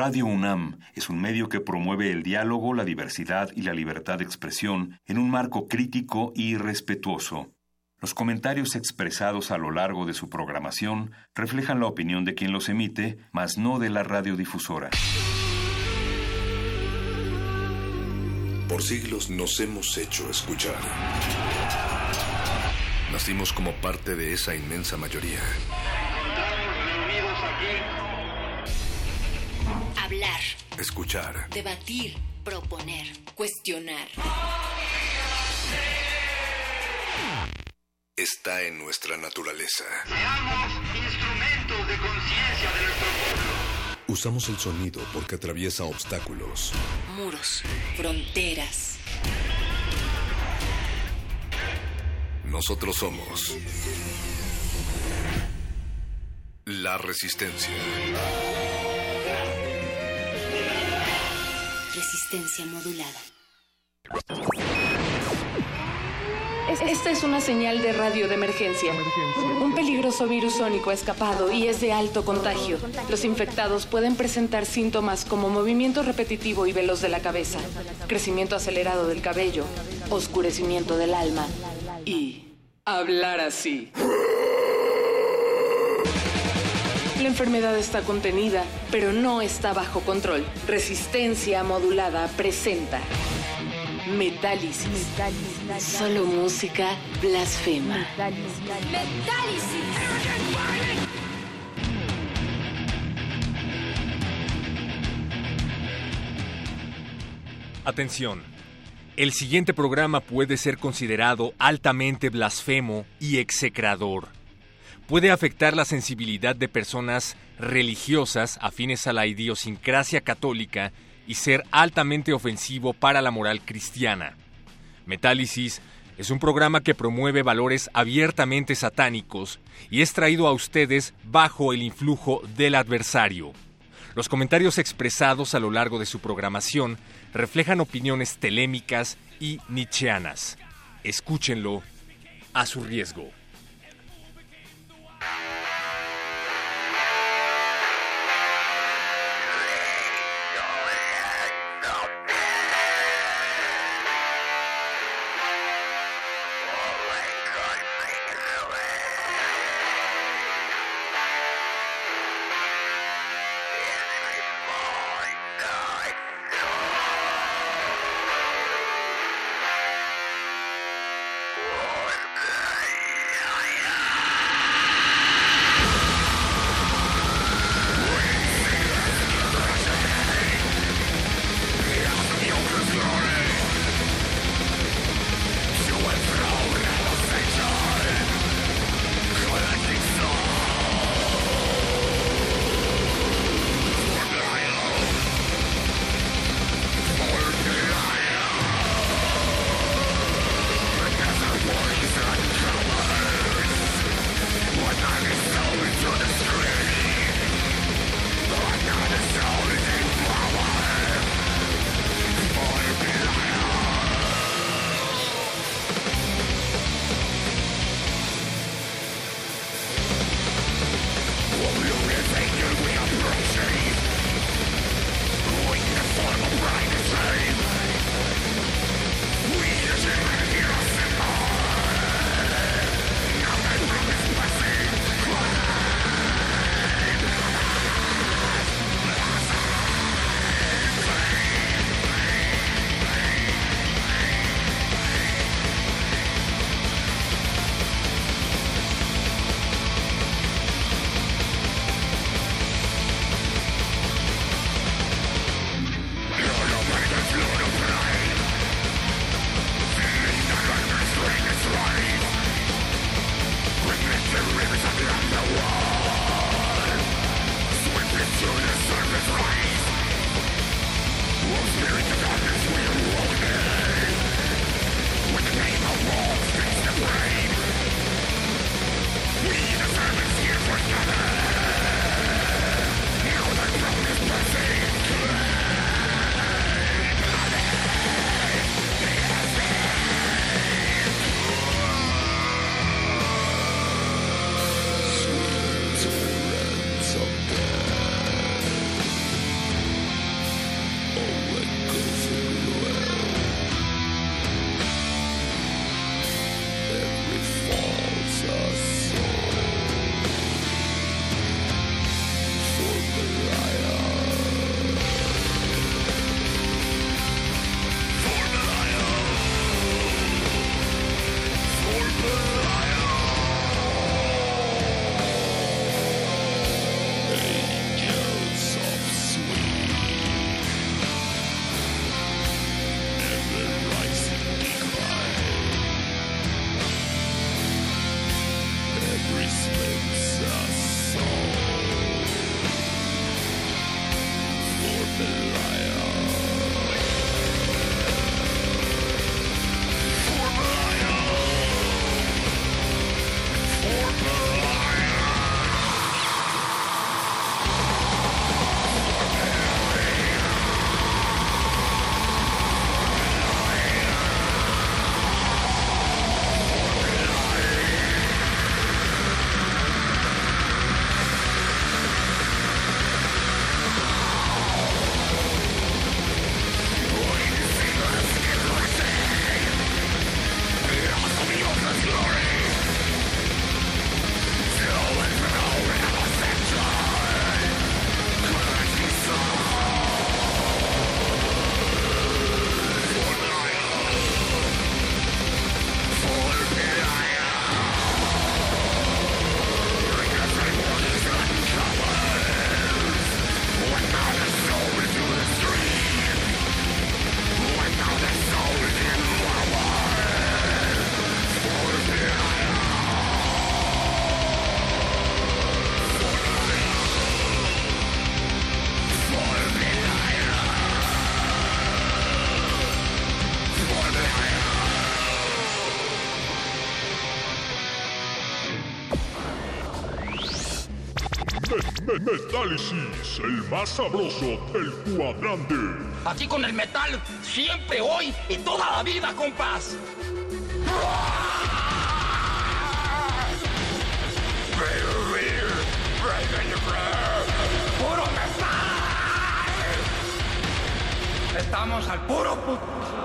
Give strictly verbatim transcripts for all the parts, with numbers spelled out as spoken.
Radio UNAM es un medio que promueve el diálogo, la diversidad y la libertad de expresión en un marco crítico y respetuoso. Los comentarios expresados a lo largo de su programación reflejan la opinión de quien los emite, mas no de la radiodifusora. Por siglos nos hemos hecho escuchar. Nacimos como parte de esa inmensa mayoría. Hablar. Escuchar. Debatir. Proponer. Cuestionar. Está en nuestra naturaleza. Seamos instrumentos de conciencia de nuestro pueblo. Usamos el sonido porque atraviesa obstáculos. Muros. Fronteras. Nosotros somos la Resistencia. Resistencia modulada. Esta es una señal de radio de emergencia. Un peligroso virus sónico ha escapado y es de alto contagio. Los infectados pueden presentar síntomas como movimiento repetitivo y veloz de la cabeza, crecimiento acelerado del cabello, oscurecimiento del alma y hablar así. La enfermedad está contenida, pero no está bajo control. Resistencia modulada presenta Metálisis. Metálisis. Solo música blasfema. Metálisis. Metálisis. Atención. El siguiente programa puede ser considerado altamente blasfemo y execrador. Puede afectar la sensibilidad de personas religiosas afines a la idiosincrasia católica y ser altamente ofensivo para la moral cristiana. Metálisis es un programa que promueve valores abiertamente satánicos y es traído a ustedes bajo el influjo del adversario. Los comentarios expresados a lo largo de su programación reflejan opiniones telémicas y nietzscheanas. Escúchenlo a su riesgo. Metálisis, el más sabroso del cuadrante. Aquí con el metal, siempre, hoy y toda la vida, compas. ¡Puro metal! Estamos al puro puto.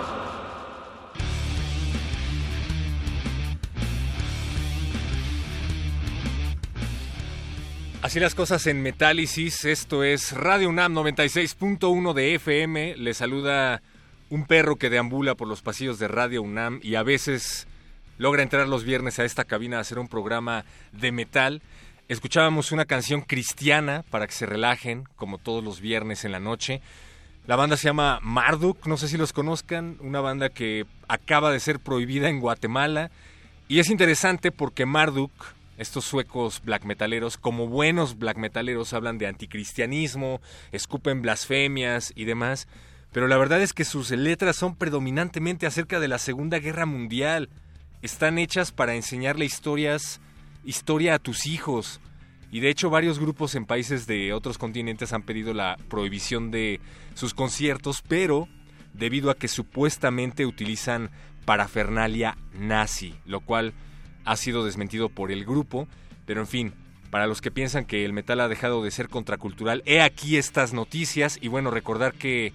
Así las cosas en Metálisis. Esto es Radio UNAM noventa y seis punto uno de F M. Le saluda un perro que deambula por los pasillos de Radio UNAM y a veces logra entrar los viernes a esta cabina a hacer un programa de metal. Escuchábamos una canción cristiana para que se relajen, como todos los viernes en la noche. La banda se llama Marduk, no sé si los conozcan, una banda que acaba de ser prohibida en Guatemala. Y es interesante porque Marduk, estos suecos black metaleros, como buenos black metaleros, hablan de anticristianismo, escupen blasfemias y demás, pero la verdad es que sus letras son predominantemente acerca de la Segunda Guerra Mundial. Están hechas para enseñarle historias, historia a tus hijos. Y de hecho varios grupos en países de otros continentes han pedido la prohibición de sus conciertos, pero debido a que supuestamente utilizan parafernalia nazi, lo cual ha sido desmentido por el grupo, pero en fin, para los que piensan que el metal ha dejado de ser contracultural, he aquí estas noticias. Y bueno, recordar que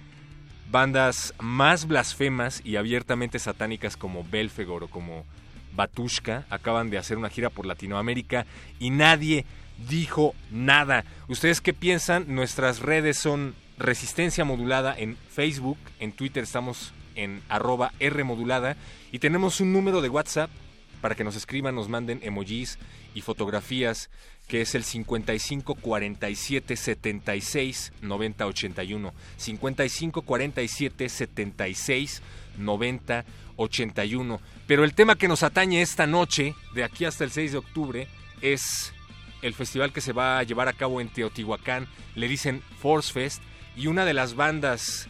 bandas más blasfemas y abiertamente satánicas como Belfegor o como Batushka acaban de hacer una gira por Latinoamérica y nadie dijo nada. ¿Ustedes qué piensan? Nuestras redes son Resistencia Modulada en Facebook, en Twitter estamos en arroba Rmodulada y tenemos un número de WhatsApp para que nos escriban, nos manden emojis y fotografías, que es el cincuenta y cinco cuarenta y siete setenta y seis noventa ochenta y uno. cincuenta y cinco cuarenta y siete setenta y seis noventa ochenta y uno. Pero el tema que nos atañe esta noche, de aquí hasta el seis de octubre, es el festival que se va a llevar a cabo en Teotihuacán. Le dicen Force Fest, y una de las bandas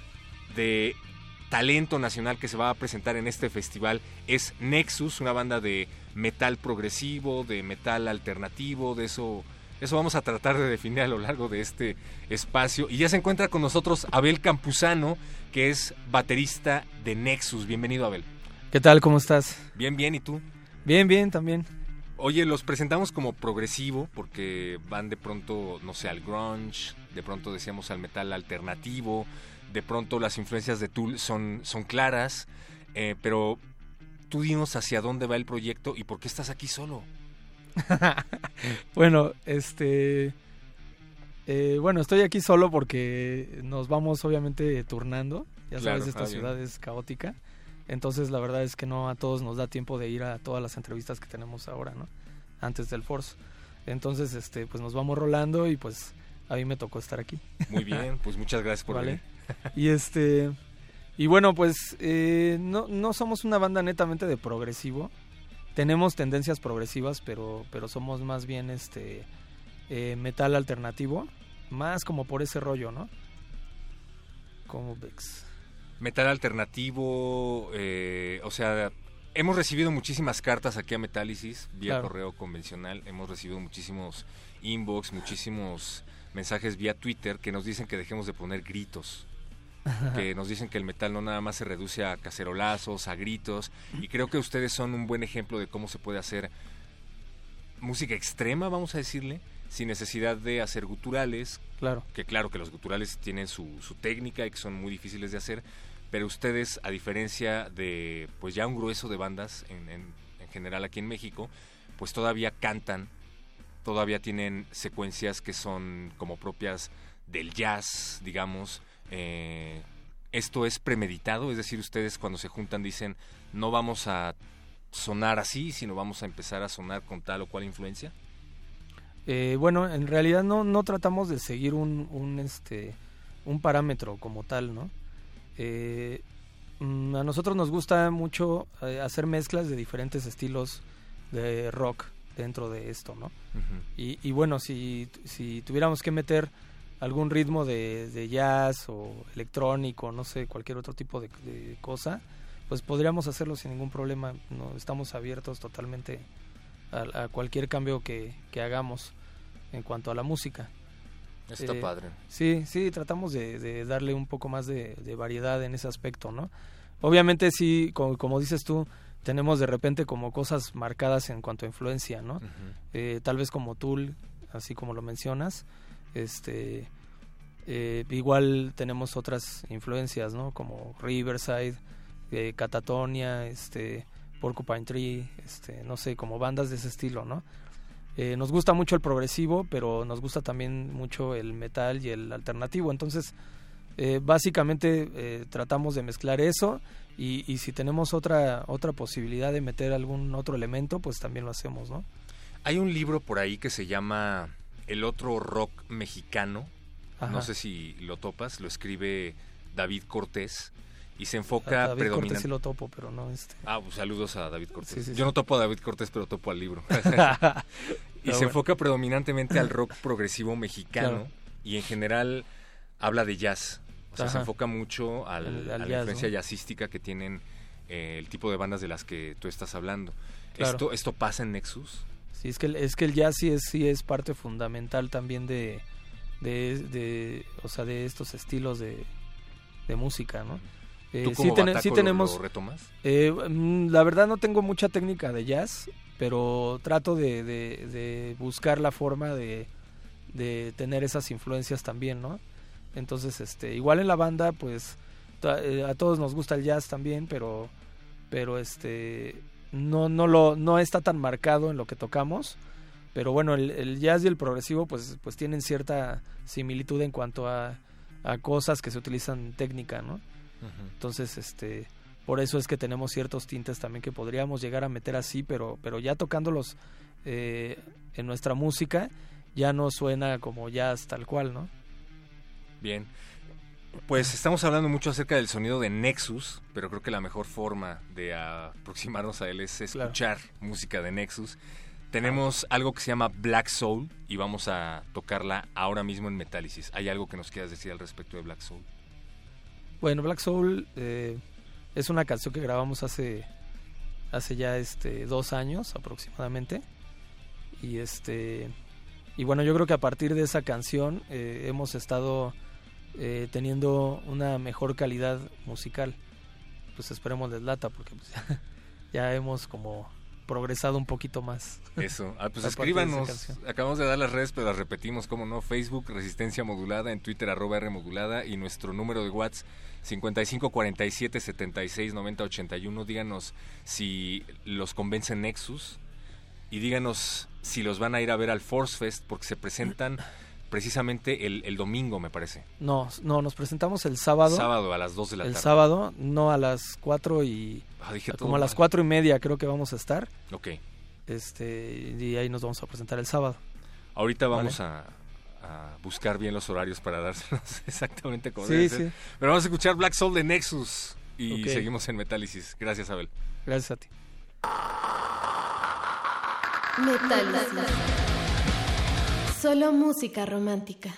de talento nacional que se va a presentar en este festival es Nexus, una banda de metal progresivo, de metal alternativo. De eso, eso vamos a tratar de definir a lo largo de este espacio. Y ya se encuentra con nosotros Abel Campuzano, que es baterista de Nexus. Bienvenido, Abel. ¿Qué tal? ¿Cómo estás? Bien, bien. ¿Y tú? Bien, bien, también. Oye, los presentamos como progresivo porque van de pronto, no sé, al grunge, de pronto decíamos al metal alternativo. De pronto las influencias de Tool son, son claras, eh, pero tú dinos hacia dónde va el proyecto y por qué estás aquí solo. Bueno, este, eh, bueno, estoy aquí solo porque nos vamos obviamente turnando. Ya Claro, sabes, esta ah, ciudad bien. es caótica. Entonces la verdad es que no a todos nos da tiempo de ir a todas las entrevistas que tenemos ahora, ¿no? Antes del Force. Entonces, este, pues nos vamos rolando y pues a mí me tocó estar aquí. Muy bien, pues muchas gracias por Vale. venir. Y este y bueno, pues eh, no, no somos una banda netamente de progresivo. Tenemos tendencias progresivas, pero pero somos más bien este eh, metal alternativo, más como por ese rollo, ¿no? Como Vex. Metal alternativo, eh, o sea, hemos recibido muchísimas cartas aquí a Metálisis, vía Claro. correo convencional, hemos recibido muchísimos inbox, muchísimos mensajes vía Twitter que nos dicen que dejemos de poner gritos. Que nos dicen que el metal no nada más se reduce a cacerolazos, a gritos, y creo que ustedes son un buen ejemplo de cómo se puede hacer música extrema, vamos a decirle, sin necesidad de hacer guturales. Claro. Que claro que los guturales tienen su, su técnica y que son muy difíciles de hacer, pero ustedes, a diferencia de pues ya un grueso de bandas en, en, en general aquí en México, pues todavía cantan, todavía tienen secuencias que son como propias del jazz, digamos. Eh, ¿Esto es premeditado? Es decir, ustedes cuando se juntan dicen, no vamos a sonar así, sino vamos a empezar a sonar con tal o cual influencia. Eh, bueno, en realidad no, no tratamos de seguir un, un, este, un parámetro como tal, ¿no? Eh, mm, a nosotros nos gusta mucho eh, hacer mezclas de diferentes estilos de rock dentro de esto, ¿no? Uh-huh. Y, y bueno, si, si tuviéramos que meter algún ritmo de, de jazz o electrónico, no sé, cualquier otro tipo de, de cosa, pues podríamos hacerlo sin ningún problema. No, estamos abiertos totalmente a, a cualquier cambio que, que hagamos en cuanto a la música. Está eh, padre. Sí, sí, tratamos de, de darle un poco más de, de variedad en ese aspecto, ¿no? Obviamente sí, como, como dices tú, tenemos de repente como cosas marcadas en cuanto a influencia, ¿no? Uh-huh. Eh, tal vez como Tool, así como lo mencionas, este, eh, igual tenemos otras influencias, ¿no? Como Riverside, eh, Catatonia, este, Porcupine Tree, este, no sé, como bandas de ese estilo, ¿no? Eh, nos gusta mucho el progresivo, pero nos gusta también mucho el metal y el alternativo, entonces eh, básicamente eh, tratamos de mezclar eso y, y si tenemos otra otra posibilidad de meter algún otro elemento, pues también lo hacemos, ¿no? Hay un libro por ahí que se llama El otro rock mexicano. Ajá. No sé si lo topas, lo escribe David Cortés y se enfoca David predominante. Cortés sí lo topo, pero no este. Ah, pues saludos a David Cortés. Sí, sí, Yo sí. no topo a David Cortés, pero topo al libro. y Pero se bueno. enfoca predominantemente al rock progresivo mexicano, claro. Y en general habla de jazz. O sea, Ajá. se enfoca mucho al, al, al a la jazz, influencia ¿no? jazzística que tienen eh, el tipo de bandas de las que tú estás hablando. Claro. Esto esto pasa en Nexus. Sí, es que el, es que el jazz sí es sí es parte fundamental también de de, de o sea, de estos estilos de, de música, ¿no? Eh, ¿Tú como sí, ten, bataco sí tenemos lo, lo retomas? Eh, la verdad no tengo mucha técnica de jazz, pero trato de, de, de buscar la forma de, de tener esas influencias también, ¿no? Entonces, este, igual en la banda, pues a todos nos gusta el jazz también, pero, pero este, no, no lo, no está tan marcado en lo que tocamos. Pero bueno, el, el jazz y el progresivo, pues, pues tienen cierta similitud en cuanto a, a cosas que se utilizan técnica, ¿no? Uh-huh. Entonces, este, por eso es que tenemos ciertos tintes también que podríamos llegar a meter así, pero, pero ya tocándolos eh, en nuestra música, ya no suena como jazz tal cual, ¿no? Bien, pues estamos hablando mucho acerca del sonido de Nexus, pero creo que la mejor forma de aproximarnos a él es escuchar claro. música de Nexus. Tenemos ah. algo que se llama Black Soul y vamos a tocarla ahora mismo en Metálisis. ¿Hay algo que nos quieras decir al respecto de Black Soul? Bueno, Black Soul eh, es una canción que grabamos hace hace ya este dos años aproximadamente y este y bueno, yo creo que a partir de esa canción eh, hemos estado eh, teniendo una mejor calidad musical. Pues esperemos les lata porque pues, ya, ya hemos como progresado un poquito más. Eso, ah, pues escríbanos, acabamos de dar las redes, pero las repetimos, como no, Facebook, Resistencia Modulada, en Twitter, arroba R Modulada, y nuestro número de WhatsApp, cincuenta y cinco cuarenta y siete setenta y seis noventa ochenta y uno. Díganos si los convence Nexus, y díganos si los van a ir a ver al Force Fest, porque se presentan precisamente el, el domingo, me parece. No, no, nos presentamos el sábado. Sábado a las dos de la el tarde. El sábado, no a las cuatro y... Ah, dije como todo a las mal. cuatro y media creo que vamos a estar. Ok. Este, y ahí nos vamos a presentar el sábado. Ahorita vamos ¿Vale? a, a buscar bien los horarios para dárselos exactamente como sí, debe sí. ser. Pero vamos a escuchar Black Soul de Nexus y okay. seguimos en Metálisis. Gracias, Abel. Gracias a ti. Metálisis. Solo música romántica.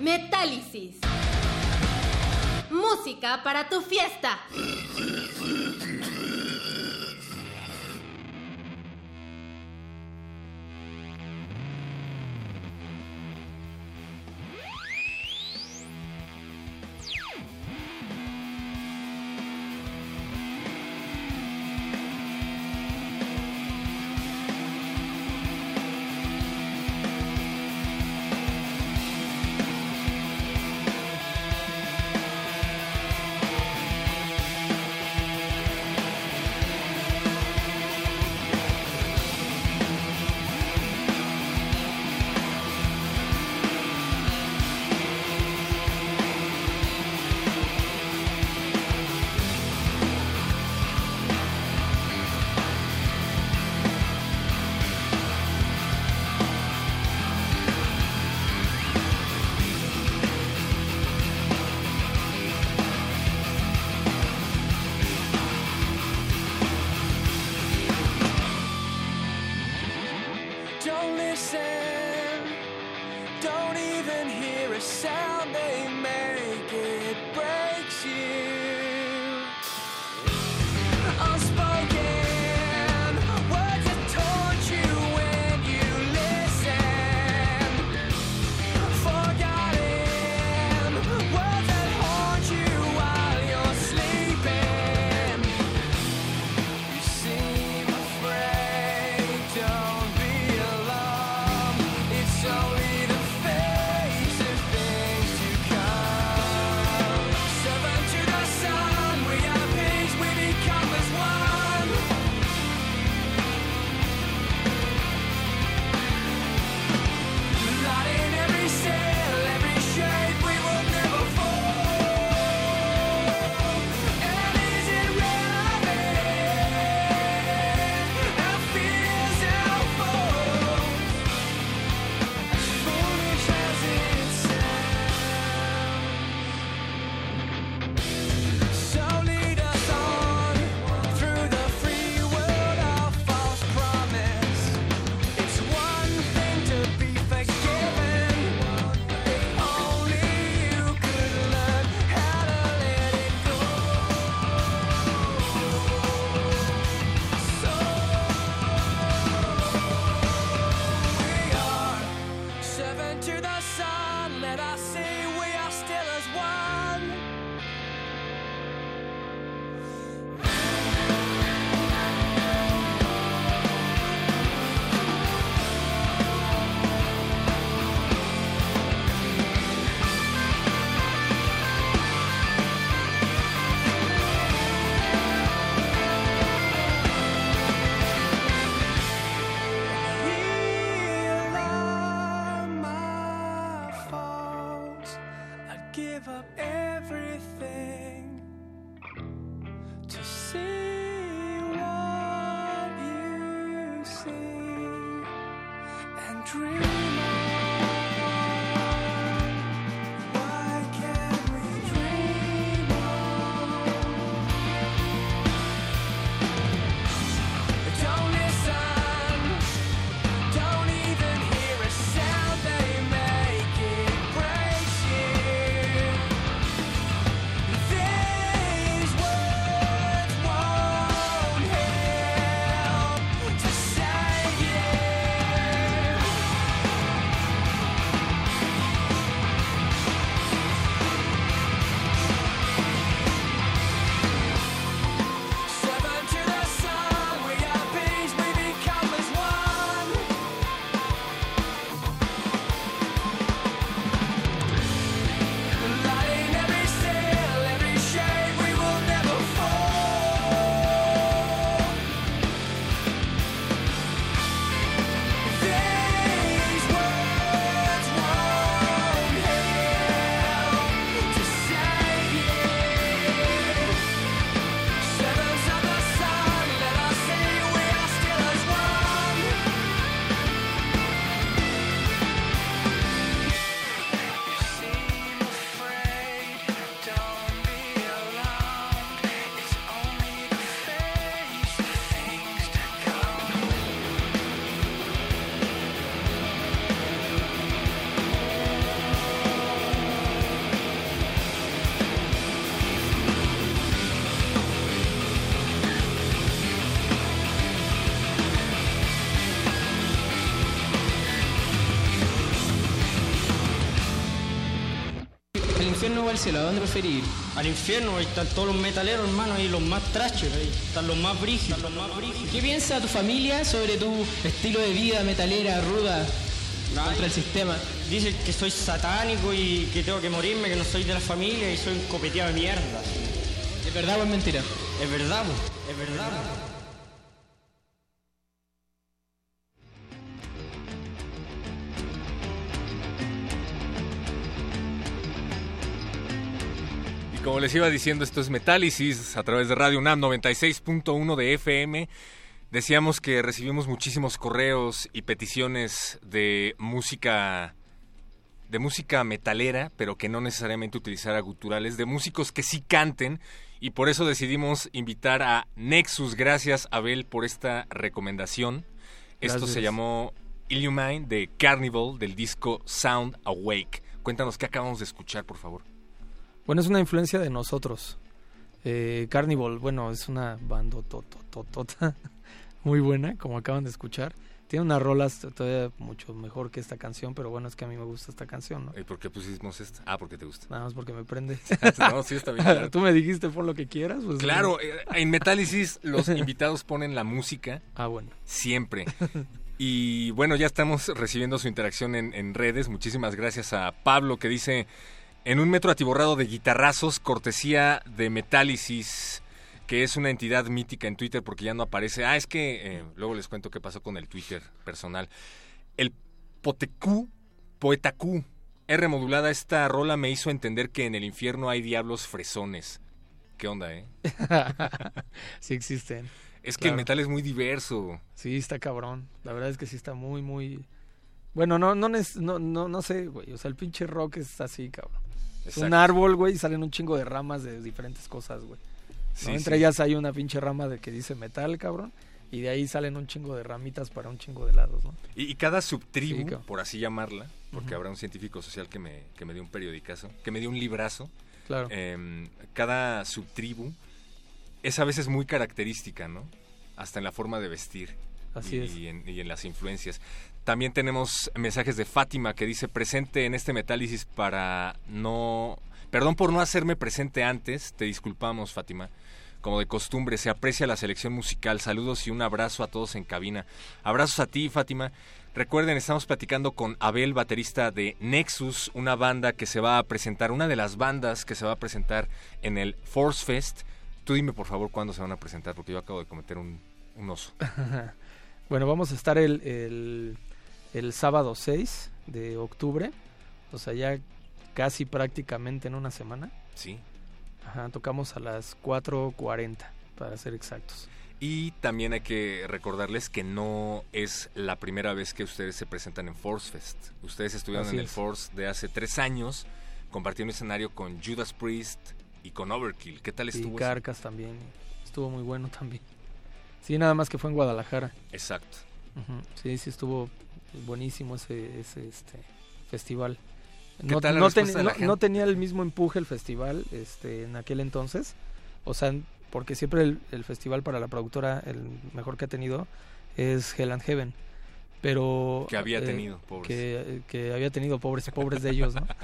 Metálisis. Música para tu fiesta. Say yeah. al cielo, ¿a dónde preferís ir? Al infierno, ahí están todos los metaleros, hermano, ahí los más trashes, ahí están los más brígidos, los más brígidos. ¿Qué piensa tu familia sobre tu estilo de vida metalera, ruda, Ay, contra el sistema? Dicen que soy satánico y que tengo que morirme, que no soy de la familia y soy un copeteado de mierda. ¿Es verdad o es mentira? Es verdad, es verdad. Como les iba diciendo, esto es Metálisis a través de Radio UNAM noventa y seis punto uno de F M. Decíamos que recibimos muchísimos correos y peticiones de música de música metalera, pero que no necesariamente utilizara guturales, de músicos que sí canten, y por eso decidimos invitar a Nexus. Gracias, Abel, por esta recomendación. Gracias. Esto se llamó Illumine de Carnival, del disco Sound Awake. Cuéntanos qué acabamos de escuchar, por favor. Bueno, es una influencia de nosotros. Eh, Carnival, bueno, es una banda totototota muy buena, como acaban de escuchar. Tiene unas rolas todavía mucho mejor que esta canción, pero bueno, es que a mí me gusta esta canción, ¿no? ¿Y por qué pusimos esta? Ah, porque te gusta. Nada más porque me prende. No, sí, está bien. Claro. Tú me dijiste pon lo que quieras. Pues claro, no. En Metálisis los invitados ponen la música. Ah, bueno. Siempre. Y bueno, ya estamos recibiendo su interacción en, en redes. Muchísimas gracias a Pablo, que dice: en un metro atiborrado de guitarrazos, cortesía de Metálisis, que es una entidad mítica en Twitter porque ya no aparece. Ah, es que eh, luego les cuento qué pasó con el Twitter personal. El Potecú, Poetacú, R modulada, esta rola me hizo entender que en el infierno hay diablos fresones. ¿Qué onda, eh? Sí existen. Es que claro, el metal es muy diverso. Sí, está cabrón. La verdad es que sí está muy, muy... Bueno, no no no no, no sé, güey. O sea, el pinche rock es así, cabrón. Es un árbol, güey, y salen un chingo de ramas de diferentes cosas, güey. Sí, ¿no? Entre sí. ellas hay una pinche rama de que dice metal, cabrón, y de ahí salen un chingo de ramitas para un chingo de lados, ¿no? Y, y cada subtribu, sí, por así llamarla, porque uh-huh. habrá un científico social que me, que me dio un periodicazo, que me dio un librazo. Claro. Eh, cada subtribu es a veces muy característica, ¿no? Hasta en la forma de vestir. Así y, es. Y en, y en las influencias. También tenemos mensajes de Fátima, que dice: presente en este Metálisis para no... Perdón por no hacerme presente antes, te disculpamos, Fátima. Como de costumbre, se aprecia la selección musical. Saludos y un abrazo a todos en cabina. Abrazos a ti, Fátima. Recuerden, estamos platicando con Abel, baterista de Nexus, una banda que se va a presentar, una de las bandas que se va a presentar en el Force Fest. Tú dime, por favor, cuándo se van a presentar, porque yo acabo de cometer un, un oso. Bueno, vamos a estar el, el, el sábado seis de octubre, o sea, ya casi prácticamente en una semana. Sí. Ajá, tocamos a las cuatro cuarenta, para ser exactos. Y también hay que recordarles que no es la primera vez que ustedes se presentan en Force Fest. Ustedes estuvieron Así en es. el Force de hace tres años, compartiendo escenario con Judas Priest y con Overkill. ¿Qué tal estuvo? Y Carcass también, estuvo muy bueno también. Sí, nada más que fue en Guadalajara. Exacto. Uh-huh. Sí, sí estuvo buenísimo ese, ese este festival. ¿Qué no, tal la no, ten, ten, no, no tenía el mismo empuje el festival este, en aquel entonces. O sea, porque siempre el, el festival para la productora, el mejor que ha tenido, es Hell and Heaven. Pero... Que había eh, tenido, pobres. Que, que había tenido, pobres, pobres de ellos, ¿no?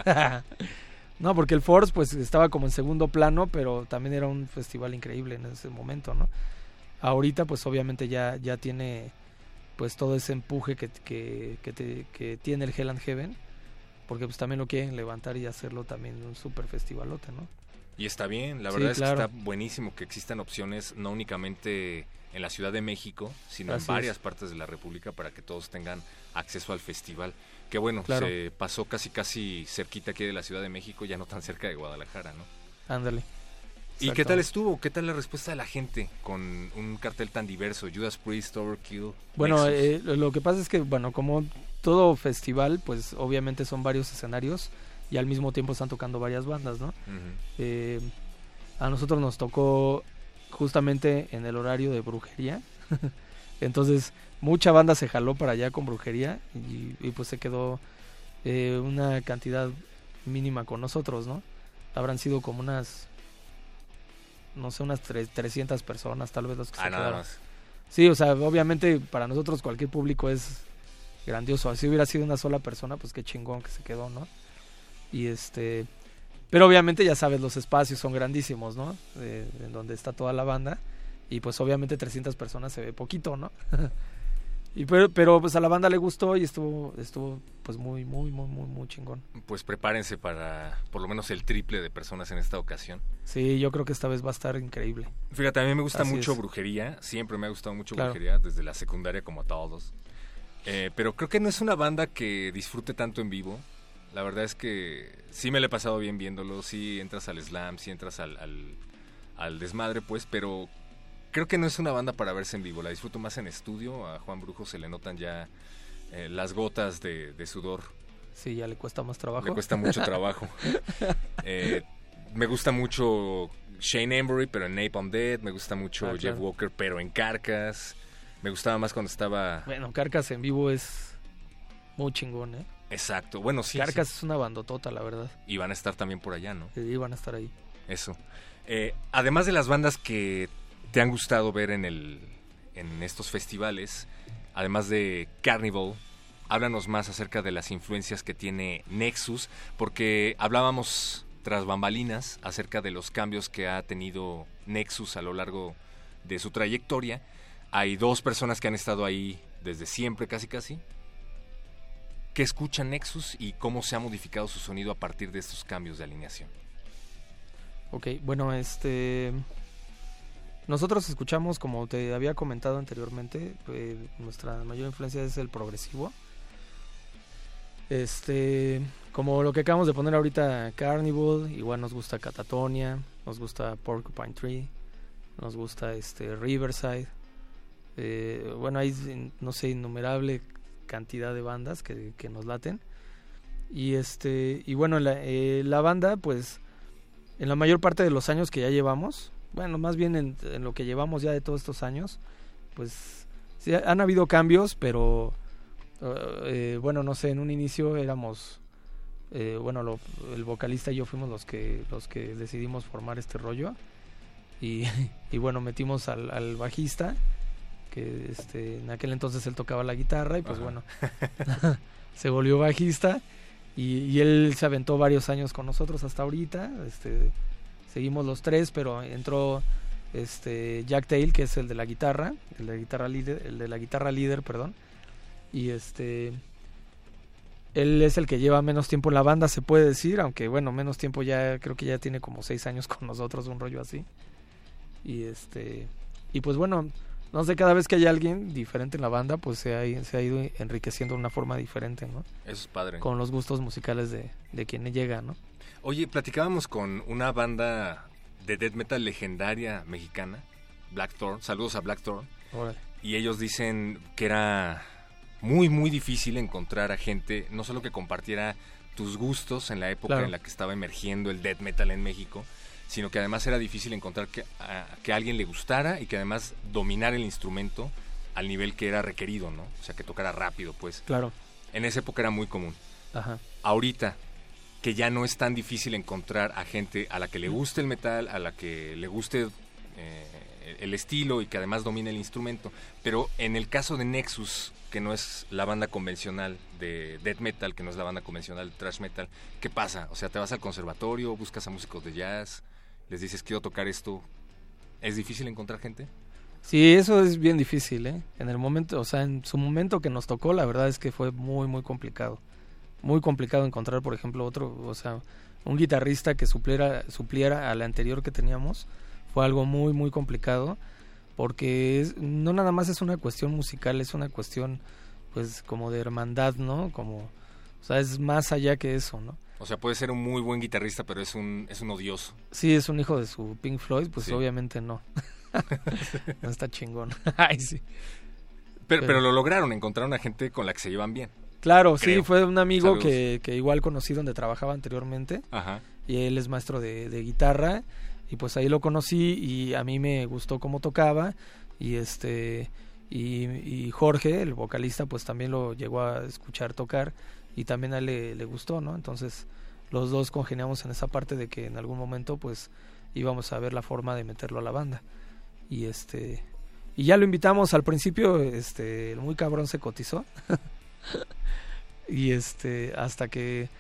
No, porque el Force pues estaba como en segundo plano, pero también era un festival increíble en ese momento, ¿no? Ahorita pues obviamente ya ya tiene pues todo ese empuje que que que, te, que tiene el Hell and Heaven, porque pues también lo quieren levantar y hacerlo también un super festivalote, ¿no? Y está bien, la verdad sí, es claro. que está buenísimo que existan opciones no únicamente en la Ciudad de México, sino Así en varias es. partes de la República para que todos tengan acceso al festival. Que bueno, claro. se pasó casi casi cerquita aquí de la Ciudad de México, ya no tan cerca de Guadalajara, ¿no? Ándale. ¿Y qué tal estuvo? ¿Qué tal la respuesta de la gente con un cartel tan diverso? Judas Priest, Overkill, Bueno, eh, lo que pasa es que, bueno, como todo festival, pues obviamente son varios escenarios y al mismo tiempo están tocando varias bandas, ¿no? Uh-huh. Eh, a nosotros nos tocó justamente en el horario de brujería. Entonces, mucha banda se jaló para allá con brujería y, y pues se quedó eh, una cantidad mínima con nosotros, ¿no? Habrán sido como unas... no sé, unas tres, trescientas personas tal vez los que ah, se nada quedaron. Más. Sí, o sea, obviamente para nosotros cualquier público es grandioso. Si hubiera sido una sola persona, pues qué chingón que se quedó, ¿no? Y este Pero obviamente ya sabes, los espacios son grandísimos, ¿no? Eh, en donde está toda la banda. Y pues obviamente trescientas personas se ve poquito, ¿no? y pero, pero pues a la banda le gustó y estuvo estuvo pues muy, muy, muy, muy, muy chingón. Pues prepárense para por lo menos el triple de personas en esta ocasión. Sí, yo creo que esta vez va a estar increíble. Fíjate, a mí me gusta Así mucho es. Brujería. Siempre me ha gustado mucho Claro. Brujería, desde la secundaria como a todos. Eh, pero creo que no es una banda que disfrute tanto en vivo. La verdad es que sí me la he pasado bien viéndolo, sí entras al slam, sí entras al, al, al desmadre, pues, pero creo que no es una banda para verse en vivo. La disfruto más en estudio. A Juan Brujo se le notan ya eh, las gotas de, de sudor. Sí, ya le cuesta más trabajo. Le cuesta mucho trabajo. eh, me gusta mucho Shane Embury, pero en Napalm Death. Me gusta mucho Ah, Jeff claro. Walker, pero en Carcass. Me gustaba más cuando estaba... Bueno, Carcass en vivo es muy chingón, ¿eh? Exacto, bueno, sí. Carcass sí. es una bandotota, la verdad. Y van a estar también por allá, ¿no? Sí, van a estar ahí. Eso. Eh, además de las bandas que te han gustado ver en, el, en estos festivales, además de Carnival, háblanos más acerca de las influencias que tiene Nexus, porque hablábamos tras bambalinas acerca de los cambios que ha tenido Nexus a lo largo de su trayectoria. Hay dos personas que han estado ahí desde siempre, casi casi. ¿Qué escucha Nexus y cómo se ha modificado su sonido a partir de estos cambios de alineación? Ok, bueno, este... Nosotros escuchamos, como te había comentado anteriormente, eh, nuestra mayor influencia es el progresivo. Este... Como lo que acabamos de poner ahorita, Carnival, igual nos gusta Catatonia, nos gusta Porcupine Tree, nos gusta este Riverside. Eh, bueno, hay, no sé, innumerable cantidad de bandas que, que nos laten. Y este y bueno, la, eh, la banda, pues, en la mayor parte de los años que ya llevamos, bueno, más bien en, en lo que llevamos ya de todos estos años, pues, sí, han habido cambios, pero, eh, bueno, no sé, en un inicio éramos, eh, bueno, lo, el vocalista y yo fuimos los que, los que decidimos formar este rollo. Y, y bueno, metimos al, al bajista, que este en aquel entonces él tocaba la guitarra y pues Ajá. bueno se volvió bajista y, y él se aventó varios años con nosotros hasta ahorita. Este seguimos los tres, pero entró este Jack Tail, que es el de la guitarra, el de la guitarra líder, el de la guitarra líder, perdón. Y este él es el que lleva menos tiempo en la banda, se puede decir, aunque bueno, menos tiempo, ya creo que ya tiene como seis años con nosotros, un rollo así. Y este y pues bueno, no sé, cada vez que hay alguien diferente en la banda, pues se ha, se ha ido enriqueciendo de una forma diferente, ¿no? Eso es padre. Con los gustos musicales de, de quien llega, ¿no? Oye, platicábamos con una banda de death metal legendaria mexicana, Blackthorn. Saludos a Blackthorn. Órale. Y ellos dicen que era muy, muy difícil encontrar a gente, no solo que compartiera tus gustos en la época Claro. en la que estaba emergiendo el death metal en México, sino que además era difícil encontrar que a, que a alguien le gustara y que además dominara el instrumento al nivel que era requerido, ¿no? O sea, que tocara rápido, pues. Claro. En esa época era muy común. Ajá. Ahorita, que ya no es tan difícil encontrar a gente a la que le guste el metal, a la que le guste eh, el estilo y que además domine el instrumento. Pero en el caso de Nexus, que no es la banda convencional de death metal, que no es la banda convencional de thrash metal, ¿qué pasa? O sea, te vas al conservatorio, buscas a músicos de jazz, les dices quiero tocar esto. ¿Es difícil encontrar gente? Sí, eso es bien difícil, ¿eh? En el momento, o sea, en su momento que nos tocó, la verdad es que fue muy, muy complicado. Muy complicado encontrar, por ejemplo, otro, o sea, un guitarrista que supliera, supliera al anterior que teníamos. Fue algo muy, muy complicado, porque es, no nada más es una cuestión musical, es una cuestión, pues, como de hermandad, ¿no? Como, o sea, es más allá que eso, ¿no? O sea, puede ser un muy buen guitarrista, pero es un es un odioso. Sí, es un hijo de su Pink Floyd, pues Sí. obviamente no. No está chingón. Ay, sí. Pero, Pero- pero lo lograron, encontraron a gente con la que se llevan bien. Claro, Creo. sí, fue un amigo Saludos. que, que igual conocí donde trabajaba anteriormente. Ajá. Y él es maestro de, de guitarra. Y pues ahí lo conocí y a mí me gustó cómo tocaba. Y este y, y Jorge, el vocalista, pues también lo llegó a escuchar tocar. Y también a él le, le gustó, ¿no? Entonces los dos congeniamos en esa parte de que en algún momento pues íbamos a ver la forma de meterlo a la banda. Y este y ya lo invitamos al principio, este, el muy cabrón se cotizó. Y este hasta que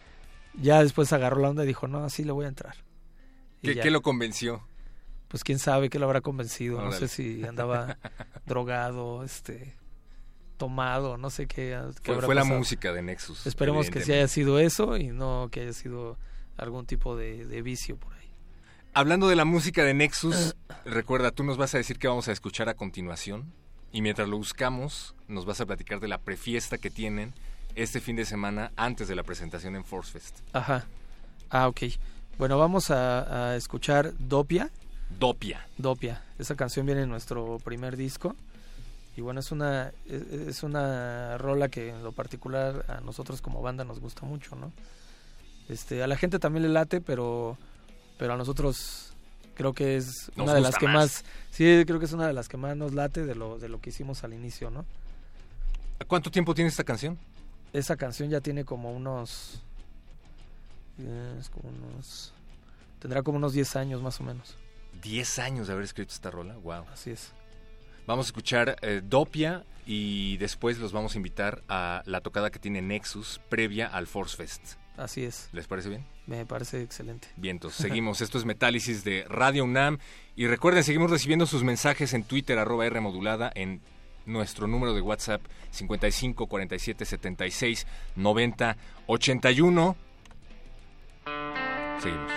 ya después agarró la onda y dijo, no, así le voy a entrar. ¿Qué, ¿Qué lo convenció? Pues quién sabe qué lo habrá convencido. Órale. No sé si andaba drogado, este, tomado, no sé qué. qué fue fue la música de Nexus. Esperemos que sí haya sido eso y no que haya sido algún tipo de, de vicio por ahí. Hablando de la música de Nexus, recuerda, tú nos vas a decir qué vamos a escuchar a continuación y mientras lo buscamos nos vas a platicar de la prefiesta que tienen este fin de semana antes de la presentación en Force Fest. Ajá. Ah, ok. Bueno, vamos a, a escuchar Dopia. Dopia. Dopia. Esa canción viene en nuestro primer disco. Y bueno, es una es una rola que en lo particular a nosotros como banda nos gusta mucho, ¿no? Este, a la gente también le late, pero pero a nosotros creo que es nos una de las que más. más sí, creo que es una de las que más nos late de lo de lo que hicimos al inicio, ¿no? ¿Cuánto tiempo tiene esta canción? Esa canción ya tiene como unos es como unos tendrá como unos diez años más o menos. diez años de haber escrito esta rola, wow. Así es. Vamos a escuchar eh, Dopia y después los vamos a invitar a la tocada que tiene Nexus previa al Force Fest. Así es. ¿Les parece bien? Me parece excelente. Bien, entonces seguimos. Esto es Metálisis de Radio UNAM y recuerden, seguimos recibiendo sus mensajes en Twitter, arroba R modulada, en nuestro número de WhatsApp cincuenta y cinco, cuarenta y siete, setenta y seis, noventa, ochenta y uno. Seguimos.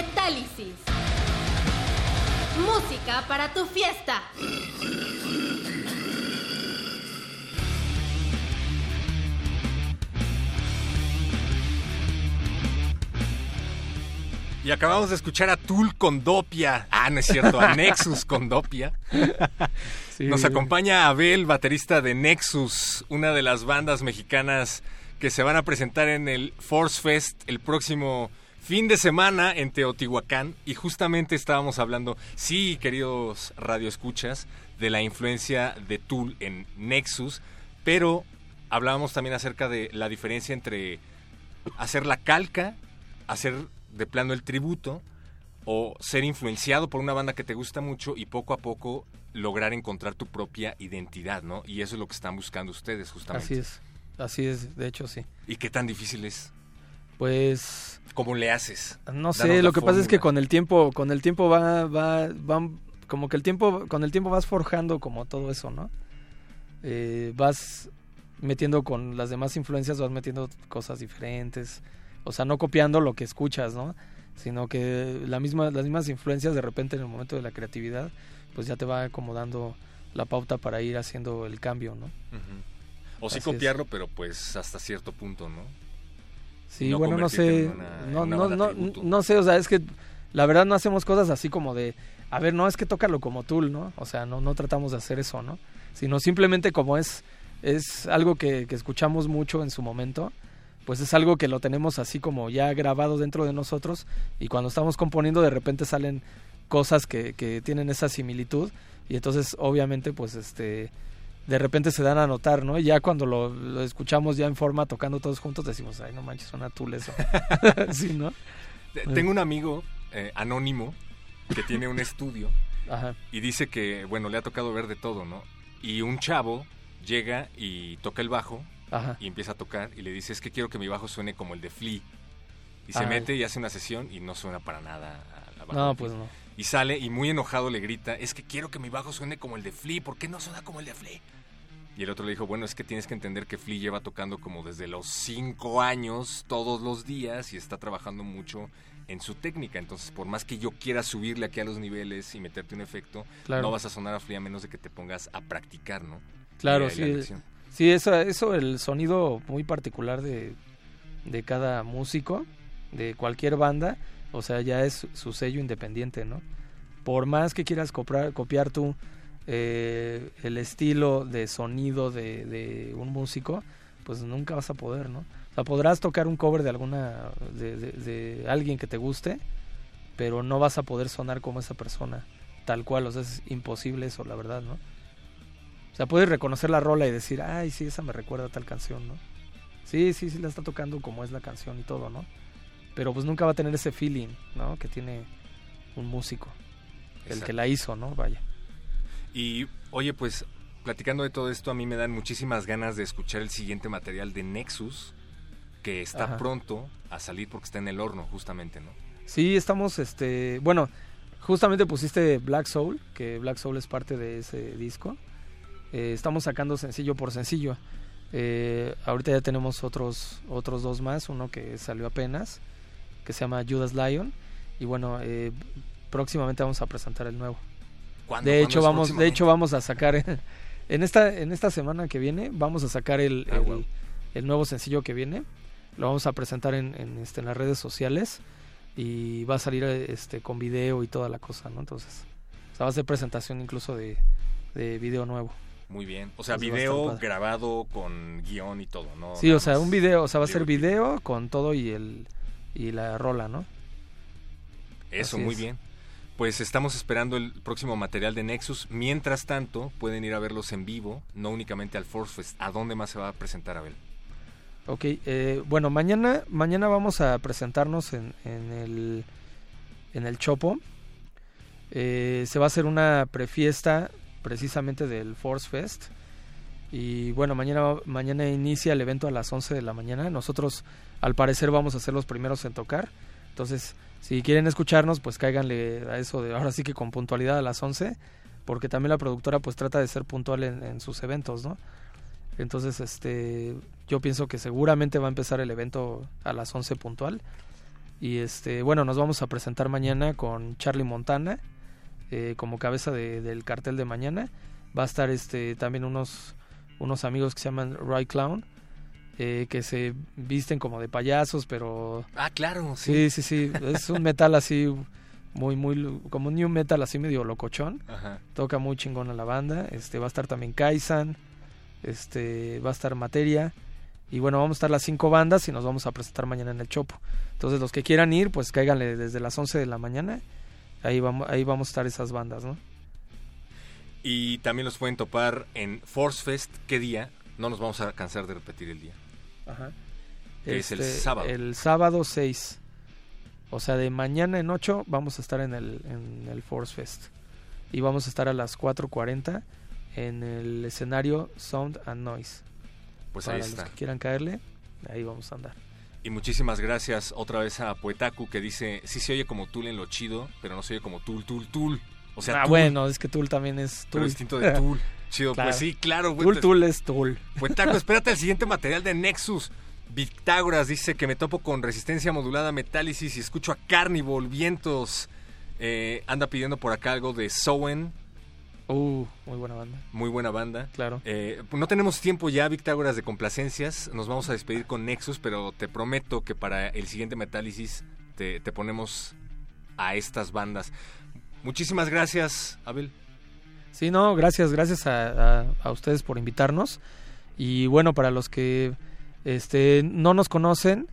Metálisis. Música para tu fiesta. Y acabamos de escuchar a Tool con Dopia. Ah, no es cierto, a Nexus con Dopia. Sí. Nos acompaña Abel, baterista de Nexus, una de las bandas mexicanas que se van a presentar en el Force Fest el próximo fin de semana en Teotihuacán. Y justamente estábamos hablando, sí, queridos radioescuchas, de la influencia de Tool en Nexus, pero hablábamos también acerca de la diferencia entre hacer la calca, hacer de plano el tributo, o ser influenciado por una banda que te gusta mucho y poco a poco lograr encontrar tu propia identidad, ¿no? Y eso es lo que están buscando ustedes, justamente. Así es, así es, de hecho sí. ¿Y qué tan difícil es? Pues... ¿Cómo le haces? No sé, lo que pasa es que con el tiempo, con el tiempo va, va, va, como que el tiempo, con el tiempo vas forjando como todo eso, ¿no? Eh, vas metiendo con las demás influencias, vas metiendo cosas diferentes. O sea, no copiando lo que escuchas, ¿no? Sino que la misma, las mismas influencias de repente en el momento de la creatividad, pues ya te va como dando la pauta para ir haciendo el cambio, ¿no? Uh-huh. O sí Así copiarlo, es. Pero pues hasta cierto punto, ¿no? Sí, no bueno, no sé, una, no, no, no, no sé, o sea, es que la verdad no hacemos cosas así como de, a ver, no, es que tócalo como Tool, ¿no? O sea, no, no tratamos de hacer eso, ¿no? Sino simplemente como es, es algo que, que escuchamos mucho en su momento, pues es algo que lo tenemos así como ya grabado dentro de nosotros y cuando estamos componiendo de repente salen cosas que, que tienen esa similitud y entonces obviamente pues este de repente se dan a notar, ¿no? Y ya cuando lo, lo escuchamos ya en forma tocando todos juntos decimos, ay no manches, suena Tool eso. Sí, ¿no? Tengo un amigo eh, anónimo que tiene un estudio. Ajá. Y dice que, bueno, le ha tocado ver de todo, ¿no? Y un chavo llega y toca el bajo. Ajá. Y empieza a tocar y le dice, es que quiero que mi bajo suene como el de Flea. Y se Ajá. mete y hace una sesión y no suena para nada a la bajo. No, pues no. Y sale y muy enojado le grita, es que quiero que mi bajo suene como el de Flea, ¿por qué no suena como el de Flea? Y el otro le dijo, bueno, es que tienes que entender que Flea lleva tocando como desde los cinco años, todos los días, y está trabajando mucho en su técnica. Entonces, por más que yo quiera subirle aquí a los niveles y meterte un efecto, claro, no vas a sonar a Flea a menos de que te pongas a practicar, ¿no? Claro, sí. Sí, eso, eso, el sonido muy particular de, de cada músico, de cualquier banda, o sea, ya es su sello independiente, ¿no? Por más que quieras copiar, copiar tú eh, el estilo de sonido de, de un músico, pues nunca vas a poder, ¿no? O sea, podrás tocar un cover de alguna, de, de, de alguien que te guste, pero no vas a poder sonar como esa persona, tal cual, o sea, es imposible eso, la verdad, ¿no? O sea, puedes reconocer la rola y decir, ay, sí, esa me recuerda a tal canción, ¿no? Sí, sí, sí, la está tocando como es la canción y todo, ¿no? Pero pues nunca va a tener ese feeling, ¿no? Que tiene un músico, el Exacto. que la hizo, ¿no? Vaya. Y, oye, pues, platicando de todo esto, a mí me dan muchísimas ganas de escuchar el siguiente material de Nexus, que está Ajá. pronto a salir porque está en el horno, justamente, ¿no? Sí, estamos, este, bueno, justamente pusiste Black Soul, que Black Soul es parte de ese disco. Eh, estamos sacando sencillo por sencillo. Eh, ahorita ya tenemos otros otros dos más, uno que salió apenas, que se llama Judas Lion, y bueno, eh, próximamente vamos a presentar el nuevo. ¿Cuándo? De hecho vamos, de hecho vamos a sacar en esta en esta semana que viene vamos a sacar el, ah, el, wow. el nuevo sencillo que viene. Lo vamos a presentar en, en, este, en las redes sociales y va a salir este con video y toda la cosa, ¿no? Entonces, o sea, va a ser presentación incluso de, de video nuevo. Muy bien, o sea, Entonces video grabado con guión y todo, ¿no? Sí, Nada o sea, un video, o sea, va a ser video con todo y el y la rola, ¿no? Eso, Así muy es. bien. Pues estamos esperando el próximo material de Nexus. Mientras tanto, pueden ir a verlos en vivo, no únicamente al Force Fest. ¿A dónde más se va a presentar, Abel? Ok, eh, bueno, mañana mañana vamos a presentarnos en, en el en el Chopo. Eh, se va a hacer una prefiesta precisamente del Force Fest y bueno, mañana mañana inicia el evento a las once de la mañana. Nosotros al parecer vamos a ser los primeros en tocar, entonces si quieren escucharnos pues cáiganle a eso de ahora sí que con puntualidad a las once, porque también la productora pues trata de ser puntual en, en sus eventos, ¿no? Entonces este yo pienso que seguramente va a empezar el evento a las once puntual Y este, bueno, nos vamos a presentar mañana con Charlie Montana eh, como cabeza de, del cartel de mañana. Va a estar este también unos unos amigos que se llaman Roy Clown, eh, que se visten como de payasos, pero... Ah, claro, sí. Sí, sí, sí, es un metal así muy, muy, como un new metal así medio locochón. Ajá. Toca muy chingón a la banda. Este, va a estar también Kaisan, este, va a estar Materia, y bueno, vamos a estar las cinco bandas y nos vamos a presentar mañana en el Chopo. Entonces los que quieran ir, pues cáiganle desde las once de la mañana, ahí vamos, ahí vamos a estar esas bandas, ¿no? Y también los pueden topar en Force Fest. ¿Qué día? No nos vamos a cansar de repetir el día. Ajá. Este, es el sábado. El sábado seis. O sea, de mañana en ocho vamos a estar en el, en el Force Fest. Y vamos a estar a las cuatro cuarenta en el escenario Sound and Noise. Pues Para ahí está. los que quieran caerle, ahí vamos a andar. Y muchísimas gracias otra vez a Poetaku, que dice, sí se oye como Tool en lo chido, pero no se oye como Tool, Tool, Tool. O sea, ah, Tool, bueno, es que Tool también es Tool. pero distinto de Tool. Chido, Claro. pues sí, claro. Tool, Tool es Tool. Poetaku, espérate el siguiente material de Nexus. Pitágoras dice que me topo con Resistencia Modulada, Metálisis y escucho a Carnival, Vientos. Eh, anda pidiendo por acá algo de Sowen. Uh, muy buena banda. Muy buena banda. Claro. Eh, no tenemos tiempo ya, Pitágoras, de complacencias. Nos vamos a despedir con Nexus, pero te prometo que para el siguiente Metálisis te, te ponemos a estas bandas. Muchísimas gracias, Abel. Sí, no, gracias, gracias a, a, a ustedes por invitarnos. Y bueno, para los que este no nos conocen,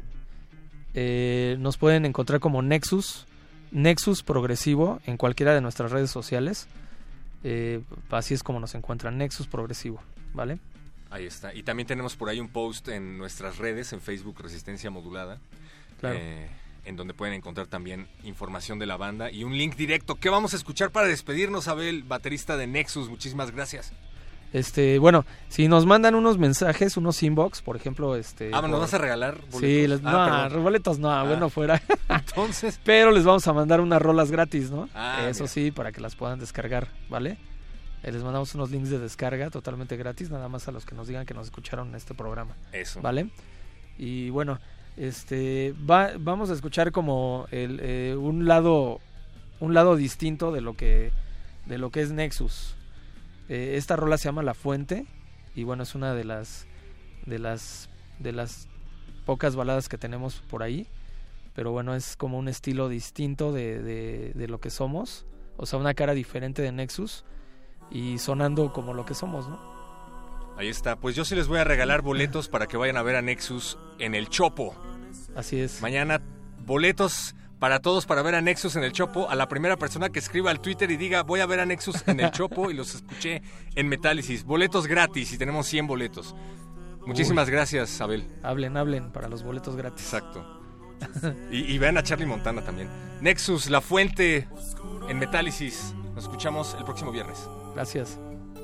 eh, nos pueden encontrar como Nexus, Nexus Progresivo en cualquiera de nuestras redes sociales. Eh, así es como nos encuentran, Nexus Progresivo, ¿vale? Ahí está. Y también tenemos por ahí un post en nuestras redes, en Facebook Resistencia Modulada. Claro. Eh, en donde pueden encontrar también información de la banda y un link directo. ¿Qué vamos a escuchar para despedirnos, Abel, baterista de Nexus? Muchísimas gracias. Este, bueno, si nos mandan unos mensajes, unos inbox, por ejemplo, este... Ah, ¿nos por... vas a regalar boletos? Sí, les... ah, no, boletos no, ah. bueno, fuera. Entonces... Pero les vamos a mandar unas rolas gratis, ¿no? Ah, Eso mira. sí, para que las puedan descargar, ¿vale? Eh, les mandamos unos links de descarga totalmente gratis, nada más a los que nos digan que nos escucharon en este programa. Eso. ¿Vale? Y bueno, este va, vamos a escuchar como el, eh, un lado un lado distinto de lo que de lo que es Nexus. Eh, esta rola se llama La Fuente y bueno, es una de las de las de las pocas baladas que tenemos por ahí, pero bueno, es como un estilo distinto de, de, de lo que somos, o sea, una cara diferente de Nexus y sonando como lo que somos, ¿no? Ahí está, pues yo sí les voy a regalar boletos para que vayan a ver a Nexus en el Chopo. Así es. Mañana boletos para todos para ver a Nexus en el Chopo. A la primera persona que escriba al Twitter y diga voy a ver a Nexus en el Chopo y los escuché en Metálisis. Boletos gratis y tenemos cien boletos. Muchísimas Uy. gracias, Abel. Hablen, hablen para los boletos gratis. Exacto. y, y vean a Charlie Montana también. Nexus, La Fuente en Metálisis. Nos escuchamos el próximo viernes. Gracias.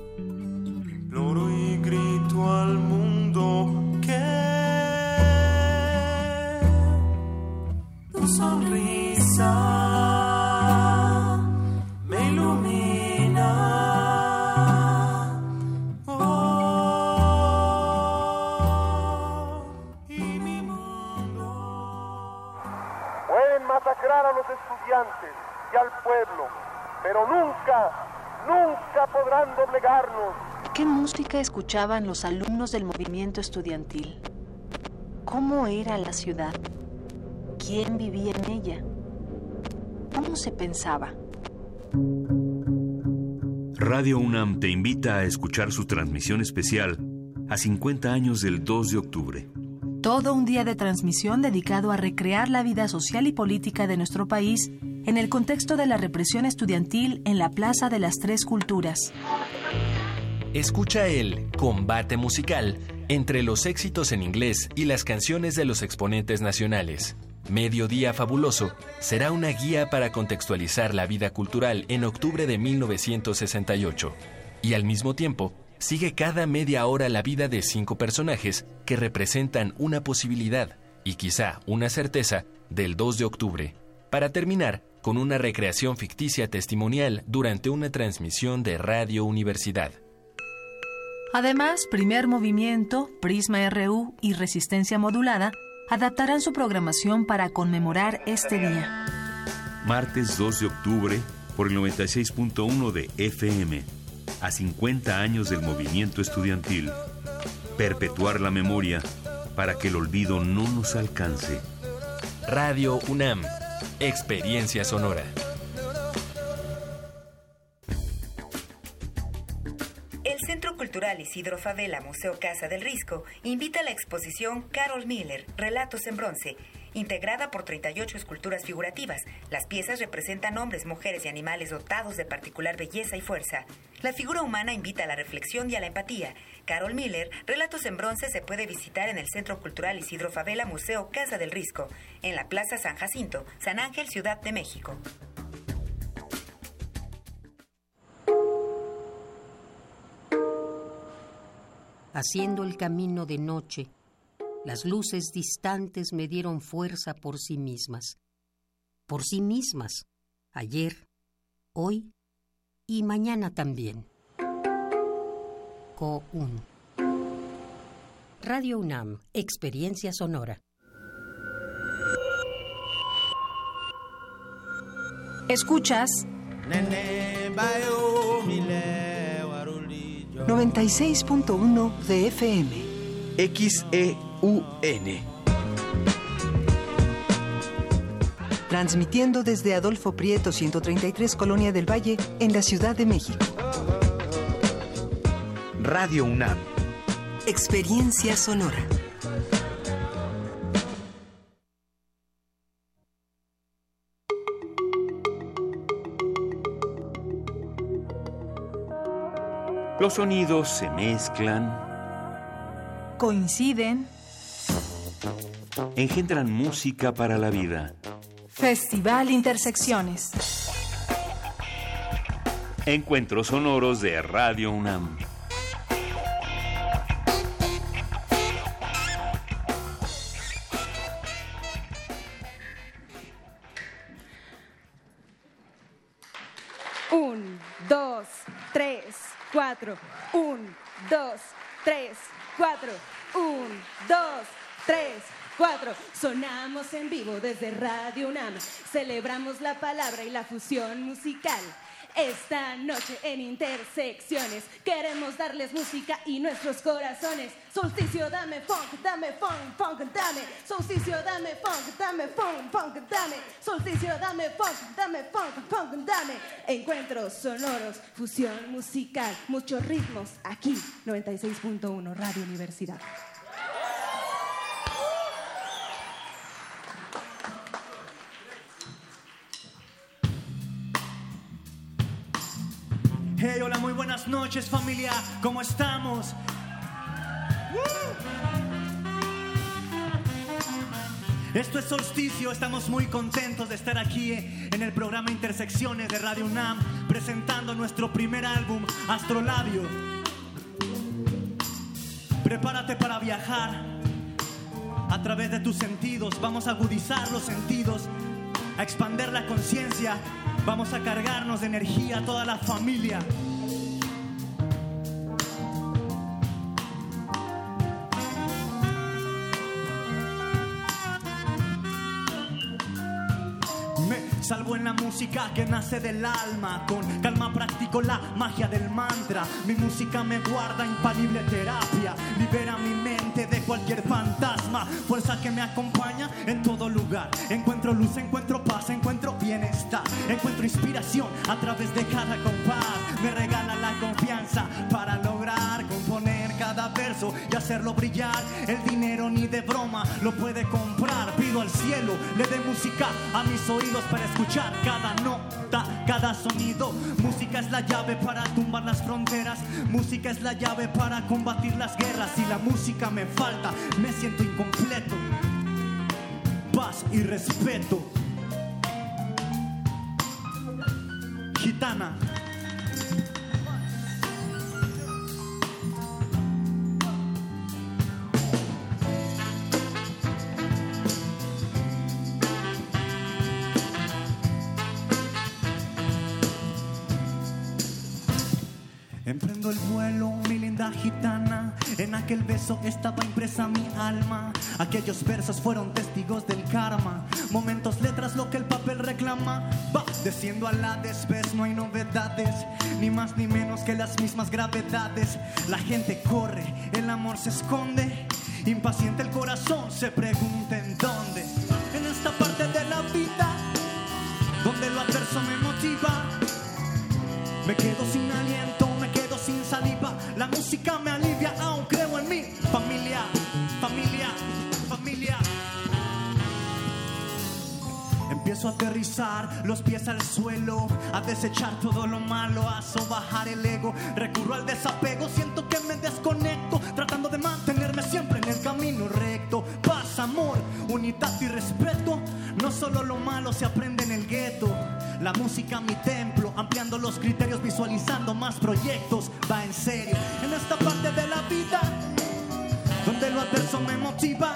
Imploro y grito al mundo que tu sonrisa me ilumina. Oh, y mi mundo. Pueden masacrar a los estudiantes y al pueblo, pero nunca, nunca podrán doblegarnos. ¿Qué música escuchaban los alumnos del movimiento estudiantil? ¿Cómo era la ciudad? ¿Quién vivía en ella? ¿Cómo se pensaba? Radio UNAM te invita a escuchar su transmisión especial a cincuenta años del dos de octubre. Todo un día de transmisión dedicado a recrear la vida social y política de nuestro país en el contexto de la represión estudiantil en la Plaza de las Tres Culturas. Escucha el combate musical entre los éxitos en inglés y las canciones de los exponentes nacionales. Mediodía Fabuloso será una guía para contextualizar la vida cultural en octubre de mil novecientos sesenta y ocho. Y al mismo tiempo, sigue cada media hora la vida de cinco personajes que representan una posibilidad, y quizá una certeza, del dos de octubre, para terminar con una recreación ficticia testimonial durante una transmisión de Radio Universidad. Además, Primer Movimiento, Prisma R U y Resistencia Modulada adaptarán su programación para conmemorar este día. Martes dos de octubre, por el noventa y seis punto uno de F M, a cincuenta años del movimiento estudiantil. Perpetuar la memoria para que el olvido no nos alcance. Radio UNAM, experiencia sonora. El Centro Cultural Isidro Fabela, Museo Casa del Risco, invita a la exposición Carol Miller, Relatos en Bronce, integrada por treinta y ocho esculturas figurativas. Las piezas representan hombres, mujeres y animales dotados de particular belleza y fuerza. La figura humana invita a la reflexión y a la empatía. Carol Miller, Relatos en Bronce, se puede visitar en el Centro Cultural Isidro Fabela, Museo Casa del Risco, en la Plaza San Jacinto, San Ángel, Ciudad de México. Haciendo el camino de noche, las luces distantes me dieron fuerza por sí mismas. Por sí mismas, ayer, hoy y mañana también. Co uno. Radio UNAM, experiencia sonora. Escuchas noventa y seis punto uno de F M. X E U N. Transmitiendo desde Adolfo Prieto ciento treinta y tres, Colonia del Valle, en la Ciudad de México. Radio UNAM. Experiencia sonora. Los sonidos se mezclan, coinciden, engendran música para la vida. Festival Intersecciones. Encuentros sonoros de Radio UNAM. Un, dos, tres, cuatro. Un, dos, tres, cuatro. Un, dos, tres, cuatro. Sonamos en vivo desde Radio UNAM. Celebramos la palabra y la fusión musical. Esta noche en Intersecciones queremos darles música y nuestros corazones. Solsticio, dame funk, dame funk, funk, dame. Solsticio, dame funk, dame funk, funk, dame. Solsticio, dame funk, dame funk, funk, dame. Encuentros sonoros, fusión musical, muchos ritmos aquí, noventa y seis punto uno Radio Universidad. Hey, hola, muy buenas noches, familia. ¿Cómo estamos? ¡Woo! Esto es Solsticio. Estamos muy contentos de estar aquí en el programa Intersecciones de Radio UNAM, presentando nuestro primer álbum, Astrolabio. Prepárate para viajar a través de tus sentidos. Vamos a agudizar los sentidos, a expandir la conciencia. Vamos a cargarnos de energía a toda la familia. Salvo en la música que nace del alma. Con calma practico la magia del mantra. Mi música me guarda infalible terapia. Libera mi mente de cualquier fantasma. Fuerza que me acompaña en todo lugar. Encuentro luz, encuentro paz, encuentro bienestar. Encuentro inspiración a través de cada compás. Me regala la confianza para lograr componer cada verso y hacerlo brillar. El dinero ni de broma lo puede comprar. Pido al cielo, le dé música a mis oídos para escuchar cada nota, cada sonido. Música es la llave para tumbar las fronteras. Música es la llave para combatir las guerras. Si la música me falta, me siento incompleto. Paz y respeto. Gitana. Emprendo el vuelo, mi linda linda gitana, en aquel beso estaba impresa mi alma. Aquellos versos fueron testigos del karma. Momentos, letras, lo que el papel reclama. Va desciendo a la desvez, no hay novedades, ni más ni menos que las mismas gravedades. La gente corre, el amor se esconde. Impaciente el corazón se pregunta en dónde. En esta parte de la vida donde lo adverso me motiva, me quedo sin aliento, me quedo sin saliva. La música me alivia, aún creo en mí. Familia, familia, familia. Empiezo a aterrizar, los pies al suelo, a desechar todo lo malo, a sobajar el ego. Recurro al desapego, siento que me desconecto, tratando de mantenerme siempre en el camino recto. Paz, amor, unidad y respeto. No solo lo malo se aprende en el gueto. La música mi templo, ampliando los criterios, visualizando más proyectos. Va en serio, en esta parte de la vida donde lo adverso me motiva.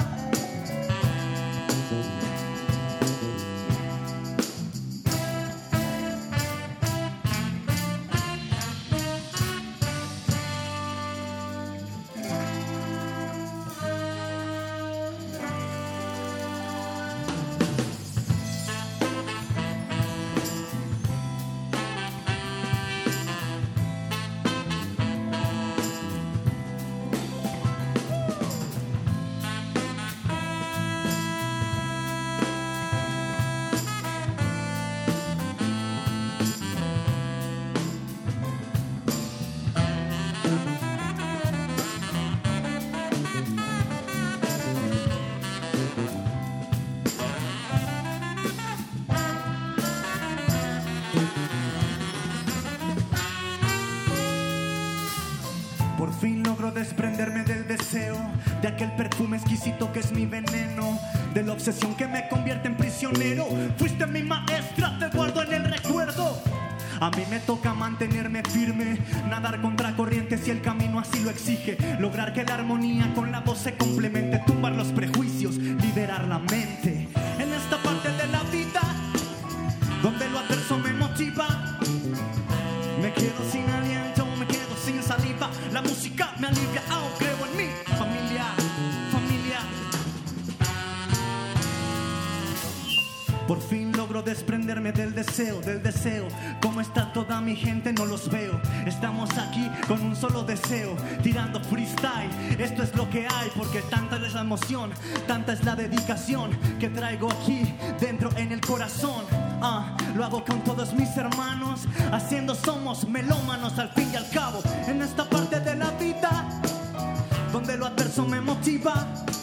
Por fin logro desprenderme del deseo, de aquel perfume exquisito que es mi veneno, de la obsesión que me convierte en prisionero. Fuiste mi maestra, te guardo en el recuerdo. A mí me toca mantenerme firme, nadar contra corriente si el camino así lo exige. Lograr que la armonía con la voz se complemente, tumbar los prejuicios, liberar la mente. En esta parte de la vida donde lo adverso me motiva, me quedo sin aliento, me quedo sin saliva. La música me alivia, aún creo en mí. Familia, familia. Por fin logro desprenderme del deseo, del deseo. ¿Cómo está toda mi gente? No los veo. Estamos aquí con un solo deseo, tirando freestyle. Esto es lo que hay, porque tanta es la emoción, tanta es la dedicación que traigo aquí dentro en el corazón. Ah, lo hago con todos mis hermanos, haciendo somos melómanos al fin y al cabo. En esta parte de la vida donde lo adverso me motiva.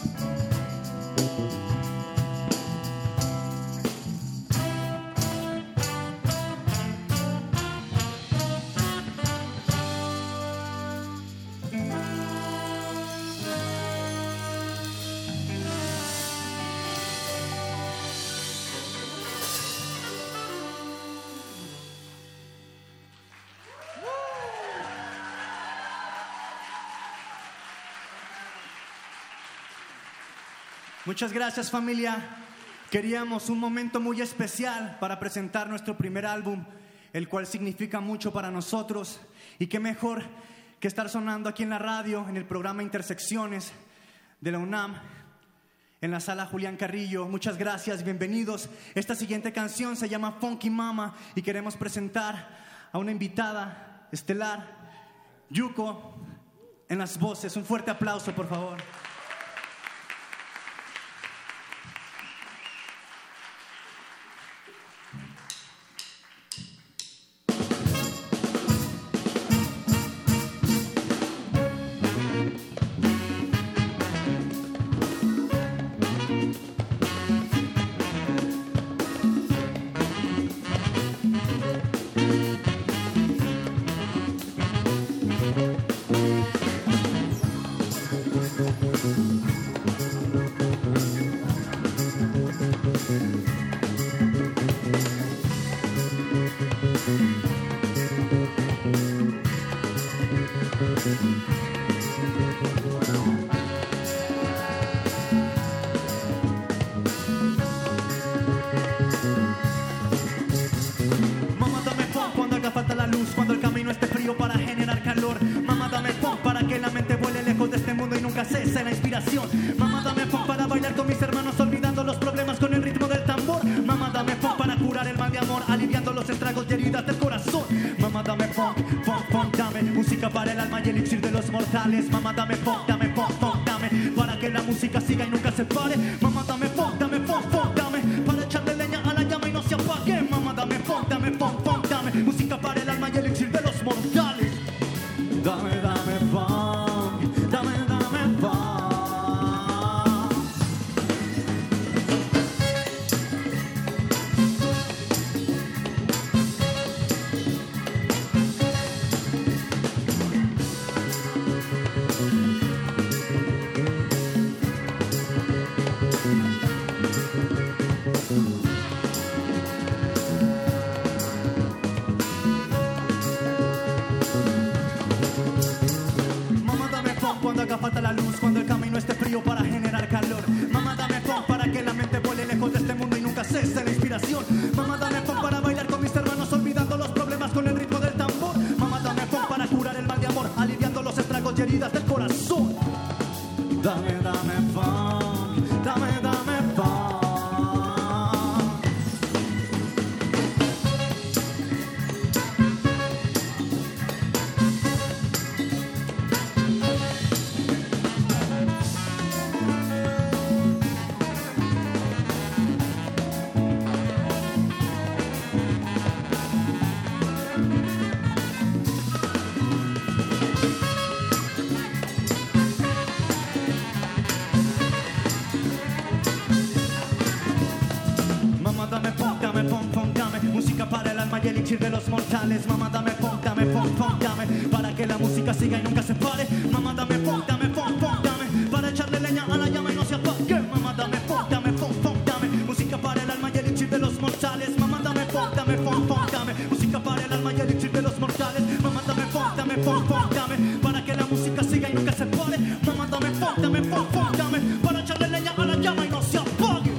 Muchas gracias, familia. Queríamos un momento muy especial para presentar nuestro primer álbum, el cual significa mucho para nosotros. Y qué mejor que estar sonando aquí en la radio, en el programa Intersecciones de la UNAM, en la sala Julián Carrillo. Muchas gracias, bienvenidos. Esta siguiente canción se llama Funky Mama y queremos presentar a una invitada estelar, Yuko, en las voces. Un fuerte aplauso, por favor. inspiración. Mamá, dame funk para bailar con mis hermanos, olvidando los problemas con el ritmo del tambor. Mamá, dame funk para curar el mal de amor, aliviando los estragos y heridas del corazón. Mamá, dame funk, funk, funk, dame música para el alma y el elixir de los mortales. Mamá, dame funk, dame funk, funk, dame para que la música siga y nunca se pare. Mamá, dame funk, dame funk, funk, dame para echarle leña a la llama y no se apague. Mamá, dame funk, dame funk, funk, dame música para el alma y el elixir de los mortales. Dame, dame funk, dame, dame funk. Cuando haga falta la luz, cuando el camino esté frío para generar calor. Mamá, dame funk para que la mente vuele lejos de este mundo y nunca cese la inspiración. Mamá, dame funk para bailar con mis hermanos, olvidando los problemas con el ritmo del tambor. Mamá, dame funk para curar el mal de amor, aliviando los estragos y heridas del corazón. Dame, dame funk, dame, dame funk. Y el elixir de los mortales. Mamá, dame funk, dame funk, funk, dame para que la música siga y nunca se pare. Mamá, dame funk, dame funk, funk, dame para echarle leña a la llama y no se apague. Mamá, dame funk, dame funk, funk, dame música para el alma y el elixir de los mortales. Mamá, dame funk, dame funk, funk, dame música para el alma y el elixir de los mortales. Mamá, dame funk, dame funk, funk, dame para que la música siga y nunca se pare. Mamá, dame funk, dame funk, funk, dame para echarle leña a la llama y no se apague.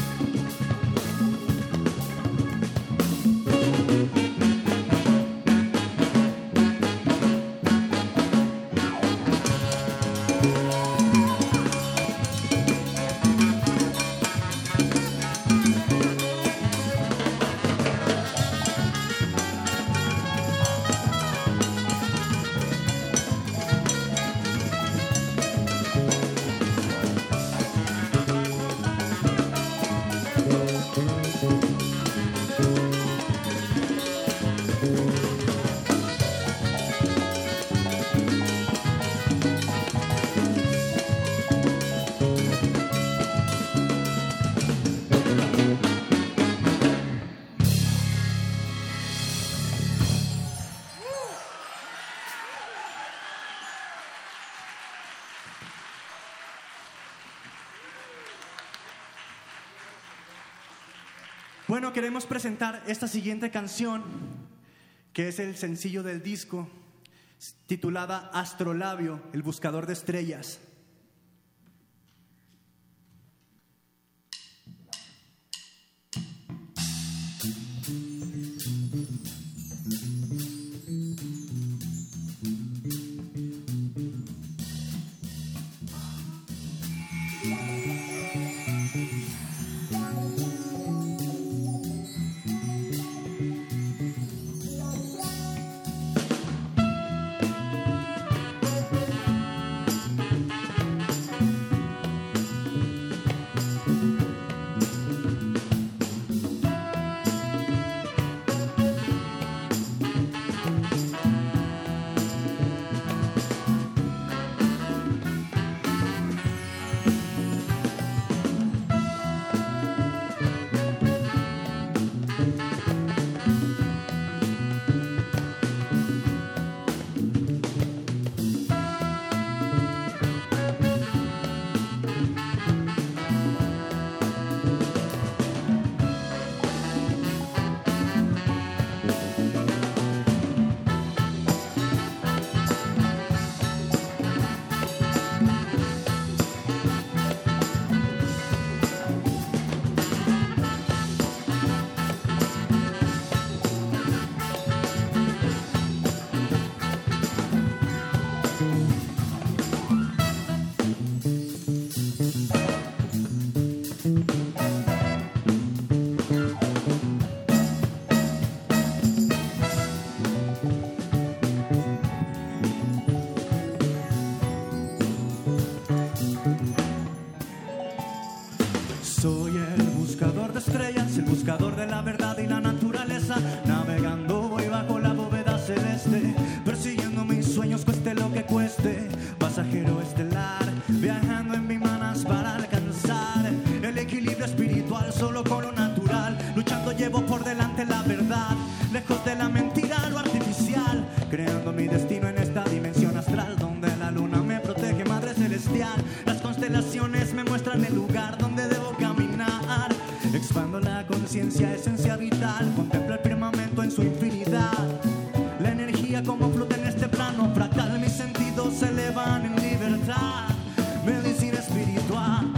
Bueno, queremos presentar esta siguiente canción, que es el sencillo del disco, titulada Astrolabio, el buscador de estrellas. de estrellas, el buscador de la verdad y la naturaleza. Navegando voy bajo la bóveda celeste, persiguiendo mis sueños cueste lo que cueste. Pasajero estelar, viajando en mis manos para alcanzar el equilibrio espiritual solo con lo natural. Luchando llevo por delante la verdad, lejos de la mentira, lo artificial. Creando mi destino en esta dimensión astral, donde la luna me protege, madre celestial. Las constelaciones me muestran el lugar donde debo caminar. Expando la conciencia, esencia vital. Contemplo el firmamento en su infinidad. La energía como flota en este plano fractal. Mis sentidos se elevan en libertad. Medicina espiritual.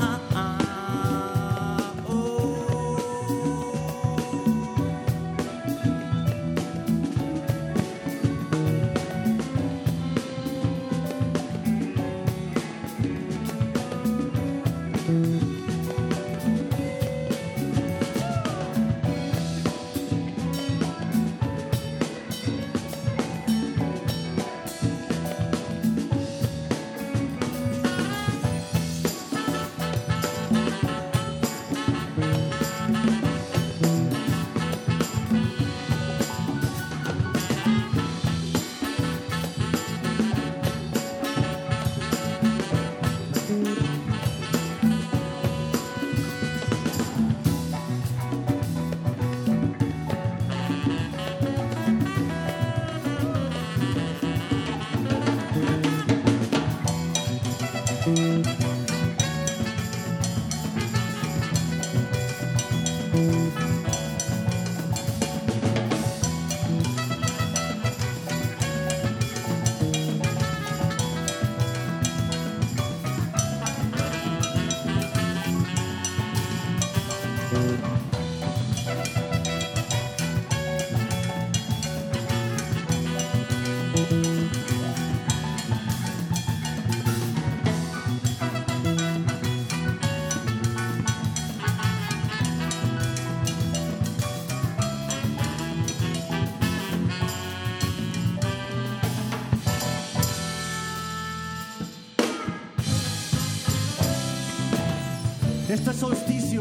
Esto es Solsticio.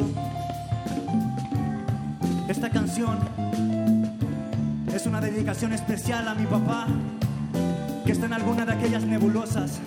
Esta canción es una dedicación especial a mi papá, que está en alguna de aquellas nebulosas.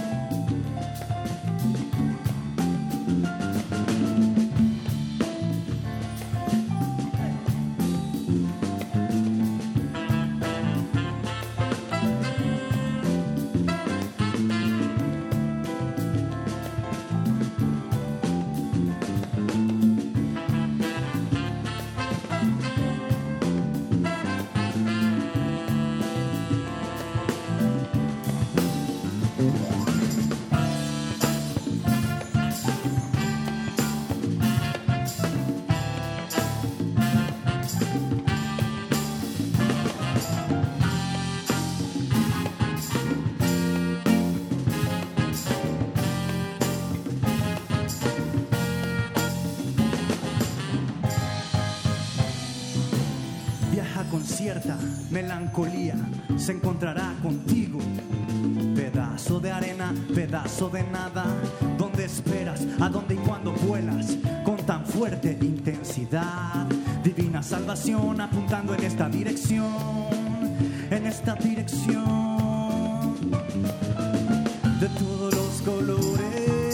Cierta melancolía se encontrará contigo. Pedazo de arena, pedazo de nada. ¿Dónde esperas? ¿A dónde y cuándo vuelas? Con tan fuerte intensidad. Divina salvación apuntando en esta dirección. En esta dirección. De todos los colores.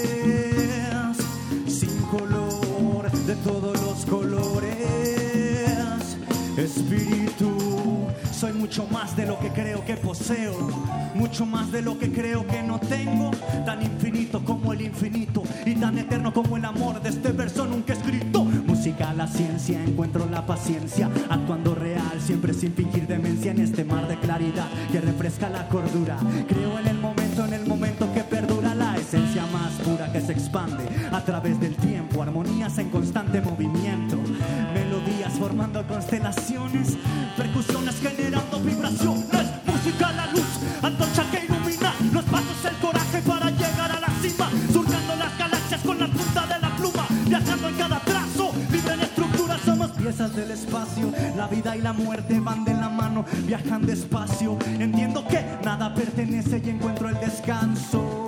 Sin color. De todos los colores. Espíritu, soy mucho más de lo que creo que poseo, mucho más de lo que creo que no tengo, tan infinito como el infinito y tan eterno como el amor de este verso nunca escrito. Música, la ciencia, encuentro la paciencia, actuando real, siempre sin fingir demencia en este mar de claridad que refresca la cordura. Creo en el momento, en el momento que perdura, la esencia más pura que se expande a través del tiempo, armonías en constante movimiento, melodías formando constelaciones, percusiones generando vibraciones, música, la luz, antorcha que ilumina los pasos, el coraje para llegar a la cima, surcando las galaxias con la punta de la pluma, viajando en cada trazo, libre en estructura, somos piezas del espacio, la vida y la muerte van de la mano, viajan despacio, entiendo que nada pertenece y encuentro el descanso.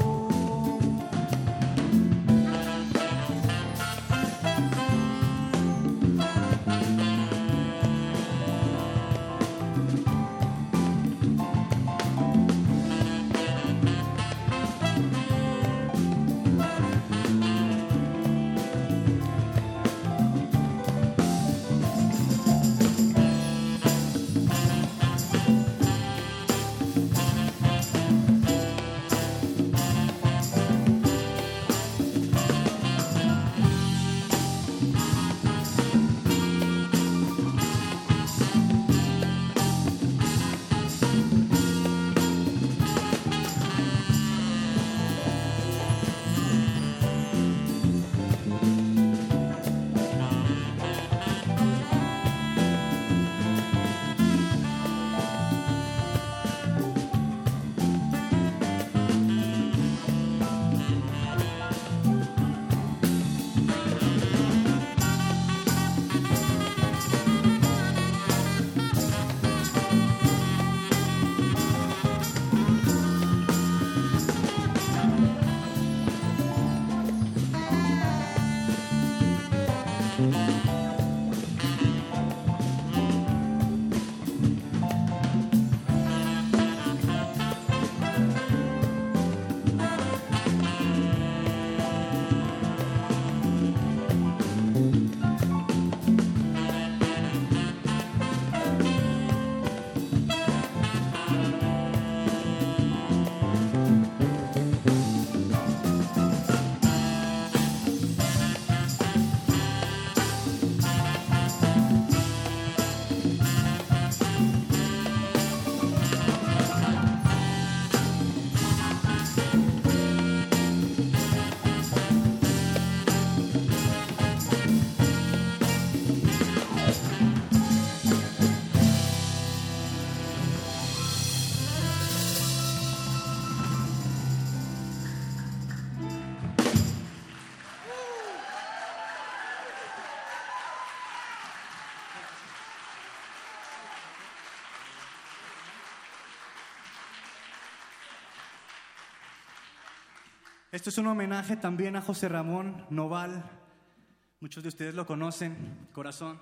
Esto es un homenaje también a José Ramón Noval. Muchos de ustedes lo conocen, Corazón.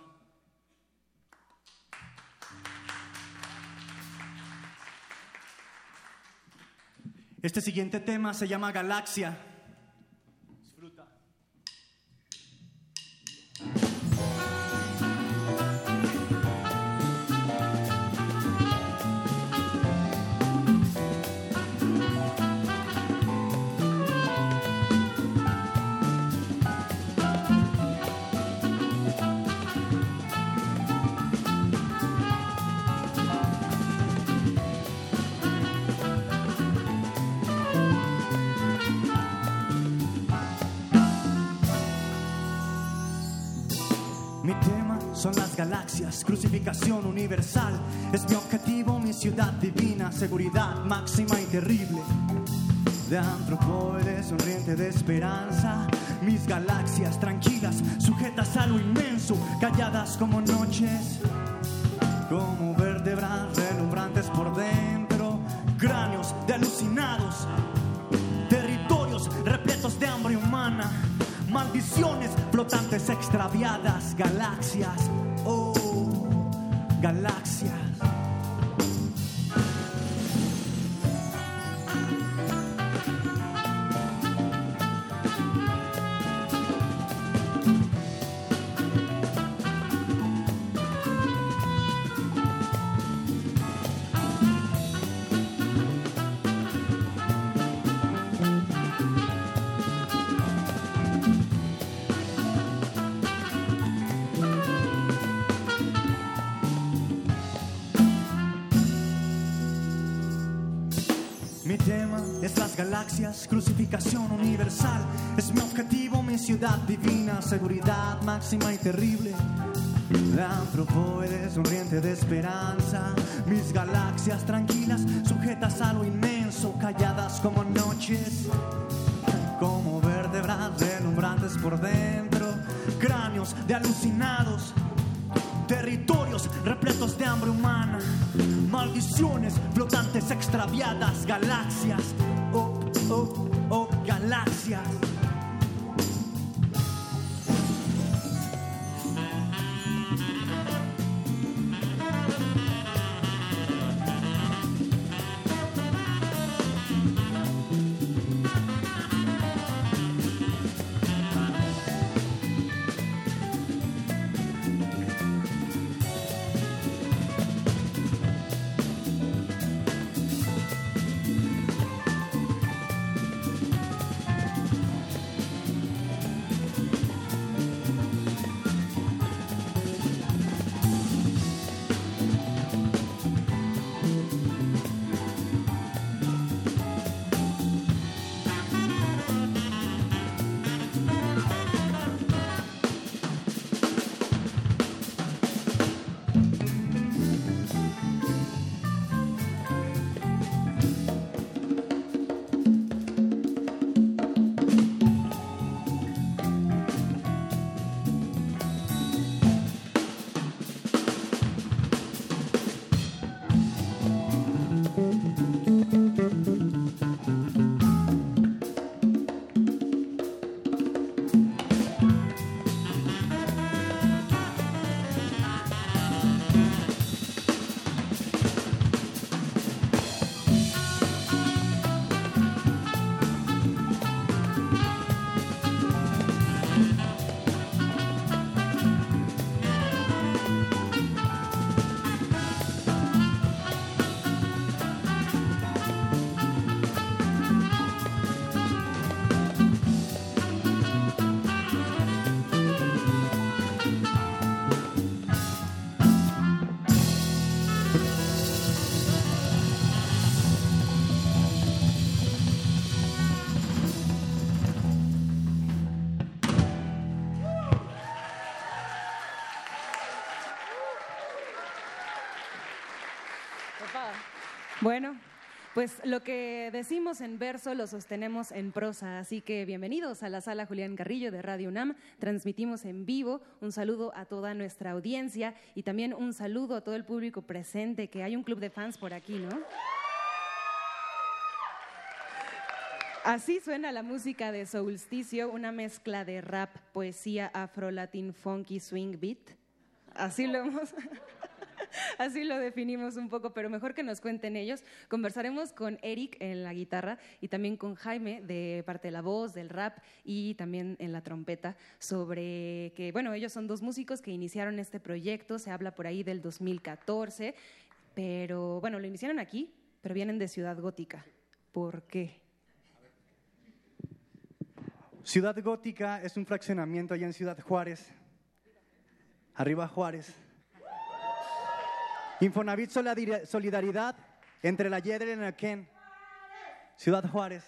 Este siguiente tema se llama Galaxia. Disfruta. Mi tema son las galaxias, crucificación universal. Es mi objetivo, mi ciudad divina, seguridad máxima y terrible. De antropoide, sonriente de esperanza. Mis galaxias tranquilas, sujetas a lo inmenso, calladas como noches, como vértebras relumbrantes por dentro. Cráneos de alucinados, territorios repletos de hambre humana. Maldiciones flotantes extraviadas, galaxias, oh, galaxias. Mi tema es las galaxias, crucificación universal. Es mi objetivo, mi ciudad divina, seguridad máxima y terrible. De antropoide, sonriente de esperanza. Mis galaxias tranquilas, sujetas a lo inmenso, calladas como noches, como vértebras relumbrantes por dentro. Cráneos de alucinados, territorios repletos de hambre humana. Maldiciones flotantes extraviadas, galaxias, oh, oh, oh, galaxias. Bueno, pues lo que decimos en verso lo sostenemos en prosa, así que bienvenidos a la sala Julián Carrillo de Radio UNAM. Transmitimos en vivo. Un saludo a toda nuestra audiencia y también un saludo a todo el público presente, que hay un club de fans por aquí, ¿no? Así suena la música de Solsticio, una mezcla de rap, poesía, afro, latin, funky, swing, beat. Así lo hemos... Así lo definimos un poco, pero mejor que nos cuenten ellos. Conversaremos con Eric en la guitarra y también con Jaime de parte de la voz, del rap y también en la trompeta, sobre que, bueno, ellos son dos músicos que iniciaron este proyecto. Se habla por ahí del dos mil catorce, pero bueno, lo iniciaron aquí, pero vienen de Ciudad Gótica. ¿Por qué? Ciudad Gótica es un fraccionamiento allá en Ciudad Juárez. Arriba Juárez. Infonavit Solidaridad entre la Yedra y el Nequén. Ciudad Juárez.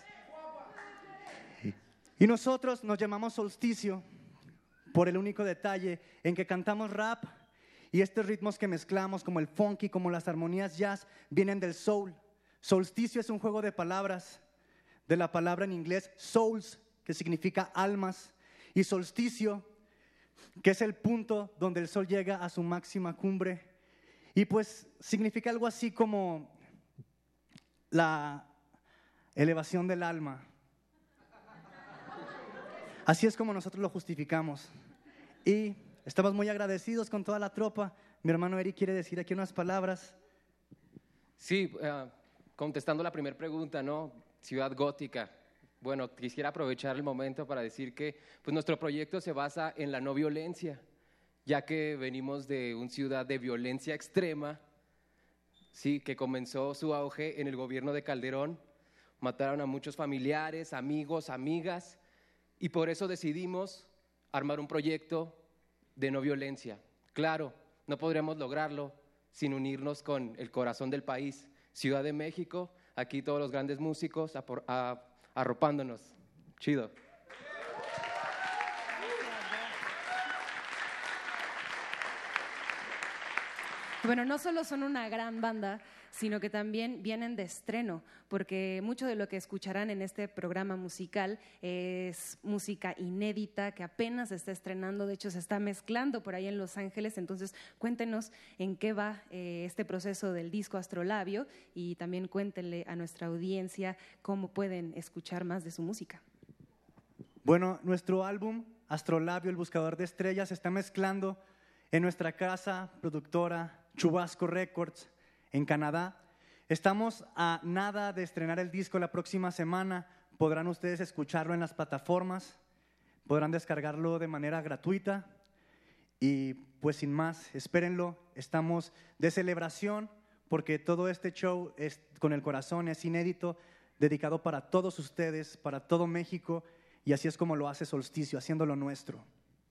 Y nosotros nos llamamos Solsticio por el único detalle en que cantamos rap y estos ritmos que mezclamos, como el funky, como las armonías jazz, vienen del soul. Solsticio es un juego de palabras de la palabra en inglés souls, que significa almas, y solsticio, que es el punto donde el sol llega a su máxima cumbre. Y pues significa algo así como la elevación del alma. Así es como nosotros lo justificamos. Y estamos muy agradecidos con toda la tropa. Mi hermano Eric quiere decir aquí unas palabras. Sí, uh, contestando la primera pregunta, ¿no? Ciudad Gótica. Bueno, quisiera aprovechar el momento para decir que pues, nuestro proyecto se basa en la no violencia, ya que venimos de una ciudad de violencia extrema, sí, que comenzó su auge en el gobierno de Calderón. Mataron a muchos familiares, amigos, amigas, y por eso decidimos armar un proyecto de no violencia. Claro, no podríamos lograrlo sin unirnos con el corazón del país, Ciudad de México, aquí todos los grandes músicos apor- a, arropándonos. Chido. Bueno, no solo son una gran banda, sino que también vienen de estreno, porque mucho de lo que escucharán en este programa musical es música inédita que apenas se está estrenando, de hecho se está mezclando por ahí en Los Ángeles. Entonces cuéntenos en qué va eh, este proceso del disco Astrolabio y también cuéntenle a nuestra audiencia cómo pueden escuchar más de su música. Bueno, nuestro álbum Astrolabio, el buscador de estrellas, se está mezclando en nuestra casa productora Chubasco Records, en Canadá. Estamos a nada de estrenar el disco la próxima semana. Podrán ustedes escucharlo en las plataformas, podrán descargarlo de manera gratuita y pues sin más, espérenlo. Estamos de celebración porque todo este show es con el corazón, es inédito, dedicado para todos ustedes, para todo México, y así es como lo hace Solsticio, haciéndolo nuestro.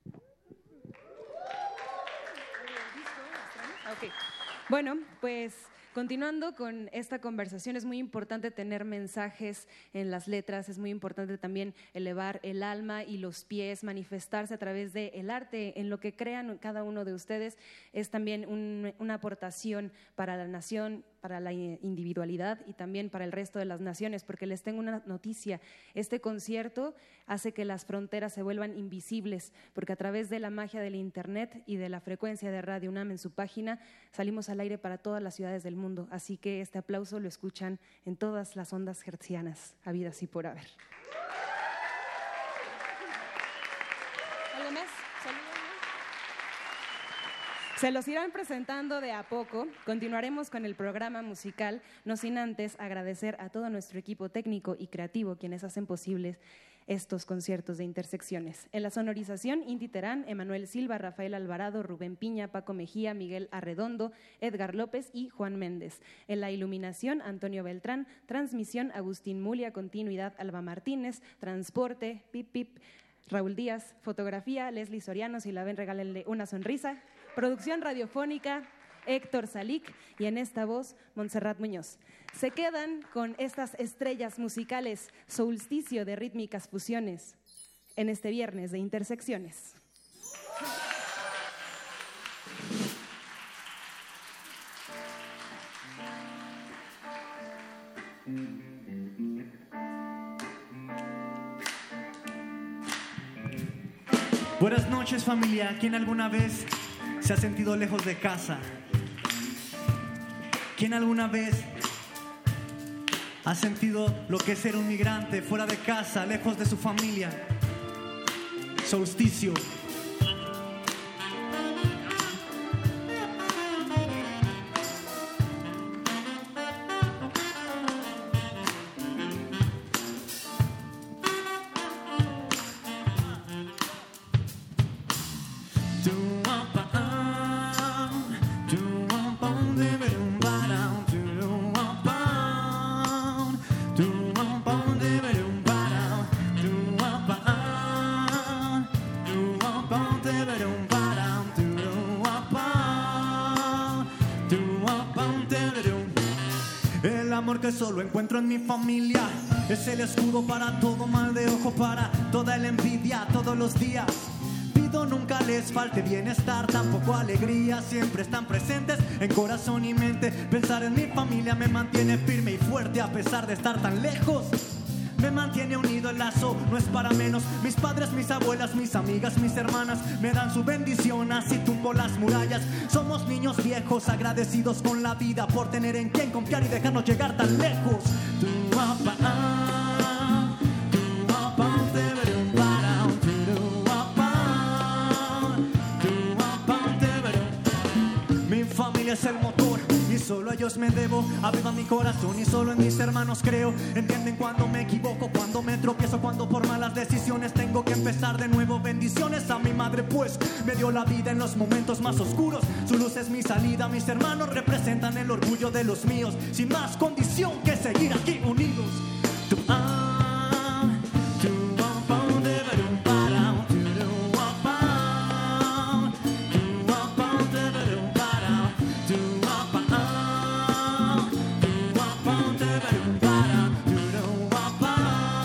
Okay. Bueno, pues continuando con esta conversación, es muy importante tener mensajes en las letras, es muy importante también elevar el alma y los pies, manifestarse a través del arte, en lo que crean cada uno de ustedes. Es también un, una aportación para la nación, para la individualidad y también para el resto de las naciones, porque les tengo una noticia. Este concierto hace que las fronteras se vuelvan invisibles, porque a través de la magia del internet y de la frecuencia de Radio UNAM en su página, salimos al aire para todas las ciudades del mundo. Así que este aplauso lo escuchan en todas las ondas hertzianas, habidas y por haber. ¿Algo más? ¿Saludos? Se los irán presentando de a poco. Continuaremos con el programa musical, no sin antes agradecer a todo nuestro equipo técnico y creativo quienes hacen posibles estos conciertos de Intersecciones. En la sonorización, Inti Terán, Emanuel Silva, Rafael Alvarado, Rubén Piña, Paco Mejía, Miguel Arredondo, Edgar López y Juan Méndez. En la iluminación, Antonio Beltrán. Transmisión, Agustín Mulia. Continuidad, Alba Martínez. Transporte, Pip Pip, Raúl Díaz. Fotografía, Leslie Soriano. Si la ven, regálenle una sonrisa. Producción radiofónica, Héctor Salic, y en esta voz, Montserrat Muñoz. Se quedan con estas estrellas musicales, Solsticio de Rítmicas Fusiones, en este viernes de Intersecciones. Buenas noches, familia. ¿Quién alguna vez se ha sentido lejos de casa? ¿Quién alguna vez ha sentido lo que es ser un migrante fuera de casa, lejos de su familia? Solsticio. Que solo encuentro en mi familia es el escudo para todo mal de ojo, para toda la envidia todos los días. Pido nunca les falte bienestar, tampoco alegría, siempre están presentes en corazón y mente. Pensar en mi familia me mantiene firme y fuerte a pesar de estar tan lejos. Me mantiene unido el lazo, no es para menos. Mis padres, mis abuelas, mis amigas, mis hermanas me dan su bendición, así tumbo las murallas. Somos niños viejos, agradecidos con la vida por tener en quien confiar y dejarnos llegar tan lejos. Tu papá, tu papá, te veré un parao, tu papá, tu papá, te veré. Mi familia es el motor y solo a ellos me debo. Aviva mi corazón y solo en mis hermanos creo. Entienden cuando me equivoco, cuando me tropiezo, cuando por malas decisiones tengo que empezar de nuevo. Bendiciones a mi madre, pues me dio la vida en los momentos más oscuros. Su luz es mi salida, mis hermanos representan el orgullo de los míos. Sin más condición que seguir aquí unidos. Tu, ah, tu, papá, te veré un parao, tu, papá, tu, papá, te veré un parao, tu, papá, tu, papá, te veré un parao, tu, papá.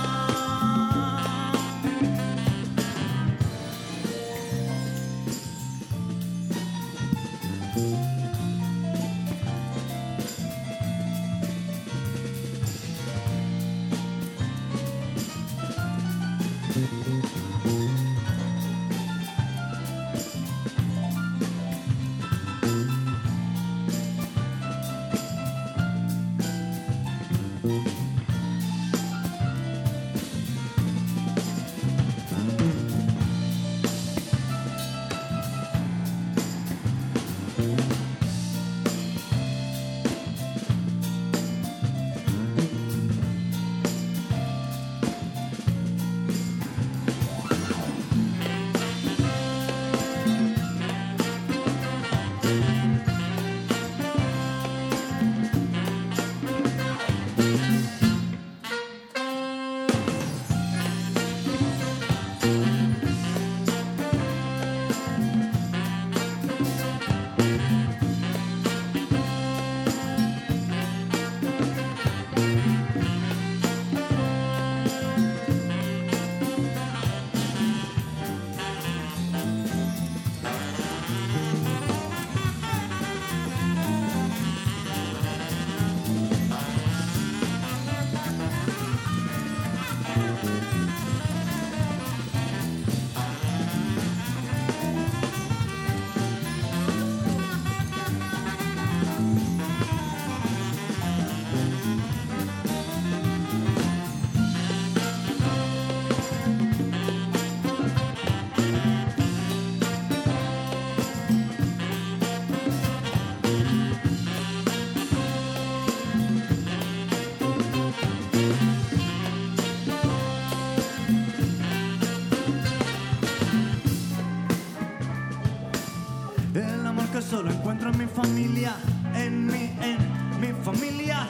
Solo encuentro en mi familia, en mi, en mi familia.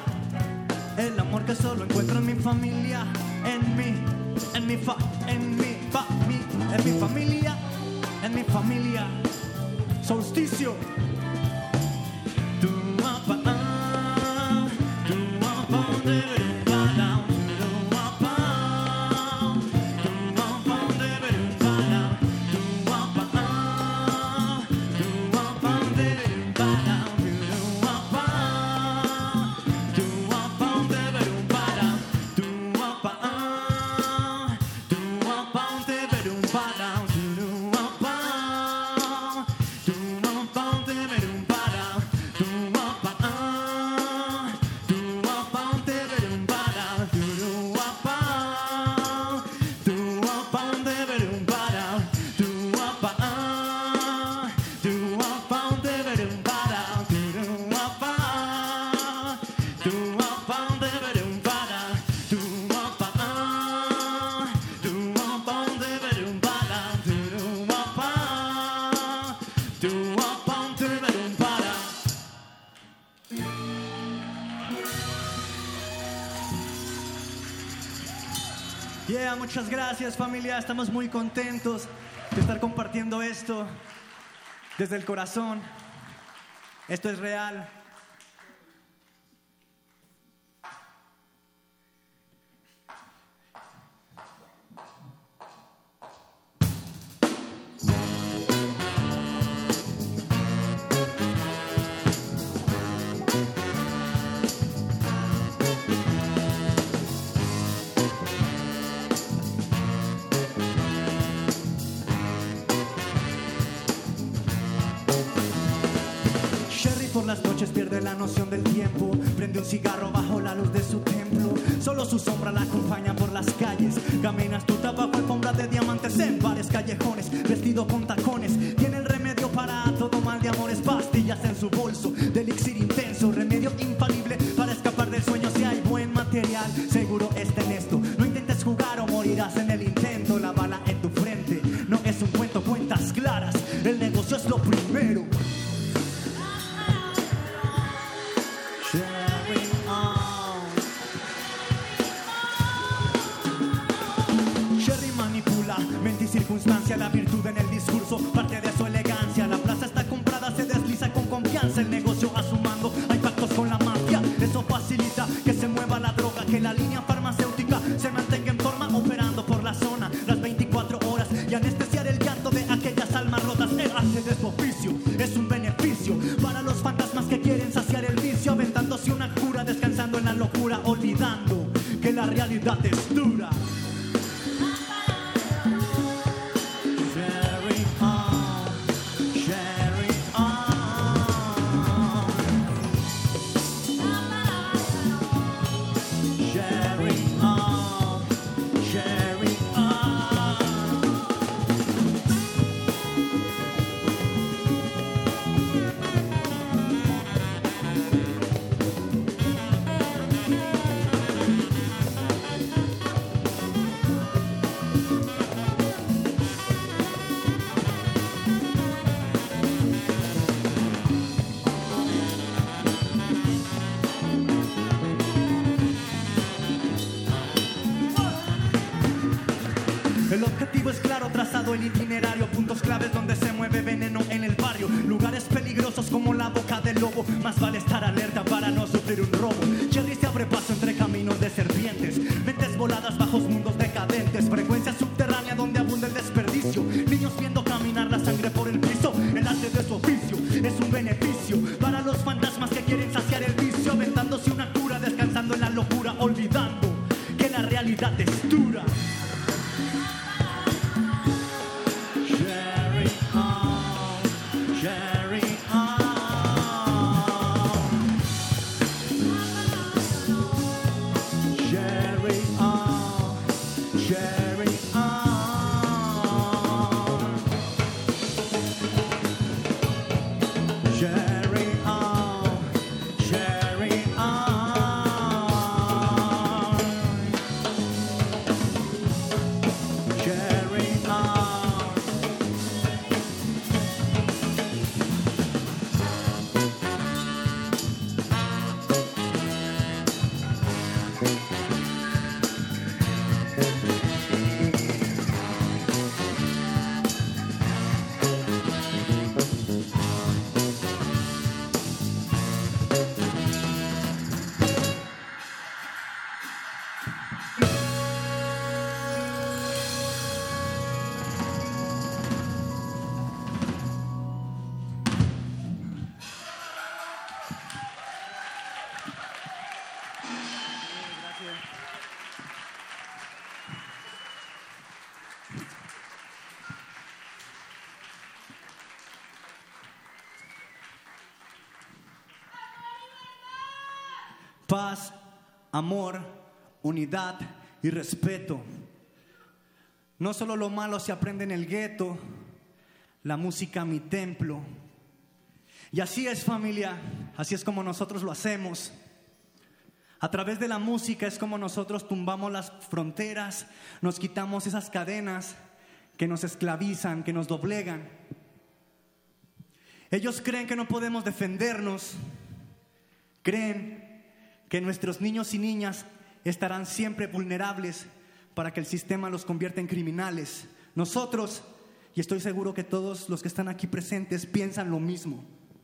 El amor que solo encuentro en mi familia, en mi, en mi fa, en mi fa, mi, en mi familia, en mi familia. Solsticio. Tu papá, tu papá, te veré un parao, tu papá, tu papá, te veré un parao, tu papá. Tu papá, tu papá, te veré un Tu apam tu verum para. Yeah, muchas gracias familia, estamos muy contentos de estar compartiendo esto desde el corazón. Esto es real. Las noches pierde la noción del tiempo, prende un cigarro bajo la luz de su templo, solo su sombra la acompaña por las calles, caminas tú bajo alfombra de diamantes en bares, callejones, vestido con tacones, tiene el remedio para todo mal de amores, pastillas en su bolso, de elixir intenso, remedio infalible para escapar del sueño. Si hay buen material, seguro está en esto, no intentes jugar o morirás en el intento, la bala en tu frente, no es un cuento, cuentas claras, el negocio es lo primero. Mente y circunstancia, la virtud en el discurso, parte de su elegancia. La plaza está comprada, se desliza con confianza. El negocio a su mando, hay pactos con la mafia. Eso facilita que se mueva la droga, que la línea farmacéutica se mantenga en forma, operando por la zona las veinticuatro horas y anestesiar el llanto de aquellas almas rotas. El arte de su oficio es un beneficio para los fantasmas que quieren saciar el vicio, aventándose una cura, descansando en la locura, olvidando que la realidad es dura. El objetivo es claro, trazado el itinerario, puntos claves donde se mueve veneno en el barrio, lugares peligrosos como la boca del lobo, más vale estar alerta para no sufrir un robo. Cherry se abre paso entre caminos de serpientes, mentes voladas bajos mundos decadentes, frecuencia subterránea donde abunda el desperdicio, niños viendo caminar la sangre por el piso. El arte de su oficio es un beneficio para los fantasmas que quieren saciar el vicio, aventándose una cura, descansando en la locura, olvidando que la realidad es dura. Paz, amor, unidad y respeto. No solo lo malo se aprende en el gueto, la música mi templo. Y así es, familia, así es como nosotros lo hacemos. A través de la música es como nosotros tumbamos las fronteras, nos quitamos esas cadenas que nos esclavizan, que nos doblegan. Ellos creen que no podemos defendernos, creen que nuestros niños y niñas estarán siempre vulnerables para que el sistema los convierta en criminales. Nosotros, y estoy seguro que todos los que están aquí presentes piensan lo mismo.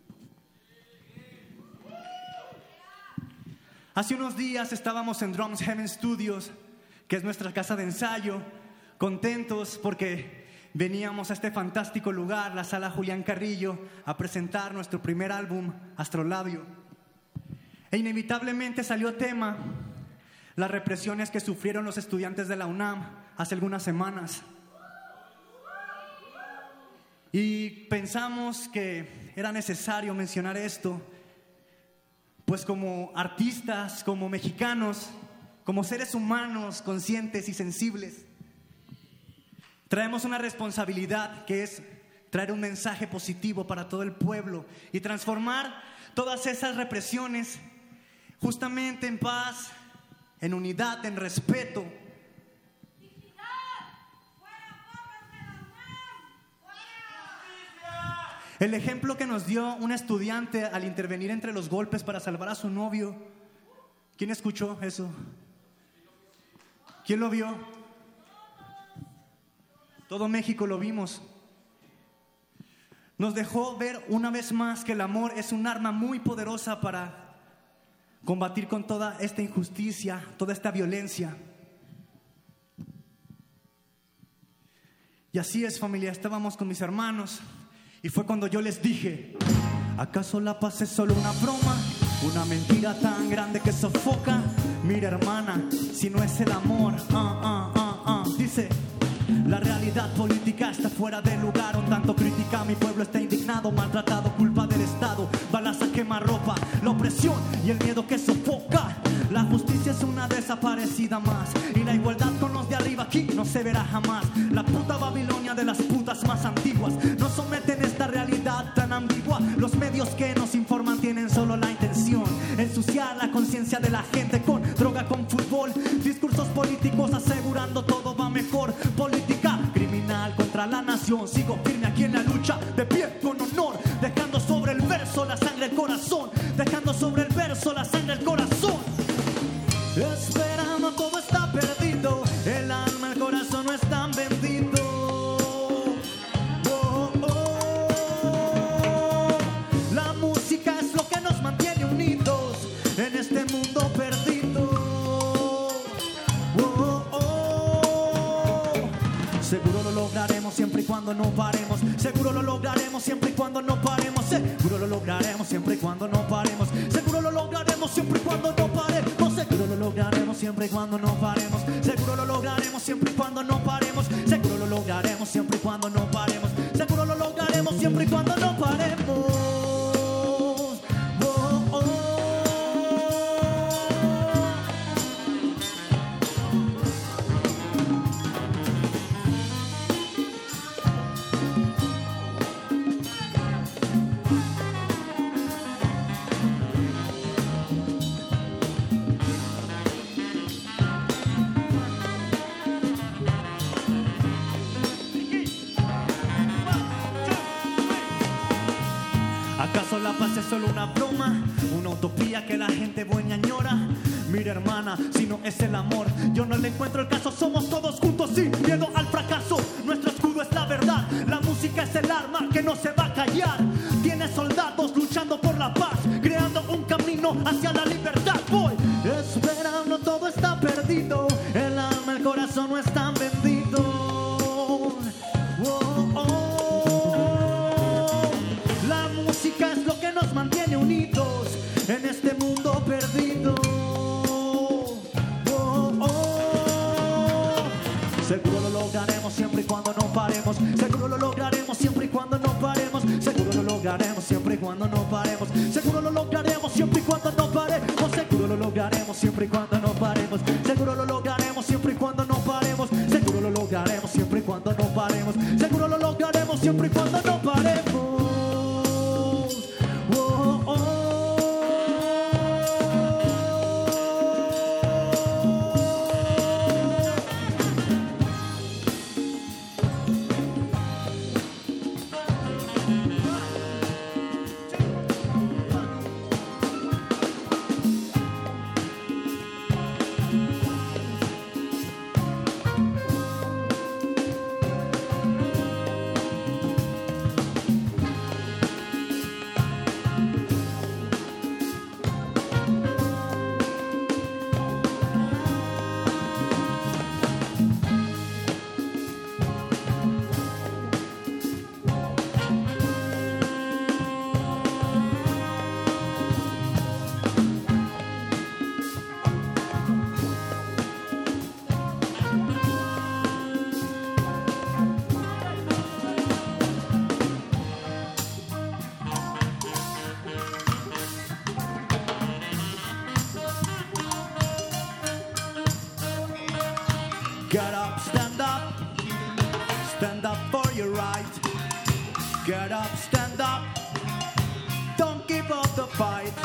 Hace unos días estábamos en Drums Heaven Studios, que es nuestra casa de ensayo, contentos porque veníamos a este fantástico lugar, la Sala Julián Carrillo, a presentar nuestro primer álbum, Astrolabio. E inevitablemente salió tema las represiones que sufrieron los estudiantes de la UNAM hace algunas semanas. Y pensamos que era necesario mencionar esto, pues como artistas, como mexicanos, como seres humanos conscientes y sensibles, traemos una responsabilidad que es traer un mensaje positivo para todo el pueblo y transformar todas esas represiones justamente en paz, en unidad, en respeto. El ejemplo que nos dio un estudiante al intervenir entre los golpes para salvar a su novio. ¿Quién escuchó eso? ¿Quién lo vio? Todo México lo vimos. Nos dejó ver una vez más que el amor es un arma muy poderosa para combatir con toda esta injusticia, toda esta violencia. Y así es, familia, estábamos con mis hermanos y fue cuando yo les dije: ¿acaso la paz es solo una broma? Una mentira tan grande que sofoca. Mira, hermana, si no es el amor, ah, ah, ah, ah. Dice: la realidad política está fuera de lugar. Un tanto crítica, mi pueblo está indignado, maltratado, culpa del Estado, balas a quemarropa, la opresión y el miedo que sofoca. La justicia es una desaparecida más y la igualdad con los de arriba aquí no se verá jamás. La puta Babilonia de las putas más antiguas nos someten esta realidad tan ambigua. Los medios que nos informan tienen solo la intención ensuciar la conciencia de la gente con droga, con fútbol, discursos políticos asegurando todo va mejor. Política criminal contra la nación. Sigo firme aquí en la lucha, de pie con honor, dejando sobre el verso la sangre, el corazón, dejando sobre el verso la sangre, el corazón. Esperando todo está perdido, el alma, el corazón no están vendidos. Oh, oh. La música es lo que nos mantiene unidos en este mundo perdido. Oh, oh. Seguro lo lograremos siempre y cuando no paremos. Seguro lo lograremos siempre y cuando no paremos. Seguro lo lograremos siempre y cuando no paremos. Seguro lo lograremos siempre y cuando no paremos. Seguro lo lograremos siempre y cuando no paremos. Seguro lo lograremos siempre y cuando no paremos. Seguro lo lograremos siempre y cuando no paremos. Seguro lo lograremos siempre y cuando no paremos. Oh, oh. ¿Acaso la paz es solo una broma? Una utopía que la gente buena añora. Mira, hermana, si no es el amor, yo no le encuentro el caso. Somos todos juntos sin miedo al fracaso. Nuestro escudo es la verdad. La música es el arma que no se va a callar. Tiene soldados luchando por la paz, creando un camino hacia la libertad. Voy esperando, todo está perdido. El alma, el corazón no están vendidos. Oh, oh. La música es lo que nos mantiene unidos en este mundo perdido. Oh, oh. Seguro lo lograremos siempre y cuando no paremos. Seguro lo lograremos siempre y cuando no paremos. Seguro lo lograremos siempre y cuando no paremos. Seguro lo lograremos siempre y cuando no paremos. Seguro lo lograremos siempre y cuando no paremos. Seguro lo lograremos siempre y cuando no paremos. Seguro lo lograremos siempre y cuando no paremos. Seguro lo lograremos siempre y cuando no paremos. Get up, stand up, stand up for your right. Get up, stand up, don't give up the fight.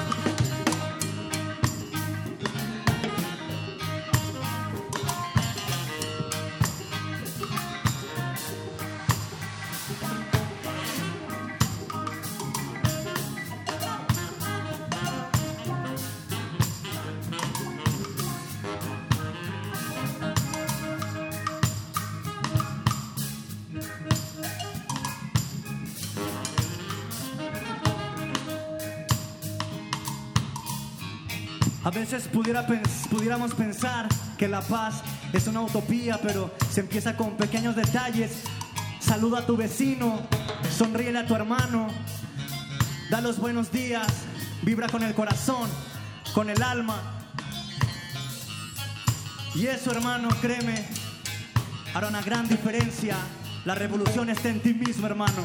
A veces pudiera pens- pudiéramos pensar que la paz es una utopía, pero se empieza con pequeños detalles. Saluda a tu vecino, sonríele a tu hermano, da los buenos días, vibra con el corazón, con el alma. Y eso, hermano, créeme, hará una gran diferencia. La revolución está en ti mismo, hermano.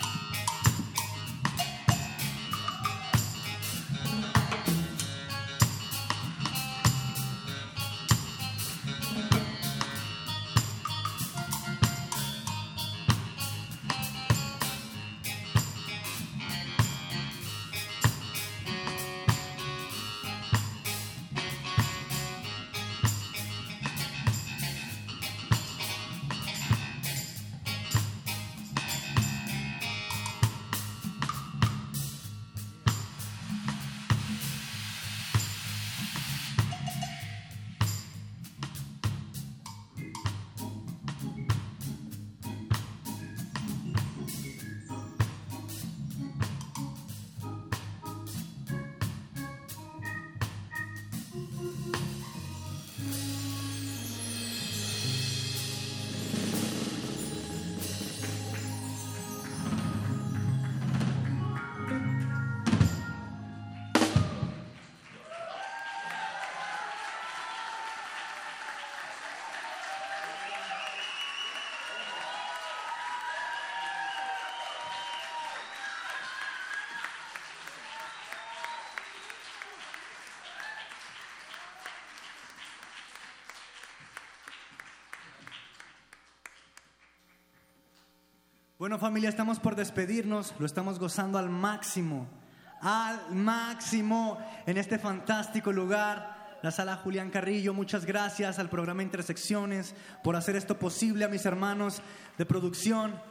Bueno, familia, estamos por despedirnos, lo estamos gozando al máximo, al máximo en este fantástico lugar, la Sala Julián Carrillo. Muchas gracias al programa Intersecciones por hacer esto posible, a mis hermanos de producción.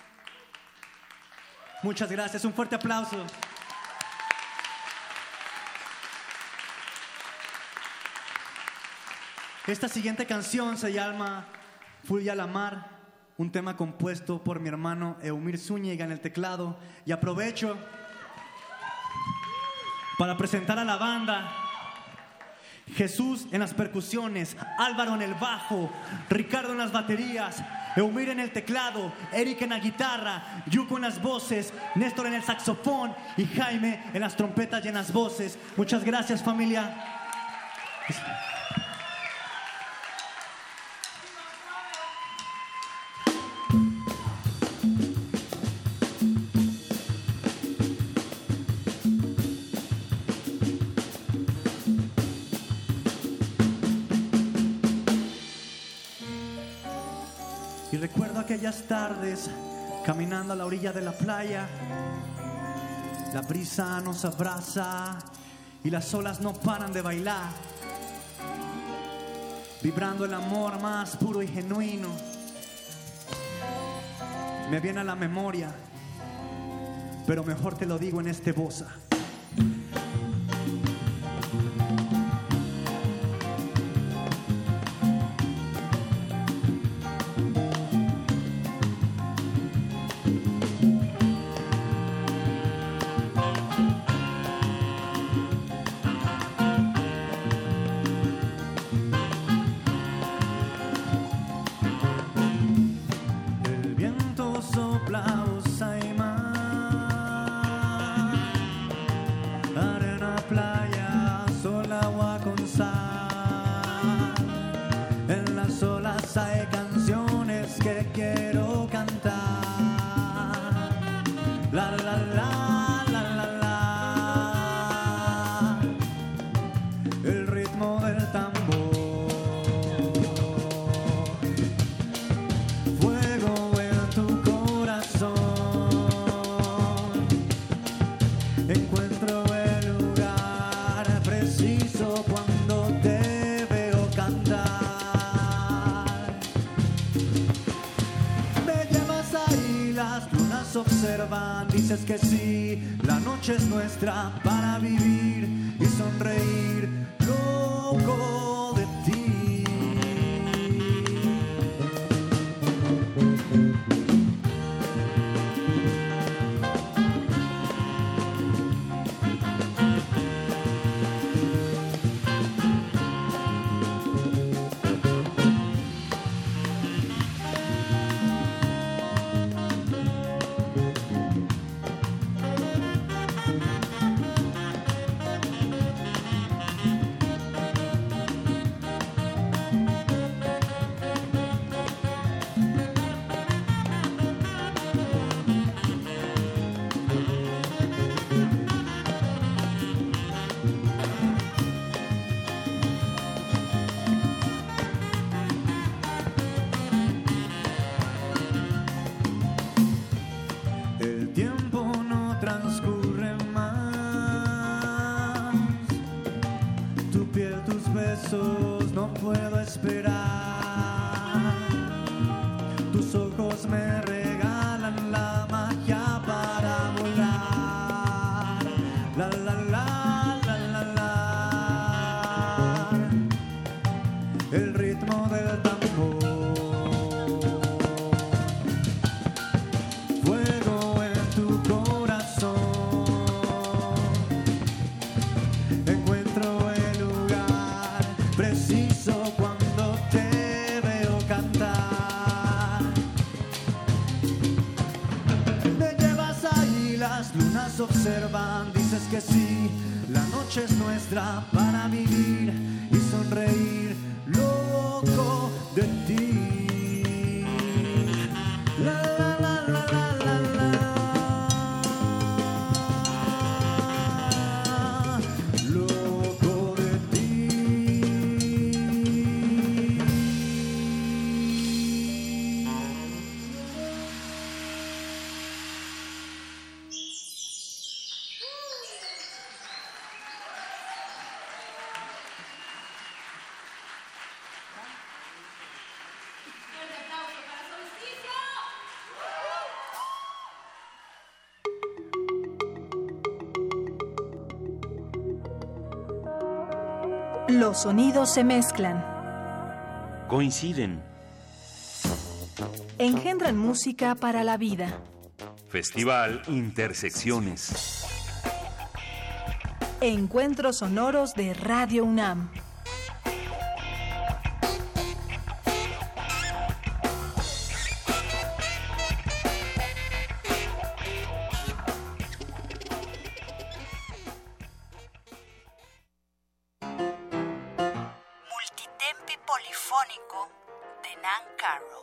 Muchas gracias, un fuerte aplauso. Esta siguiente canción se llama Fui a la mar, un tema compuesto por mi hermano Eumir Zúñiga en el teclado. Y aprovecho para presentar a la banda: Jesús en las percusiones, Álvaro en el bajo, Ricardo en las baterías, Eumir en el teclado, Eric en la guitarra, Yuko en las voces, Néstor en el saxofón y Jaime en las trompetas y en las voces. Muchas gracias, familia. Y recuerdo aquellas tardes caminando a la orilla de la playa. La brisa nos abraza y las olas no paran de bailar, vibrando el amor más puro y genuino. Me viene a la memoria, pero mejor te lo digo en este bossa. sopla Osaima. Encuentro el lugar preciso cuando te veo cantar. Me llevas ahí, las lunas observan, dices que sí, la noche es nuestra para vivir y sonreír, loco de ti. No puedo esperar. Tus ojos me regalan la magia para volar. La la la la la la. El ritmo del tambor. Fuego en tu corazón. Encuentro el lugar preciso cuando te veo cantar. Me llevas ahí, las lunas observan, dices que sí, la noche es nuestra para vivir y sonreír, loco de ti. La la la la la la la. Loco de ti. Los sonidos se mezclan, Coinciden. engendran música para la vida. Festival Intersecciones. Encuentros sonoros de Radio UNAM. Multitempi polifónico de Nan Carroll.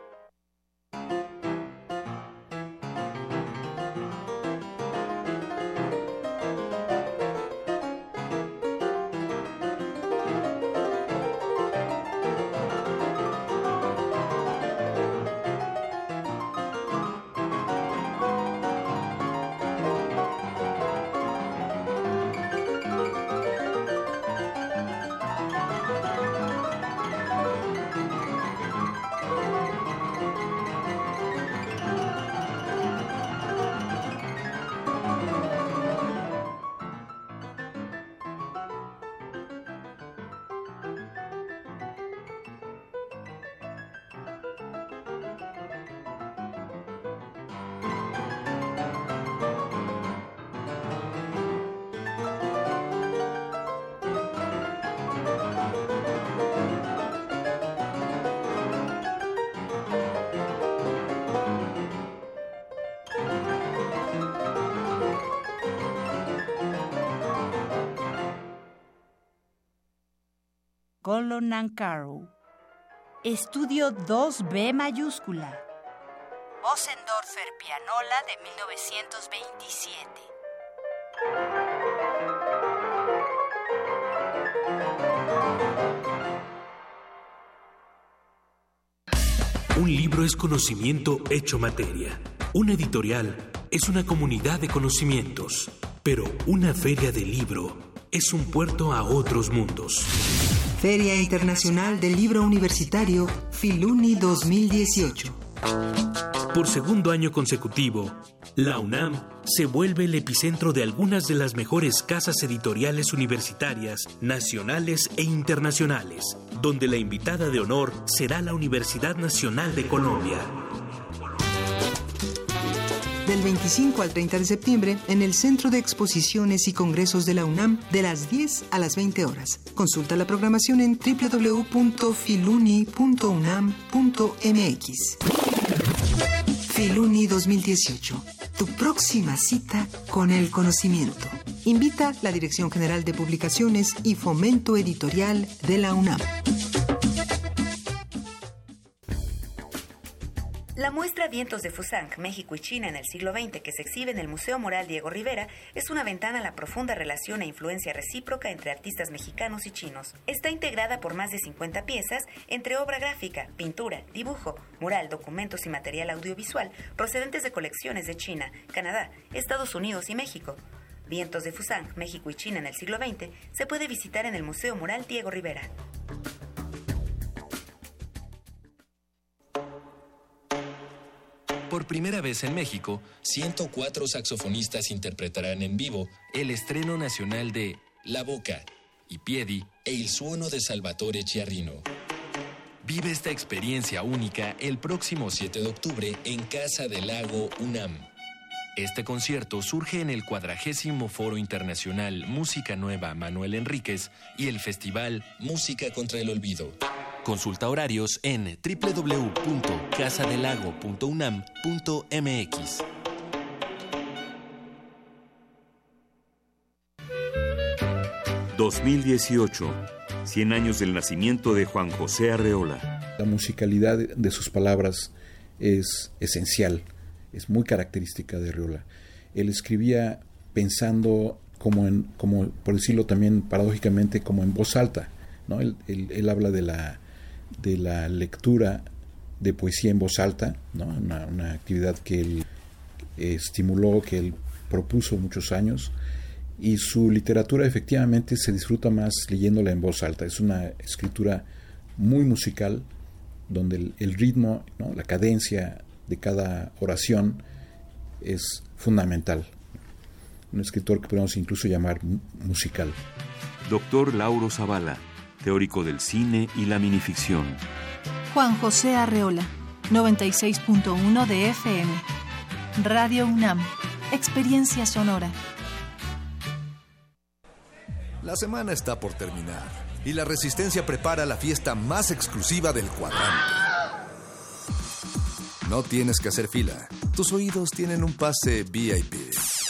Golo Nancarrow. Estudio dos B mayúscula. Bösendorfer Pianola de mil novecientos veintisiete. Un libro es conocimiento hecho materia. Una editorial es una comunidad de conocimientos. pero una feria de libro es un puerto a otros mundos. Feria Internacional del Libro Universitario Filuni dos mil dieciocho. Por segundo año consecutivo, la UNAM se vuelve el epicentro de algunas de las mejores casas editoriales universitarias, nacionales e internacionales, donde la invitada de honor será la Universidad Nacional de Colombia. Del veinticinco al treinta de septiembre, en el Centro de Exposiciones y Congresos de la UNAM, de las diez a las veinte horas. Consulta la programación en doble u doble u doble u punto filuni punto unam punto m x. Filuni dos mil dieciocho, tu próxima cita con el conocimiento. Invita la Dirección General de Publicaciones y Fomento Editorial de la UNAM. La muestra Vientos de Fusang, México y China en el siglo veinte, que se exhibe en el Museo Mural Diego Rivera, es una ventana a la profunda relación e influencia recíproca entre artistas mexicanos y chinos. Está integrada por más de cincuenta piezas, entre obra gráfica, pintura, dibujo, mural, documentos y material audiovisual, procedentes de colecciones de China, Canadá, Estados Unidos y México. Vientos de Fusang, México y China en el siglo veinte, se puede visitar en el Museo Mural Diego Rivera. Por primera vez en México, ciento cuatro saxofonistas interpretarán en vivo el estreno nacional de La Boca, I Piedi e Il Suono de Salvatore Chiarrino. Vive esta experiencia única el próximo siete de octubre en Casa del Lago UNAM. Este concierto surge en el cuadragésimo Foro Internacional Música Nueva Manuel Enríquez y el Festival Música contra el Olvido. Consulta horarios en doble u doble u doble u punto casa del lago punto unam punto m x. dos mil dieciocho, cien años del nacimiento de Juan José Arreola. La musicalidad de sus palabras es esencial, es muy característica de Arreola. Él escribía pensando como en, como por decirlo también paradójicamente, como en voz alta, ¿no? Él, él, él habla de la de la lectura de poesía en voz alta, ¿no? Una, una actividad que él eh, estimuló, que él propuso muchos años, y su literatura efectivamente se disfruta más leyéndola en voz alta. Es una escritura muy musical, donde el, el ritmo, ¿no? La cadencia de cada oración es fundamental. Un escritor que podemos incluso llamar musical. Doctor Lauro Zavala, teórico del cine y la minificción. Juan José Arreola, noventa y seis punto uno de F M. Radio UNAM, experiencia sonora. La semana está por terminar y la Resistencia prepara la fiesta más exclusiva del cuadrante. No tienes que hacer fila. Tus oídos tienen un pase V I P.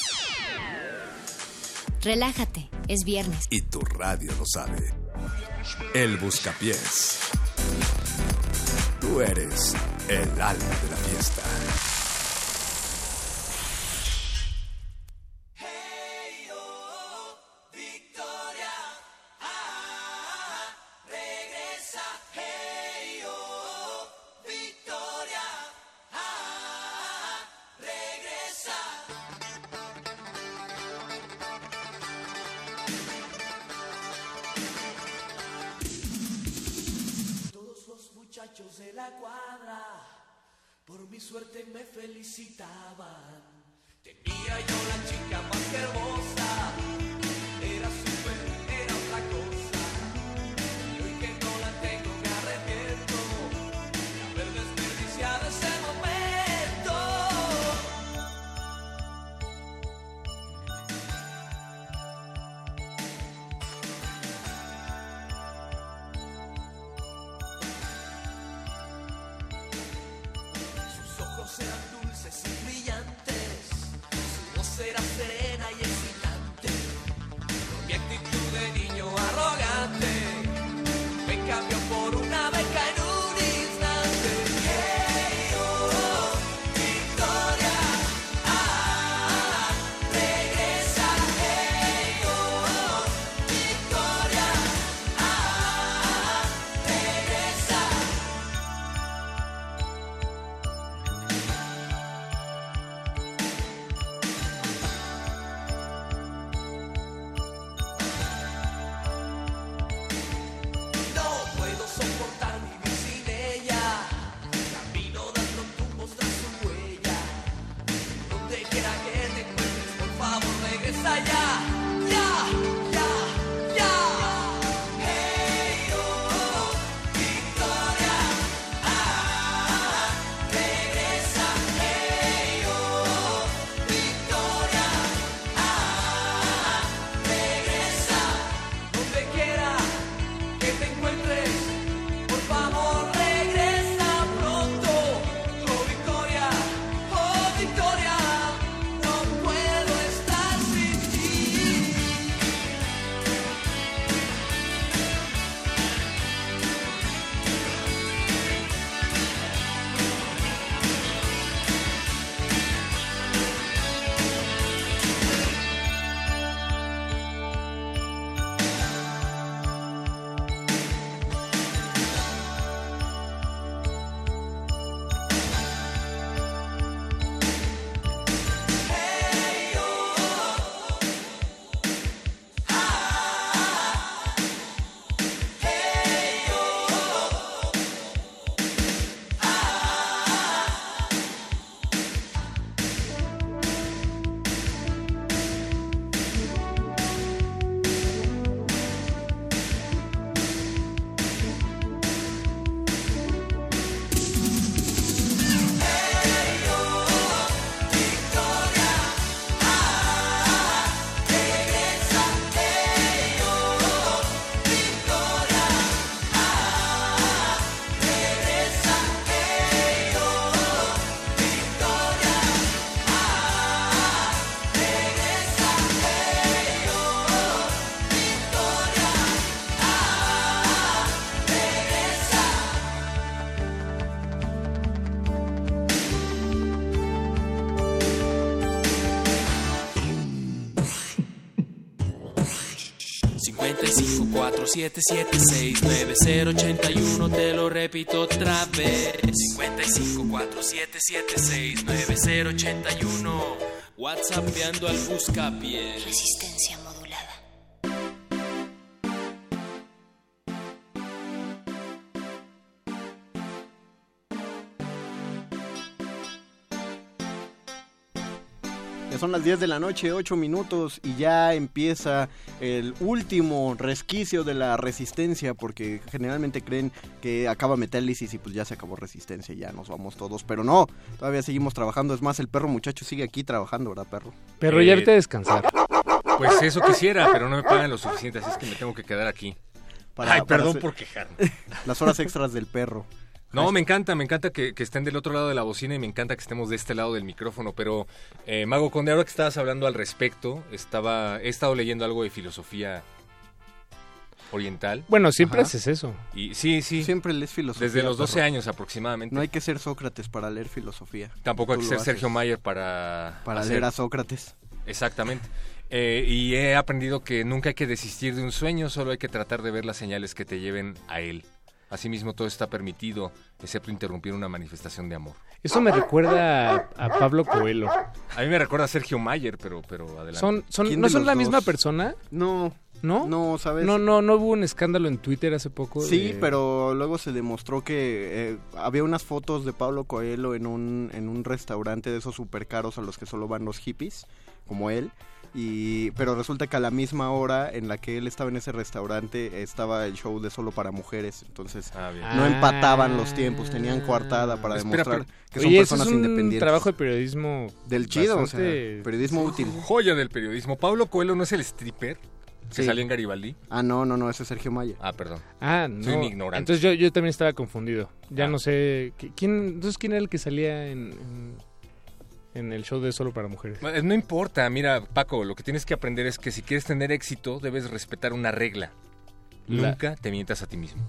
Relájate, es viernes. Y tu radio lo sabe. El Buscapiés. Tú eres el alma de la fiesta. De la cuadra, por mi suerte me felicitaban. Tenía yo la chica más hermosa, era súper, era otra cosa. Y hoy que no la tengo me arrepiento de haber desperdiciado ese momento. Eran dulces y brillantes, su voz era serena. regresa ya, ya, ya, ya. Hey, oh, Victoria, ah, regresa. Hey, oh, Victoria, ah, regresa. Donde quiera que te encuentres, por favor regresa pronto. Oh, Victoria, oh, Victoria, no puedo estar sin ti. Hey, oh, ah, hey, oh, ah. Hey, oh, Victoria, ah, regresa. Hey, oh, Victoria, ah, regresa. Hey, oh, Victoria, ah, regresa. Hey, oh, Victoria, ah, regresa. cincuenta y cinco, cuatro, siete, siete, seis, nueve, cero, ochenta y uno, te lo repito otra vez. cincuenta y cinco, cuatro, siete, siete, seis, nueve, cero, ochenta y uno. WhatsAppeando al Buscapiés. Resistencia modulada. Ya son las diez de la noche, ocho minutos, y ya empieza el último resquicio de la resistencia, porque generalmente creen que acaba Metálisis y pues ya se acabó Resistencia, ya nos vamos todos, pero no, todavía seguimos trabajando. Es más, el perro muchacho sigue aquí trabajando, ¿verdad, perro? Perro, ya vete a descansar. Pues eso quisiera, pero no me pagan lo suficiente, así es que me tengo que quedar aquí. Para- Ay, para perdón hacer- por quejarme. Las horas extras del perro. No, me encanta, me encanta que, que estén del otro lado de la bocina y me encanta que estemos de este lado del micrófono, pero eh, Mago Conde, ahora que estabas hablando al respecto, estaba, he estado leyendo algo de filosofía oriental. Bueno, siempre Ajá. haces eso. Y sí, sí. Siempre lees filosofía. Desde los doce perro. años aproximadamente. No hay que ser Sócrates para leer filosofía. Tampoco hay Tú que lo ser haces. Sergio Mayer para... Para hacer- leer a Sócrates. Exactamente. Eh, y he aprendido que nunca hay que desistir de un sueño, solo hay que tratar de ver las señales que te lleven a él. Asimismo, todo está permitido, excepto interrumpir una manifestación de amor. Eso me recuerda a, a Pablo Coelho. A mí me recuerda a Sergio Mayer, pero, pero adelante. Son, son, ¿Quién ¿No de son los la dos? misma persona? No. ¿No? No, ¿sabes? No, no, no hubo un escándalo en Twitter hace poco. Sí, de- pero luego se demostró que eh, había unas fotos de Pablo Coelho en un, en un restaurante de esos super caros a los que solo van los hippies, como él. Y, pero resulta que a la misma hora en la que él estaba en ese restaurante estaba el show de Solo para Mujeres. Entonces no empataban los tiempos, tenían coartada para Espera, demostrar pero- que son Oye, eso personas es un independientes. trabajo de periodismo Del chido, bastante- o sea, periodismo útil. Joya del periodismo. ¿Pablo Coelho no es el stripper que Sí. salió en Garibaldi? Ah, no, no, no, ese es Sergio Maya. Ah, perdón. Ah, no. Soy un ignorante. Entonces yo, yo también estaba confundido. Ya Ah. no sé. ¿qui- ¿quién, entonces, ¿quién era el que salía en, en, en el show de Solo para Mujeres? Eh, No importa, mira, Paco, lo que tienes que aprender es que si quieres tener éxito, debes respetar una regla. La- Nunca te mientas a ti mismo.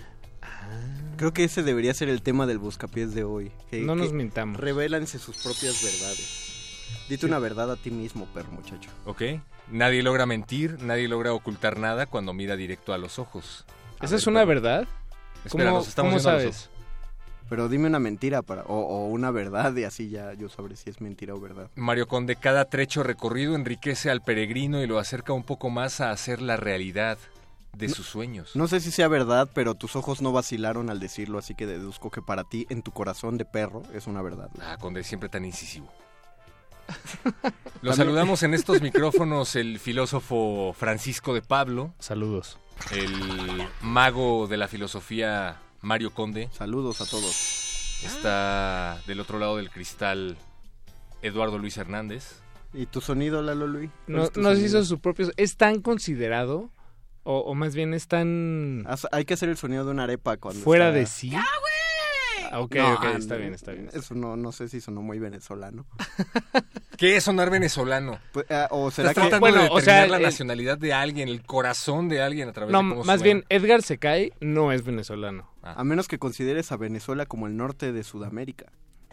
Creo que ese debería ser el tema del buscapiés de hoy. Que, No que nos mintamos. Revélanse sus propias verdades. Dite una verdad a ti mismo, perro muchacho. ¿Ok? Nadie logra mentir, nadie logra ocultar nada cuando mira directo a los ojos. A ¿Esa ver, es una Paco. verdad? Espera, ¿Cómo, nos estamos cómo viendo a los sabes? Pero dime una mentira para o, o una verdad y así ya yo sabré si es mentira o verdad. Mario Conde, cada trecho recorrido enriquece al peregrino y lo acerca un poco más a hacer la realidad de sus sueños. No sé si sea verdad, pero tus ojos no vacilaron al decirlo, así que deduzco que para ti, en tu corazón de perro, es una verdad. Ah, Conde, siempre tan incisivo. Lo saludamos en estos micrófonos el filósofo Francisco de Pablo. Saludos. El mago de la filosofía Mario Conde. Saludos a todos. Está del otro lado del cristal Eduardo Luis Hernández. ¿Y tu sonido, Lalo Luis? No, nos hizo su propio... ¿Es tan considerado? O, o más bien es tan... Hay que hacer el sonido de una arepa cuando ¿Fuera está... de sí? ¡Ya, güey! Ah, ok, no, ok, está bien, está bien. Eso no, no sé si sonó muy venezolano. ¿Qué es sonar venezolano? Pues, uh, o será Estás que... tratando Bueno, de determinar o sea, la el- nacionalidad de alguien, el corazón de alguien a través No, de cómo más suena. bien, Edgar Secay no es venezolano. Ah. A menos que consideres a Venezuela como el norte de Sudamérica.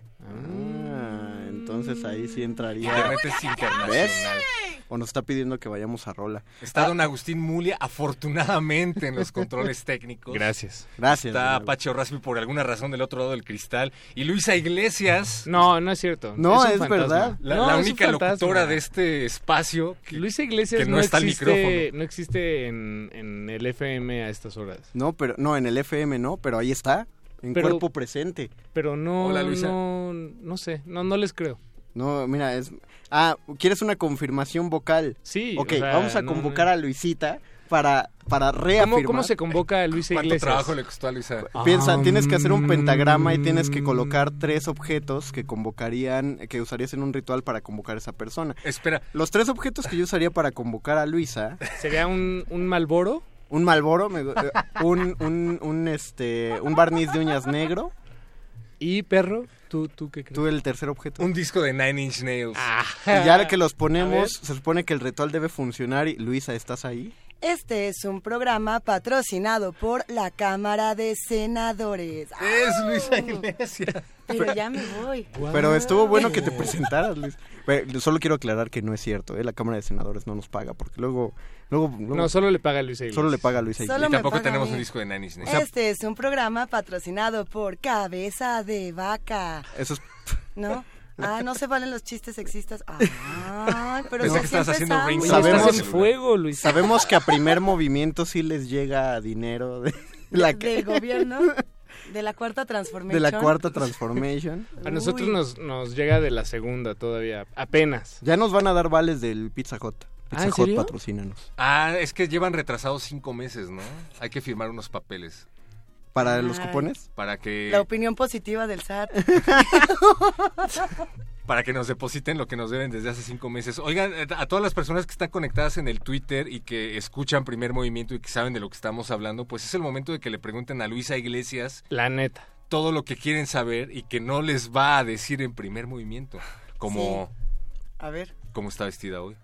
Ah, entonces ahí sí entraría... Internet es internacional. ¿Ves? O nos está pidiendo que vayamos a Rola. Está don Agustín Mulia, afortunadamente, en los controles técnicos. Gracias. Gracias. Está don Pacho Raspi por alguna razón del otro lado del cristal. Y Luisa Iglesias, No, no es cierto. No, un es fantasma. verdad. la, No, la es un única fantasma. locutora de este espacio. Que, Luisa Iglesias que no no, está al existe, micrófono. no existe en, en el F M a estas horas. No, pero no, en el F M no, pero ahí está, en Pero- cuerpo presente. Pero no, Hola, Luisa. no, no sé, no, no les creo. No, mira, es... Ah, ¿quieres una confirmación vocal? Sí, Ok, o sea, vamos a no, convocar no. a Luisita para, para reafirmar. ¿Cómo, ¿Cómo se convoca a Luisa ¿Cuánto Iglesias? trabajo le costó a Luisa? Piensa, Ah, tienes que hacer un pentagrama y mm. tienes que colocar tres objetos que convocarían, que usarías en un ritual para convocar a esa persona. Espera, Los tres objetos que yo usaría para convocar a Luisa, ¿Sería un, un Malboro? un Malboro, me- eh, un, un, un, este, un barniz de uñas negro, ¿Y perro? ¿Tú, tú qué crees? tú el tercer objeto. un disco de Nine Inch Nails. Y ya que los A ver. ponemos, se supone que el ritual debe funcionar y Luisa, ¿estás ahí? Este es un programa patrocinado por la Cámara de Senadores. Es Luisa Iglesias. Pero ya me voy. Pero estuvo bueno que te presentaras, Luis. Pero solo quiero aclarar que no es cierto, ¿eh? La Cámara de Senadores no nos paga, porque luego... luego, luego No, solo le paga a Luisa Iglesias. solo le paga a Luisa Solo Iglesias. Y me tampoco paga tenemos a mí. un disco de Nine Inch Nails. Este es un programa patrocinado por Cabeza de Vaca, Eso es... ¿no? Ah, no se valen los chistes sexistas. Ay, pero Pensé si que así estabas haciendo empezamos. ring Oye, Sabemos- estás en fuego, Luisa. Sabemos que a primer movimiento sí les llega dinero de la, De- del gobierno, de la cuarta transformación. de la cuarta transformation. A nosotros Uy. nos, nos llega de la segunda todavía, apenas. Ya nos van a dar vales del Pizza Hut. Pizza Ah, ¿en Hut, serio? patrocínanos. Ah, es que llevan retrasados cinco meses, ¿no? Hay que firmar unos papeles ¿Para los Ay. cupones? para que La opinión positiva del S A T. para que nos depositen lo que nos deben desde hace cinco meses. Oigan, eh, a todas las personas que están conectadas en el Twitter y que escuchan Primer Movimiento y que saben de lo que estamos hablando, pues es el momento de que le pregunten a Luisa Iglesias La neta. todo lo que quieren saber y que no les va a decir en Primer Movimiento. Como, A ver. cómo está vestida hoy.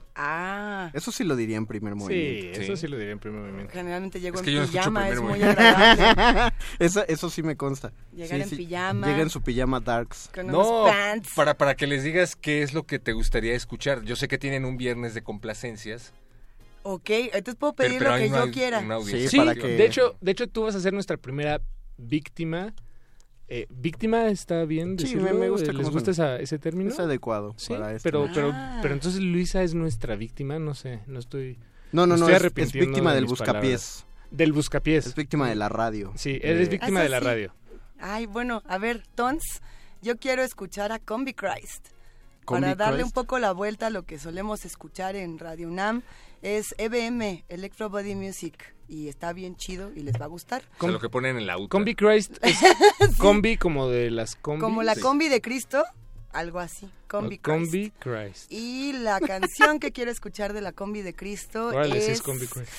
Ah, Eso sí lo diría en primer Sí, movimiento. eso Sí. sí lo diría en primer movimiento. generalmente llego Es que en yo no escucho pijama, es Primer muy Movimiento. agradable. eso, eso sí me consta. Llegar Sí, en sí. pijama. Llega en su pijama darks. Con No, unos pants. para, para que les digas qué es lo que te gustaría escuchar. Yo sé que tienen un viernes de complacencias. Ok, entonces puedo Pero, pedir pero lo hay que una- yo quiera. una audiencia Sí, Sí, para activa. que- de hecho, de hecho tú vas a ser nuestra primera víctima. Eh, ¿Víctima está bien Sí, decirlo? me- me gusta ¿Les cómo gusta suena. esa- ese término? Es adecuado Sí, para esto. pero, pero, Ah. pero entonces Luisa es nuestra víctima, no sé, no estoy... No, no, me no, estoy es, es arrepintiendo víctima de del mis buscapiés. Del buscapiés. Es víctima de la radio. Sí, eres Eh, víctima Ah, de la sí. radio. Ay, bueno, a ver, Tons, yo quiero escuchar a Combi Christ. Combi Para darle Christ. un poco la vuelta a lo que solemos escuchar en Radio UNAM, es E B M, Electro Body Music, y está bien chido y les va a gustar. O sea, lo que ponen en la auto. Combi Christ es combi como de las combi. Como la Sí. combi de Cristo, algo así, Combi Christ. Combi Christ. Y la canción que quiero escuchar de la combi de Cristo Órale, sí es... es Combi Christ.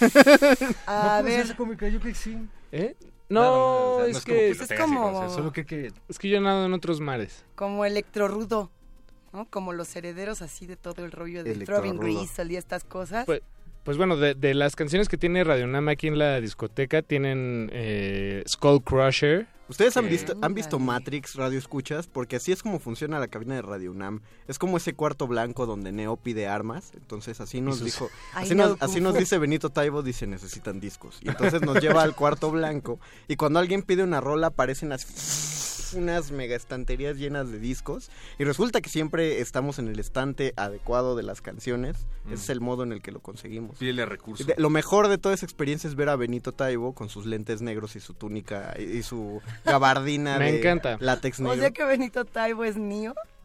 A ver, Yo creo que sí. ¿Eh? No, No, no, no, o sea, no es, es como que, que lo tengas que conocer, solo que, que es que yo nado en otros mares. como electrorudo, ¿no? Como los herederos así de todo el rollo de Throbbing Electrorrudo. Gristle y estas cosas. Pues, Pues bueno, de, de las canciones que tiene Radio Nama aquí en la discoteca, tienen eh, Skull Crusher. ¿Ustedes han que- visto, han visto Matrix, Radio Escuchas? Porque así es como funciona la cabina de Radio UNAM. Es como ese cuarto blanco donde Neo pide armas. Entonces así nos sus- dijo, Ay, así, no, nos, así Kung nos Fu. dice Benito Taibo, dice necesitan discos. Y entonces nos lleva al cuarto blanco. Y cuando alguien pide una rola aparecen así unas mega estanterías llenas de discos. Y resulta que siempre estamos en el estante adecuado de las canciones. Mm. Ese es el modo en el que lo conseguimos. pídele recursos. De- lo mejor de toda esa experiencia es ver a Benito Taibo con sus lentes negros y su túnica y, y su gabardina Me de encanta. látex O negro. sea que Benito Taibo es mío.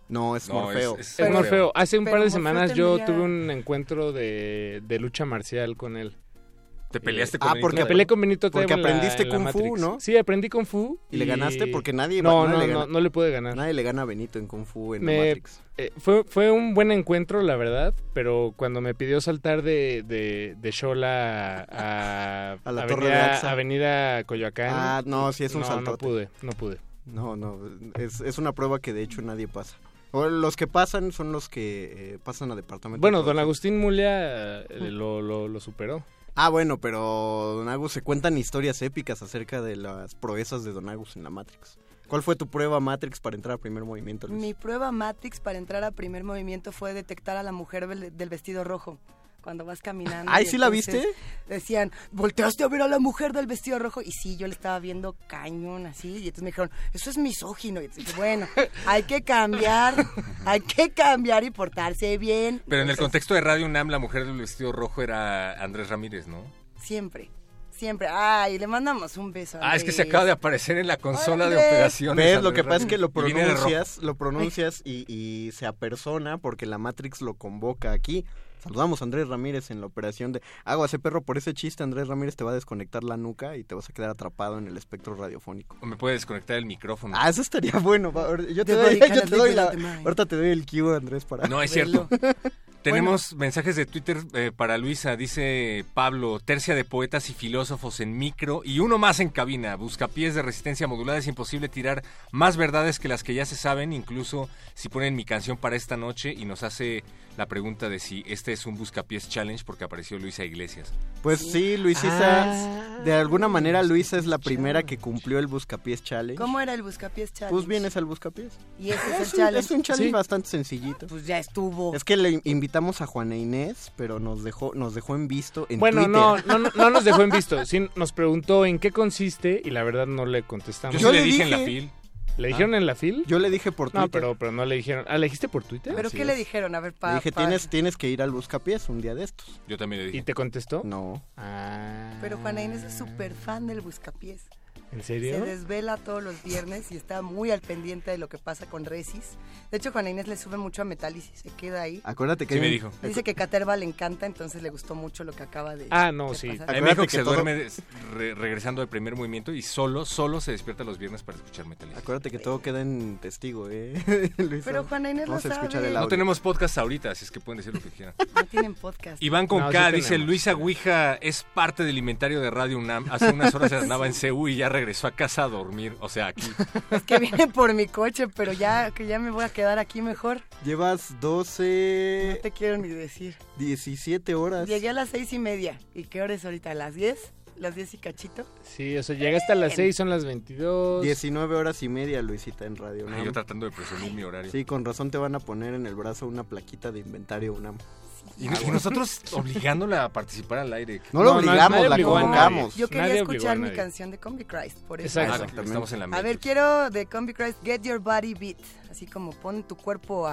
No, es No, Morfeo. es- es Es Morfeo. Hace un Pero par de Morfeo semanas yo tendría- tuve un encuentro de, de lucha marcial con él. ¿Te peleaste Eh, con ah, Benito? porque Me peleé con Benito Porque Taibo en la- aprendiste en la Kung Fu, Matrix. ¿no? Sí, aprendí Kung Fu. ¿Y le ganaste? Porque nadie, No, nadie no, le no, gana- no le pude ganar. nadie le gana a Benito en Kung Fu en la Me- Matrix. eh, fue, fue un buen encuentro, la verdad, pero cuando me pidió saltar de, de, de Xola a, A la Avenida, Torre de Axa. Avenida Coyoacán. Ah, no, sí es un no, saltote. No pude, no pude. No, no, es, es una prueba que de hecho nadie pasa. O los que pasan son los que eh, pasan a departamento. Bueno, de don producción. Agustín Mulia eh, lo, lo, lo superó. Ah, bueno, pero Don Agus, se cuentan historias épicas acerca de las proezas de Don Agus en la Matrix. ¿Cuál fue tu prueba Matrix para entrar a primer movimiento, Luis? Mi prueba Matrix para entrar a primer movimiento fue detectar a la mujer del del vestido rojo. Cuando vas caminando. Ay, y ¿sí la entonces viste? Decían, volteaste a ver a la mujer del vestido rojo. Y sí, yo le estaba viendo cañón así. Y entonces me dijeron, eso es misógino. Y entonces dije, bueno, hay que cambiar, hay que cambiar y portarse bien. Pero en el Entonces, contexto de Radio UNAM, la mujer del vestido rojo era Andrés Ramírez, ¿no? Siempre, siempre. Ay, le mandamos un beso. Ah, es que se Andrés. acaba de aparecer en la consola de Andrés. operaciones. ¿Ves? Lo Andrés que pasa es que lo Ramírez. Y viene de rojo. pronuncias, lo pronuncias y, y se apersona porque la Matrix lo convoca aquí. Saludamos a Andrés Ramírez en la operación de... Aguas, perro, por ese chiste Andrés Ramírez te va a desconectar la nuca y te vas a quedar atrapado en el espectro radiofónico. O me puede desconectar el micrófono. Ah, eso estaría bueno. va, ahor- Yo te The doy, body yo cannot te doy live la... without the mind. Ahorita te doy el cue, Andrés, para... No, es cierto. Tenemos mensajes de Twitter eh, para Luisa. Dice Pablo, tercia de poetas y filósofos en micro y uno más en cabina. Buscapiés de resistencia modulada. Es imposible tirar más verdades que las que ya se saben, incluso si ponen mi canción para esta noche y nos hace la pregunta de si este es un Buscapiés Challenge porque apareció Luisa Iglesias. Pues sí, Luisita, Ah. de alguna manera Luisa es la primera que cumplió el Buscapiés Challenge. ¿Cómo era el Buscapiés Challenge? Pues vienes al Buscapiés. Y ese es, Es el un, challenge. es un challenge Sí. bastante sencillito. Pues ya estuvo. Es que le invitamos a Juana Inés, pero nos dejó nos dejó en visto en Bueno, Twitter. no, no, no, no nos dejó en visto. Sí, nos preguntó en qué consiste y la verdad no le contestamos. Yo sí le dije en la fil. ¿Le dijeron Ah. en la fil? Yo le dije por Twitter. No, pero, pero no le dijeron. Ah, ¿le dijiste por Twitter? ¿Pero Así qué le es. dijeron? A ver, pa, Le dije, pa- tienes, tienes que ir al Buscapiés un día de estos. Yo también le dije. ¿Y te contestó? No. Ah. Pero Juana Inés es súper fan del Buscapiés. ¿En Se serio? desvela todos los viernes y está muy al pendiente de lo que pasa con Resis. De hecho, Juana Inés le sube mucho a Metálisis y se queda ahí. Acuérdate que... Sí me hay un- dijo. Dice que Caterva le encanta, entonces le gustó mucho lo que acaba de Ah, no, de sí. pasar. A mí me dijo Acuérdate que, que se todo- duerme des- re- regresando del primer movimiento y solo, solo se despierta los viernes para escuchar metal. Acuérdate que todo queda en testigo, ¿eh? Luisa. Pero Juana Inés lo Vamos a escuchar sabe. el No audio. tenemos podcast ahorita, así es que pueden decir lo que quieran. No tienen podcast. Iván con No, K sí dice, tenemos. Luisa Ouija es parte del inventario de Radio UNAM. Hace unas horas andaba en C U y ya regresó a casa a dormir, o sea, aquí. Es que viene por mi coche, pero ya que ya me voy a quedar aquí mejor. Llevas No doce, te quiero ni decir. diecisiete horas. Llegué a las seis y media. ¿Y qué hora es ahorita? ¿A las diez? ¿Las diez y cachito? Sí, o sea, llegaste a las seis, son las veintidós. diecinueve horas y media, Luisita, en Radio Ay, UNAM. yo tratando de presumir mi horario. Sí, con razón te van a poner en el brazo una plaquita de inventario UNAM. Y, y nosotros obligándola a participar al aire. No lo No, no, obligamos, nadie la obligó a nadie. convocamos. Yo quería Nadie obligó a escuchar mi nadie. canción de Combi Christ, por eso. Exacto. Ah, Exactamente. estamos en la A Matrix. ver, quiero de Combi Christ, Get Your Body Beat. Así como pon tu cuerpo a...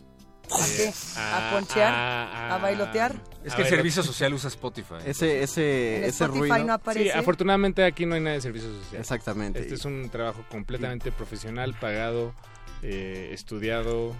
¿A qué? ¿A ponchear? a- ¿A bailotear? Es A que el ver, servicio social usa Spotify. Ese, ese, En ese Spotify ruido. no aparece. Sí, afortunadamente aquí no hay nada de servicio social. Exactamente. Este es un trabajo completamente profesional, pagado, eh, estudiado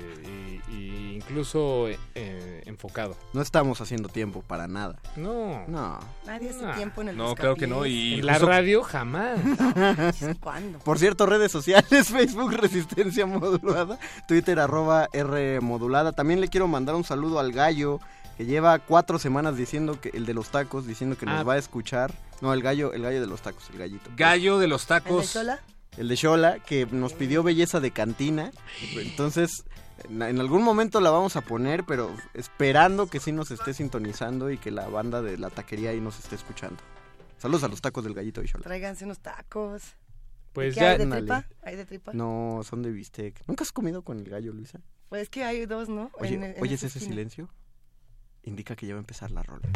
eh, y, y incluso eh, enfocado. No estamos haciendo tiempo para nada. No, No. Nadie hace Ah. tiempo en el No, claro que no. Buscapiés. Y en la justo- radio jamás. ¿Cuándo? Por cierto, redes sociales, Facebook Resistencia Modulada, Twitter arroba R Modulada. También le quiero mandar un saludo al Gallo, que lleva cuatro semanas diciendo que, el de los tacos, diciendo que nos Ah. va a escuchar. No, el gallo, el gallo de los tacos, el gallito. Gallo de los ¿El de tacos. sola? El de Xola, que nos pidió belleza de cantina. Entonces, en, en algún momento la vamos a poner, pero esperando que sí nos esté sintonizando y que la banda de la taquería ahí nos esté escuchando. Saludos a los tacos del gallito de Xola. Tráiganse unos tacos. Pues ¿Qué ya, hay de ándale. tripa? ¿Hay de tripa? No, son de bistec. ¿Nunca has comido con el gallo, Luisa? Pues es que hay dos, ¿no? Oye, En- en ¿oyes esa ese esquina. silencio? Indica que ya va a empezar la rola.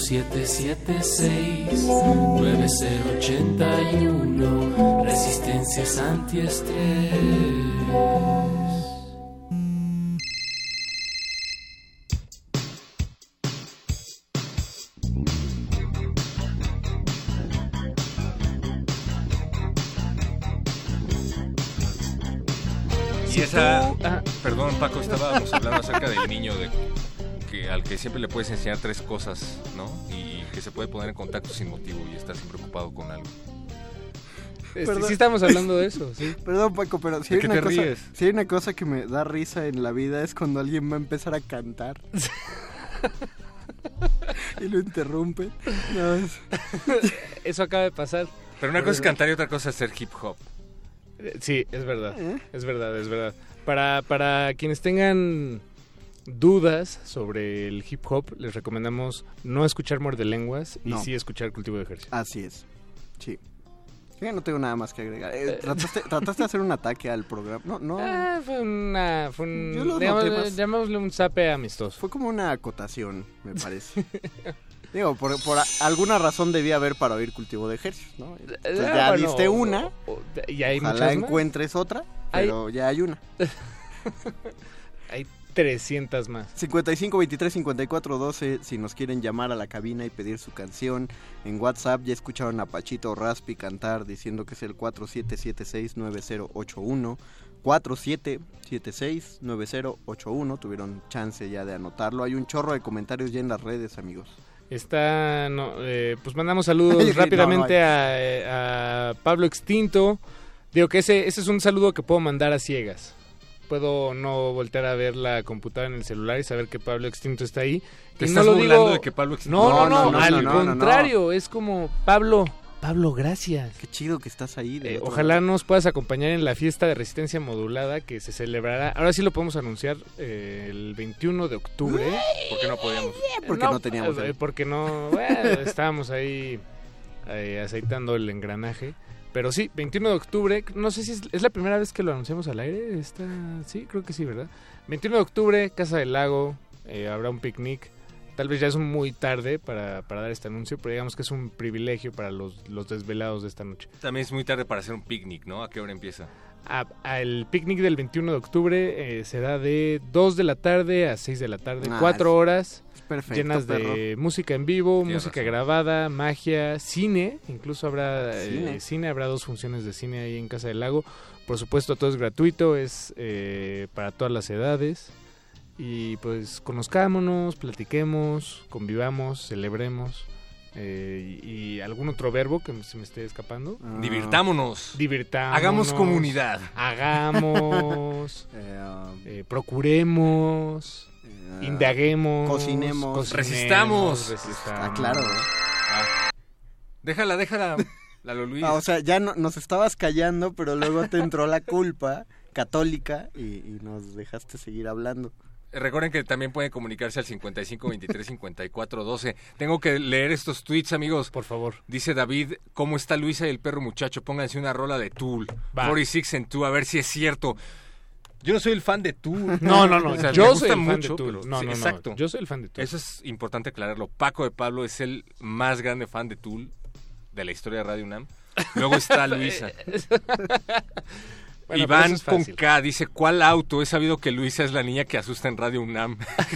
siete siete seis nueve cero ochenta y uno. Resistencias antiestrés. Y esa, ah, perdón Paco, estábamos hablando acerca del niño de que al que siempre le puedes enseñar tres cosas, ¿no? Y que se puede poner en contacto sin motivo y estar siempre ocupado con algo. Este, sí estamos hablando de eso, sí. Perdón Paco, pero si ¿De hay, qué una te cosa, ríes? si hay una cosa que me da risa en la vida es cuando alguien va a empezar a cantar y lo interrumpe. No, es... Eso acaba de pasar. Pero una cosa es cantar y otra cosa es hacer hip hop. Sí, es verdad, ¿Eh? es verdad, es verdad. Para, para quienes tengan dudas sobre el hip hop, les recomendamos no escuchar Muerde Lenguas y No. sí escuchar Cultivo de Ejercicio. Así es, sí. Yo no tengo nada más que agregar. Eh, ¿trataste, ¿Trataste de hacer un ataque al programa? No, no. Ah, fue una... Fue un, Yo lo digamos, noté más. llamémosle un zape amistoso. Fue como una acotación, me parece. Digo, por, por a- alguna razón debía haber para oír Cultivo de Ejercicios, ¿no? Entonces, Ah, ya bueno, diste una, o- o- y hay ojalá muchas más. encuentres otra, Hay- pero ya hay una. Hay trescientas más. cincuenta y cinco veintitrés cincuenta y cuatro doce, si nos quieren llamar a la cabina y pedir su canción. En WhatsApp ya escucharon a Pachito Raspi cantar diciendo que es el cuatro siete siete seis nueve cero ocho uno. cuatro siete siete seis nueve cero ocho uno, tuvieron chance ya de anotarlo. Hay un chorro de comentarios ya en las redes, amigos. Está, no, eh, pues mandamos saludos No, rápidamente no a, a Pablo Extinto. Digo que ese, ese es un saludo que puedo mandar a ciegas. Puedo no voltear a ver la computadora en el celular y saber que Pablo Extinto está ahí. ¿Te Y estás no lo burlando digo... de que Pablo Extinto- No, no, no, No, no, no, al no, no, no, contrario, no. es como Pablo, Pablo, gracias. Qué chido que estás ahí. de Eh, otro ojalá lado. nos puedas acompañar en la fiesta de resistencia modulada que se celebrará, ahora sí lo podemos anunciar, eh, el veintiuno de octubre. ¿Por qué no podíamos? Porque no teníamos eh, el- Porque no, bueno, estábamos ahí eh, aceitando el engranaje. Pero sí, veintiuno de octubre, no sé si es, es la primera vez que lo anunciamos al aire. Está, sí, creo que sí, ¿verdad? veintiuno de octubre, Casa del Lago, eh, habrá un picnic. Tal vez ya es muy tarde para, para dar este anuncio, pero digamos que es un privilegio para los, los desvelados de esta noche. También es muy tarde para hacer un picnic, ¿no? ¿A qué hora empieza? A, a el picnic del veintiuno de octubre eh, será de dos de la tarde a seis de la tarde, Ah, cuatro es- horas es perfecto, llenas de perro. música en vivo, Tienes música razón. grabada, magia, cine, incluso habrá eh, Cine. cine, habrá dos funciones de cine ahí en Casa del Lago. Por supuesto, todo es gratuito, es eh, para todas las edades. Y pues conozcámonos, platiquemos, convivamos, celebremos. eh, y, y algún otro verbo que se me esté escapando. Ah. Divirtámonos. Divirtámonos. Hagamos comunidad. Hagamos. Eh, um, eh, procuremos. eh, Indaguemos. cocinemos. Resistamos. resistamos. Ah, claro. ¿eh? Ah. Déjala, déjala, Lalo Luis. Ah, o sea, ya no, nos estabas callando, pero luego te entró la culpa católica y, y nos dejaste seguir hablando. Recuerden que también pueden comunicarse al cincuenta y cinco veintitrés cincuenta y cuatro doce. Tengo que leer estos tweets, amigos. Por favor. Dice David, ¿cómo está Luisa y el perro muchacho? Pónganse una rola de Tool. Va. cuarenta y seis en Tool, a ver si es cierto. Yo no soy el fan de Tool. No, no, no. O sea, yo me soy gusta el fan mucho, de Tool. pero- No, sí, no, no. exacto. Yo soy el fan de Tool. Eso es importante aclararlo. Paco de Pablo es el más grande fan de Tool de la historia de Radio UNAM. Luego está Luisa. Bueno, pero Iván eso es con fácil. K dice, ¿cuál auto? He sabido que Luisa es la niña que asusta en Radio UNAM.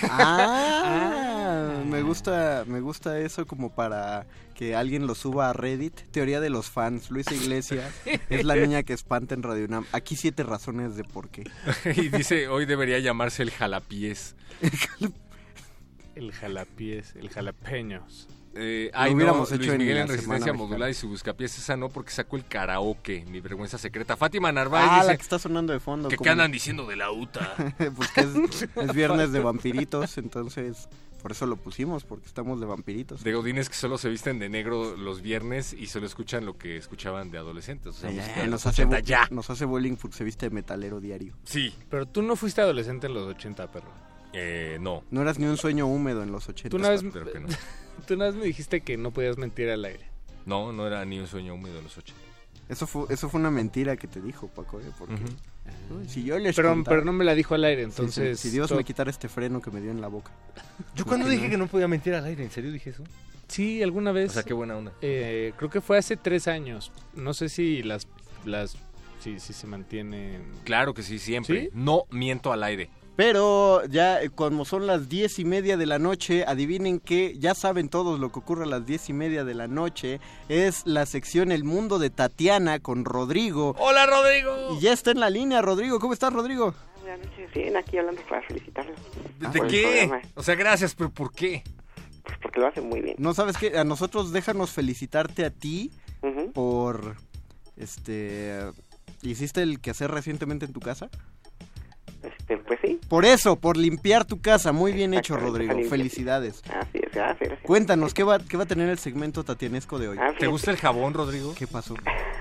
Ah, me gusta, me gusta eso como para que alguien lo suba a Reddit. Teoría de los fans. Luisa Iglesias es la niña que espanta en Radio UNAM. Aquí siete razones de por qué. Y dice, hoy debería llamarse el jalapiés. El jalapiés, el jalapeños. Eh, Lo ay, no, hubiéramos Luis hecho en Miguel la en Resistencia Semana Modular y su buscapiés esa no porque sacó el karaoke, mi vergüenza secreta. Fátima Narváez Ah, dice la que está sonando de fondo. que como- qué andan diciendo de la U T A. Pues que es, es viernes de vampiritos, entonces por eso lo pusimos, porque estamos de vampiritos. De godines que solo se visten de negro los viernes y solo escuchan lo que escuchaban de adolescentes. O sea, Eh, música de los nos, hace ochenta, bu- ya. nos hace bullying porque se viste de metalero diario. Sí. Pero tú no fuiste adolescente en los ochenta, perro. Eh, no. No eras ni un sueño húmedo en los ochenta. Tú una vez, Espero que no. tú una vez me dijiste que no podías mentir al aire. No, no era ni un sueño húmedo en los ochenta. Eso fue, eso fue una mentira que te dijo, Paco, ¿eh? Porque Uh-huh. si yo les pero, contara... pero no me la dijo al aire, entonces... Sí, sí, si Dios todo... me quitara este freno que me dio en la boca. Yo cuando dije que no podía mentir al aire, ¿en serio dije eso? Sí, alguna vez. O sea, qué buena onda. Eh, creo que fue hace tres años. No sé si las... las si, si se mantienen... Claro que sí, siempre. ¿Sí? No miento al aire. Pero ya eh, como son las diez y media de la noche, adivinen que ya saben todos lo que ocurre a las diez y media de la noche. Es la sección El Mundo de Tatiana con Rodrigo. ¡Hola, Rodrigo! Y ya está en la línea, Rodrigo. ¿Cómo estás, Rodrigo? Buenas noches, bien, aquí hablando para felicitarlos. ¿De, Ah, ¿de por el qué? programa. O sea, gracias, pero ¿por qué? Pues porque lo hacen muy bien. No, ¿sabes qué? A nosotros déjanos felicitarte a ti Ujú. por... Este... ¿Hiciste el quehacer recientemente en tu casa? Este, pues sí. Por eso, por limpiar tu casa. Muy bien hecho, Exactamente, Rodrigo. limpia. Felicidades. Así es, gracias, gracias. Cuéntanos, ¿qué va, qué va a tener el segmento tatianesco de hoy? Ah, ¿Te fíjate. gusta el jabón, Rodrigo? ¿Qué pasó?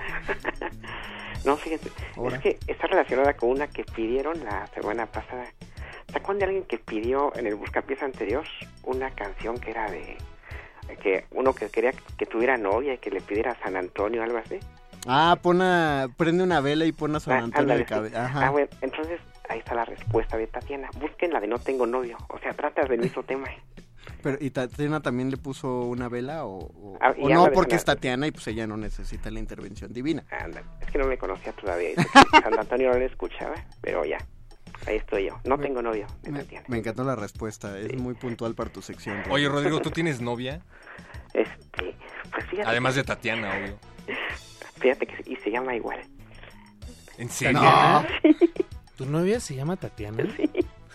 No, fíjate, Ahora. es que está relacionada con una que pidieron la semana pasada. ¿Se acuerdan de alguien que pidió en el buscapiés anterior una canción que era de... que uno que quería que tuviera novia y que le pidiera San Antonio o algo así? Ah, pon a, prende una vela y pon a San Ah, Antonio ándale, de sí. cabeza. Ajá. Ah, bueno, entonces ahí está la respuesta de Tatiana. Busquen la de No tengo novio. O sea, tratas del mismo tema. Pero, ¿y Tatiana también le puso una vela o, o, Ah, y o habla no? de Porque San es Tatiana y pues ella no necesita la intervención divina. Anda, es que no me conocía todavía. Dice que San Antonio no le escuchaba, pero ya. Ahí estoy yo. No Me- tengo novio. de Me, Tatiana. me encantó la respuesta, es muy puntual para tu sección. Oye, Rodrigo, ¿tú tienes novia? Este, pues fíjate. Además que- de Tatiana, obvio. Fíjate que y se llama igual. ¿En serio? ¿Tatiana? ¿Tu novia se llama Tatiana? Sí.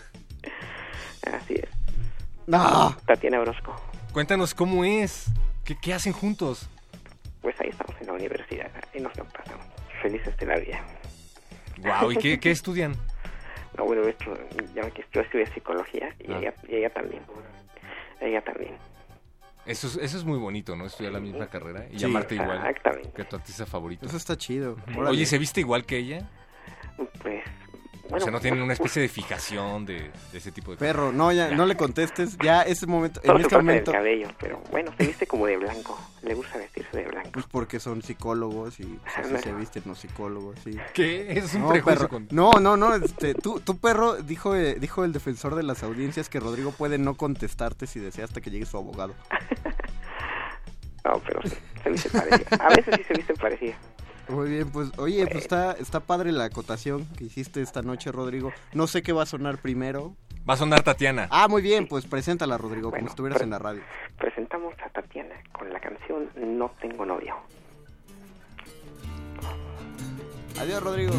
Así es. ¡No! Tatiana Orozco. Cuéntanos cómo es. ¿Qué, qué hacen juntos? Pues ahí estamos en la universidad. Ahí nos lo pasamos. Felices de la vida. Wow, ¿y qué, qué estudian? No, bueno, esto, ya ves que yo estudié psicología y, Ah. ella, y ella también. Ella también. Eso es, eso es muy bonito, ¿no? Estudiar la misma carrera y Sí, llamarte igual exactamente. que tu artista favorito. Eso está chido. Oye, ¿se viste igual que ella? Pues, o bueno. sea, ¿no tienen una especie de fijación de, de ese tipo de cosas? Perro, no, ya, no le contestes. Ya ese momento, Todo en se este parte momento, del cabello, pero bueno, se viste como de blanco. Le gusta vestirse de blanco. pues porque son psicólogos y pues, así se visten los psicólogos, sí. ¿Qué? Es un No, prejuicio perro. con... No, no, no, este, tú, tú perro, dijo, eh, dijo el defensor de las audiencias que Rodrigo puede no contestarte si desea hasta que llegue su abogado. No, pero sí, se viste parecida. A veces sí se viste parecida. Muy bien, pues, oye, pues está, está padre la acotación que hiciste esta noche, Rodrigo. No sé qué va a sonar primero. Va a sonar Tatiana. Ah, muy bien, pues preséntala, Rodrigo, Bueno, como si estuvieras pre- en la radio. Presentamos a Tatiana con la canción No tengo novio. Adiós, Rodrigo.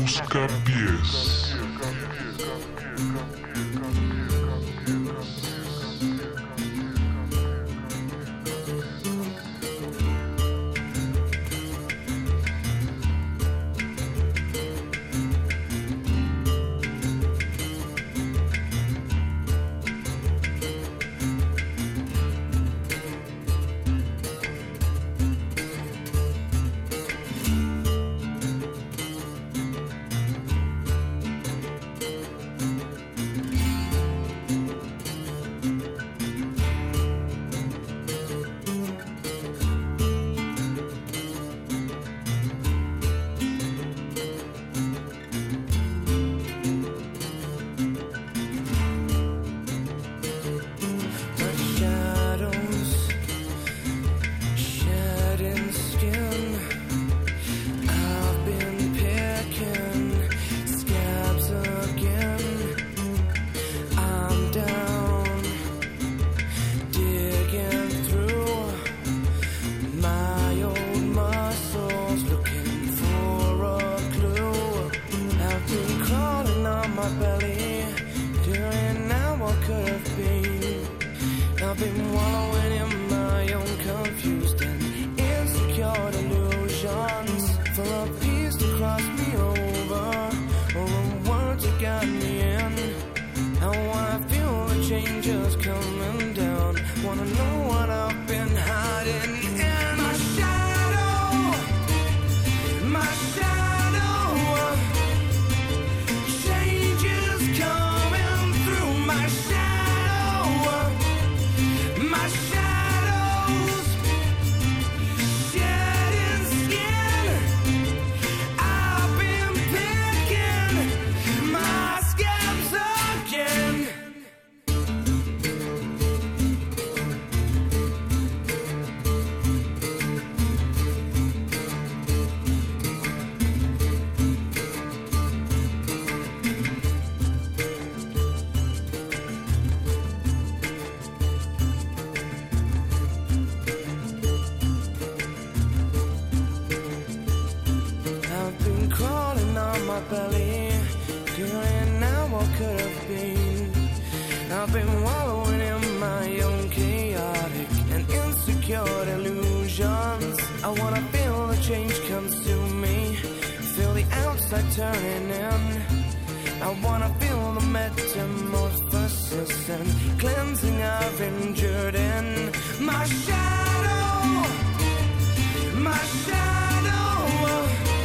I've been wallowing in my own chaotic and insecure illusions. I wanna feel the change comes to me, feel the outside turning in. I wanna feel the metamorphosis and cleansing I've endured in. My shadow, my shadow,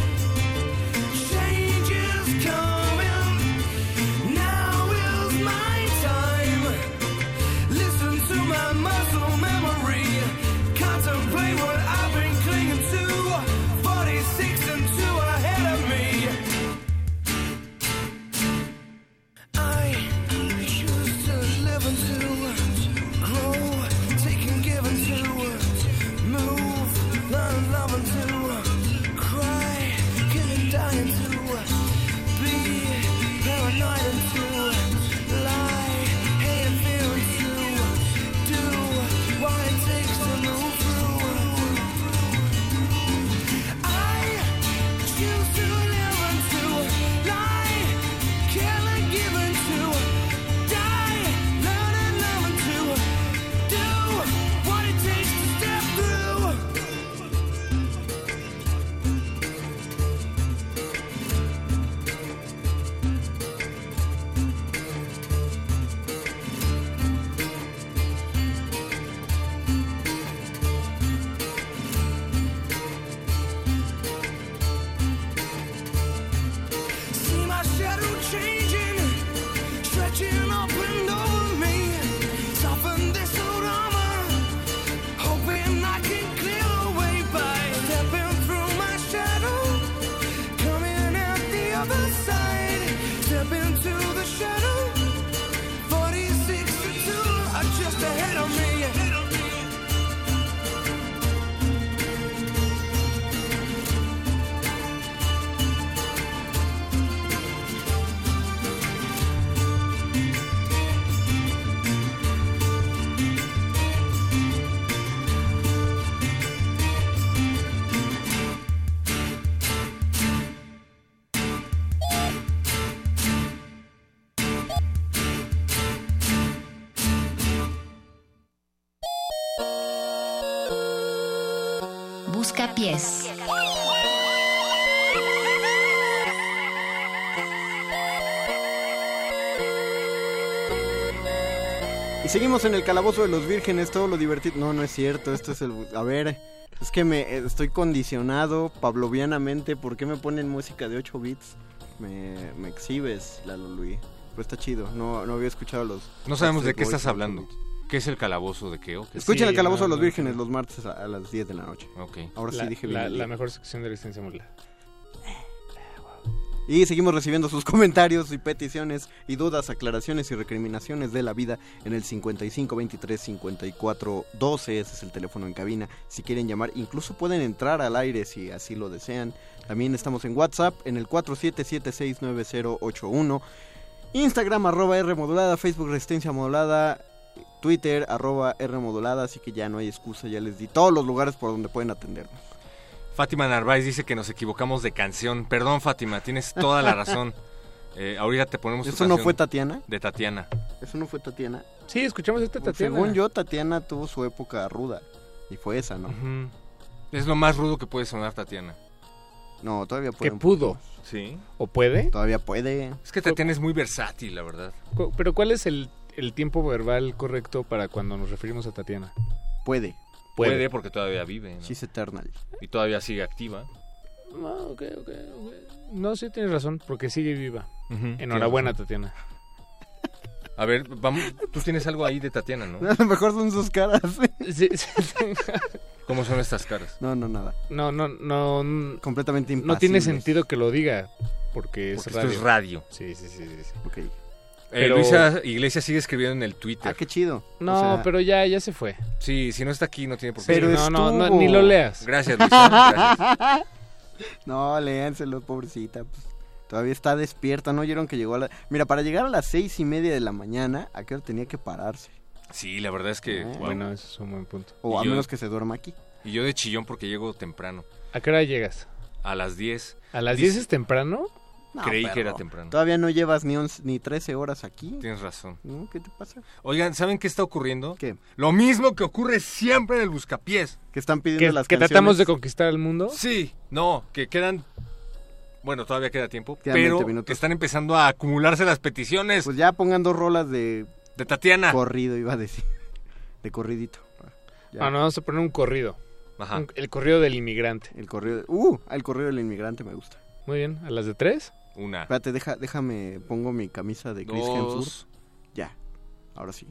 change is coming. Now is my time. Listen to my muscle memory. Contemplate what I've been clinging to. forty-six and two ahead of me. I choose to live and to grow, take and give and to move, learn, love and to cry, kill and die and to be paranoid and to lie, hate and fear and to do what it takes to move through. I choose to live and to lie, kill and give and to die, learn and love and to do what it takes to step through. See my shadow changing, stretching up and over me. Soften this old armor, hoping I can clear the way by stepping through my shadow. Coming out the other side, step into the shadow. forty-six to two are just ahead of me. Buscapiés. Y seguimos en el calabozo de los vírgenes, todo lo divertido. No, no es cierto, esto es el... A ver, es que me estoy condicionado pavlovianamente. ¿Por qué me ponen música de ocho bits? Me, me exhibes, Lalo Luis. Pero está chido, no, no había escuchado los... No sabemos de Backstreet qué Boys, estás hablando. ¿Qué es el calabozo de qué? ¿O qué? Escuchen Sí, el calabozo no, de los no, vírgenes no. los martes a, a las diez de la noche. Ok. Ahora sí La, dije la, bien. la mejor sección de la existencia modular. Y seguimos recibiendo sus comentarios y peticiones y dudas, aclaraciones y recriminaciones de la vida en el cincuenta y cinco veintitrés cincuenta y cuatro doce. Ese es el teléfono en cabina. Si quieren llamar, incluso pueden entrar al aire si así lo desean. También estamos en WhatsApp en el cuatro siete siete seis nueve cero ocho uno. Instagram arroba R modulada, Facebook Resistencia Modulada, Twitter arroba R modulada. Así que ya no hay excusa, ya les di todos los lugares por donde pueden atendernos. Fátima Narváez dice que nos equivocamos de canción. Perdón, Fátima, tienes toda la razón. Eh, ahorita te ponemos tu ¿Eso no canción fue Tatiana? De Tatiana. ¿Eso no fue Tatiana? Sí, escuchamos esta Tatiana. Según yo, Tatiana tuvo su época ruda. Y fue esa, ¿no? Uh-huh. Es lo más rudo que puede sonar Tatiana. No, todavía puede. Que pudo. Sí. ¿O puede? Todavía puede. Es que Tatiana es muy versátil, la verdad. Pero ¿cuál es el, el tiempo verbal correcto para cuando nos referimos a Tatiana? Puede. Puede, puede porque todavía vive, ¿no? She's eternal. Y todavía sigue activa. No, ok, ok, ok. No, sí tienes razón, porque sigue viva. Uh-huh, Enhorabuena, Tatiana. A ver, vamos, tú tienes algo ahí de Tatiana, ¿no? A lo mejor son sus caras. Sí, sí. ¿Cómo son estas caras? No, no, nada. No, no, no. Completamente impasibles. No tiene sentido que lo diga, porque es porque radio. Esto es radio. Sí, sí, sí, sí, sí. Ok. Eh, Pero... Luisa Iglesias sigue escribiendo en el Twitter. Ah, qué chido. No, o sea... pero ya, ya se fue. Sí, si no está aquí no tiene por qué. Pero no, no, no, ni lo leas. Gracias, Luisa. Gracias. No, léanselo, pobrecita. Pues, todavía está despierta. ¿No oyeron que llegó a la...? Mira, para llegar a las seis y media de la mañana, ¿a qué hora tenía que pararse? Sí, la verdad es que... Ah, wow. Bueno, eso es un buen punto. O Y a yo... menos que se duerma aquí. Y yo de chillón porque llego temprano. ¿A qué hora llegas? A las diez. ¿A las Dice... diez es temprano? No, Creí pero que era temprano. Todavía no llevas ni, once, ni trece horas aquí. Tienes razón. ¿No? ¿Qué te pasa? Oigan, ¿saben qué está ocurriendo? ¿Qué? Lo mismo que ocurre siempre en el Buscapiés. Que están pidiendo ¿Que, las que canciones. tratamos de conquistar el mundo? Sí, no, que quedan... Bueno, todavía queda tiempo, Quedan pero veinte minutos. están empezando a acumularse las peticiones. Pues ya pongan dos rolas de... De Tatiana. Corrido, iba a decir. De corridito. Ya. Ah, no, vamos a poner un corrido. Ajá. Un, el corrido del inmigrante. El corrido... De, uh, el corrido del inmigrante me gusta. Muy bien, ¿a las de tres? Una. Espérate, deja, déjame, pongo mi camisa de Chris Dos. Hemsworth. Ya, ahora sí.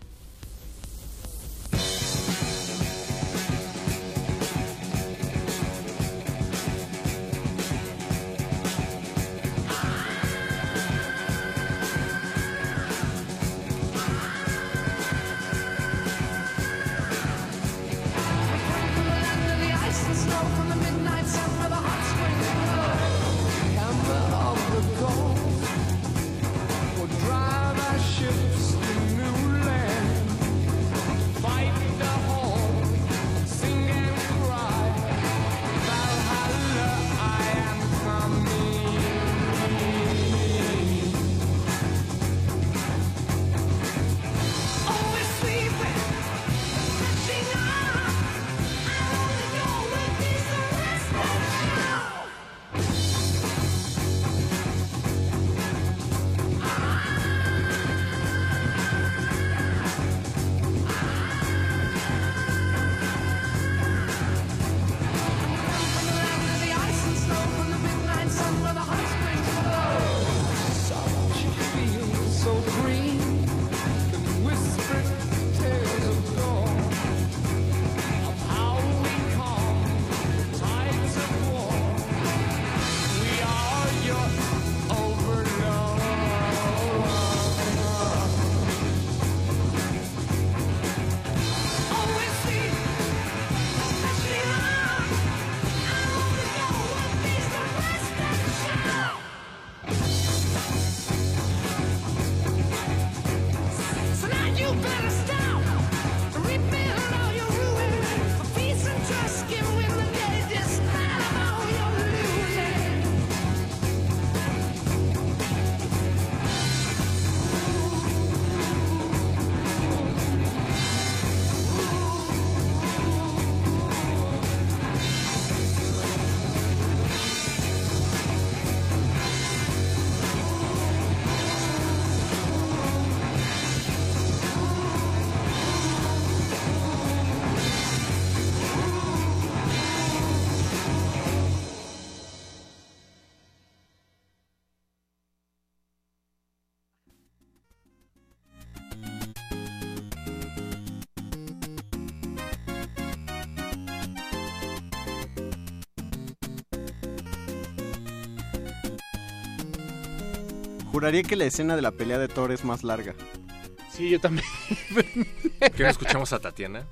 Juraría que la escena de la pelea de Thor es más larga. Sí, yo también. ¿Que no escuchamos a Tatiana?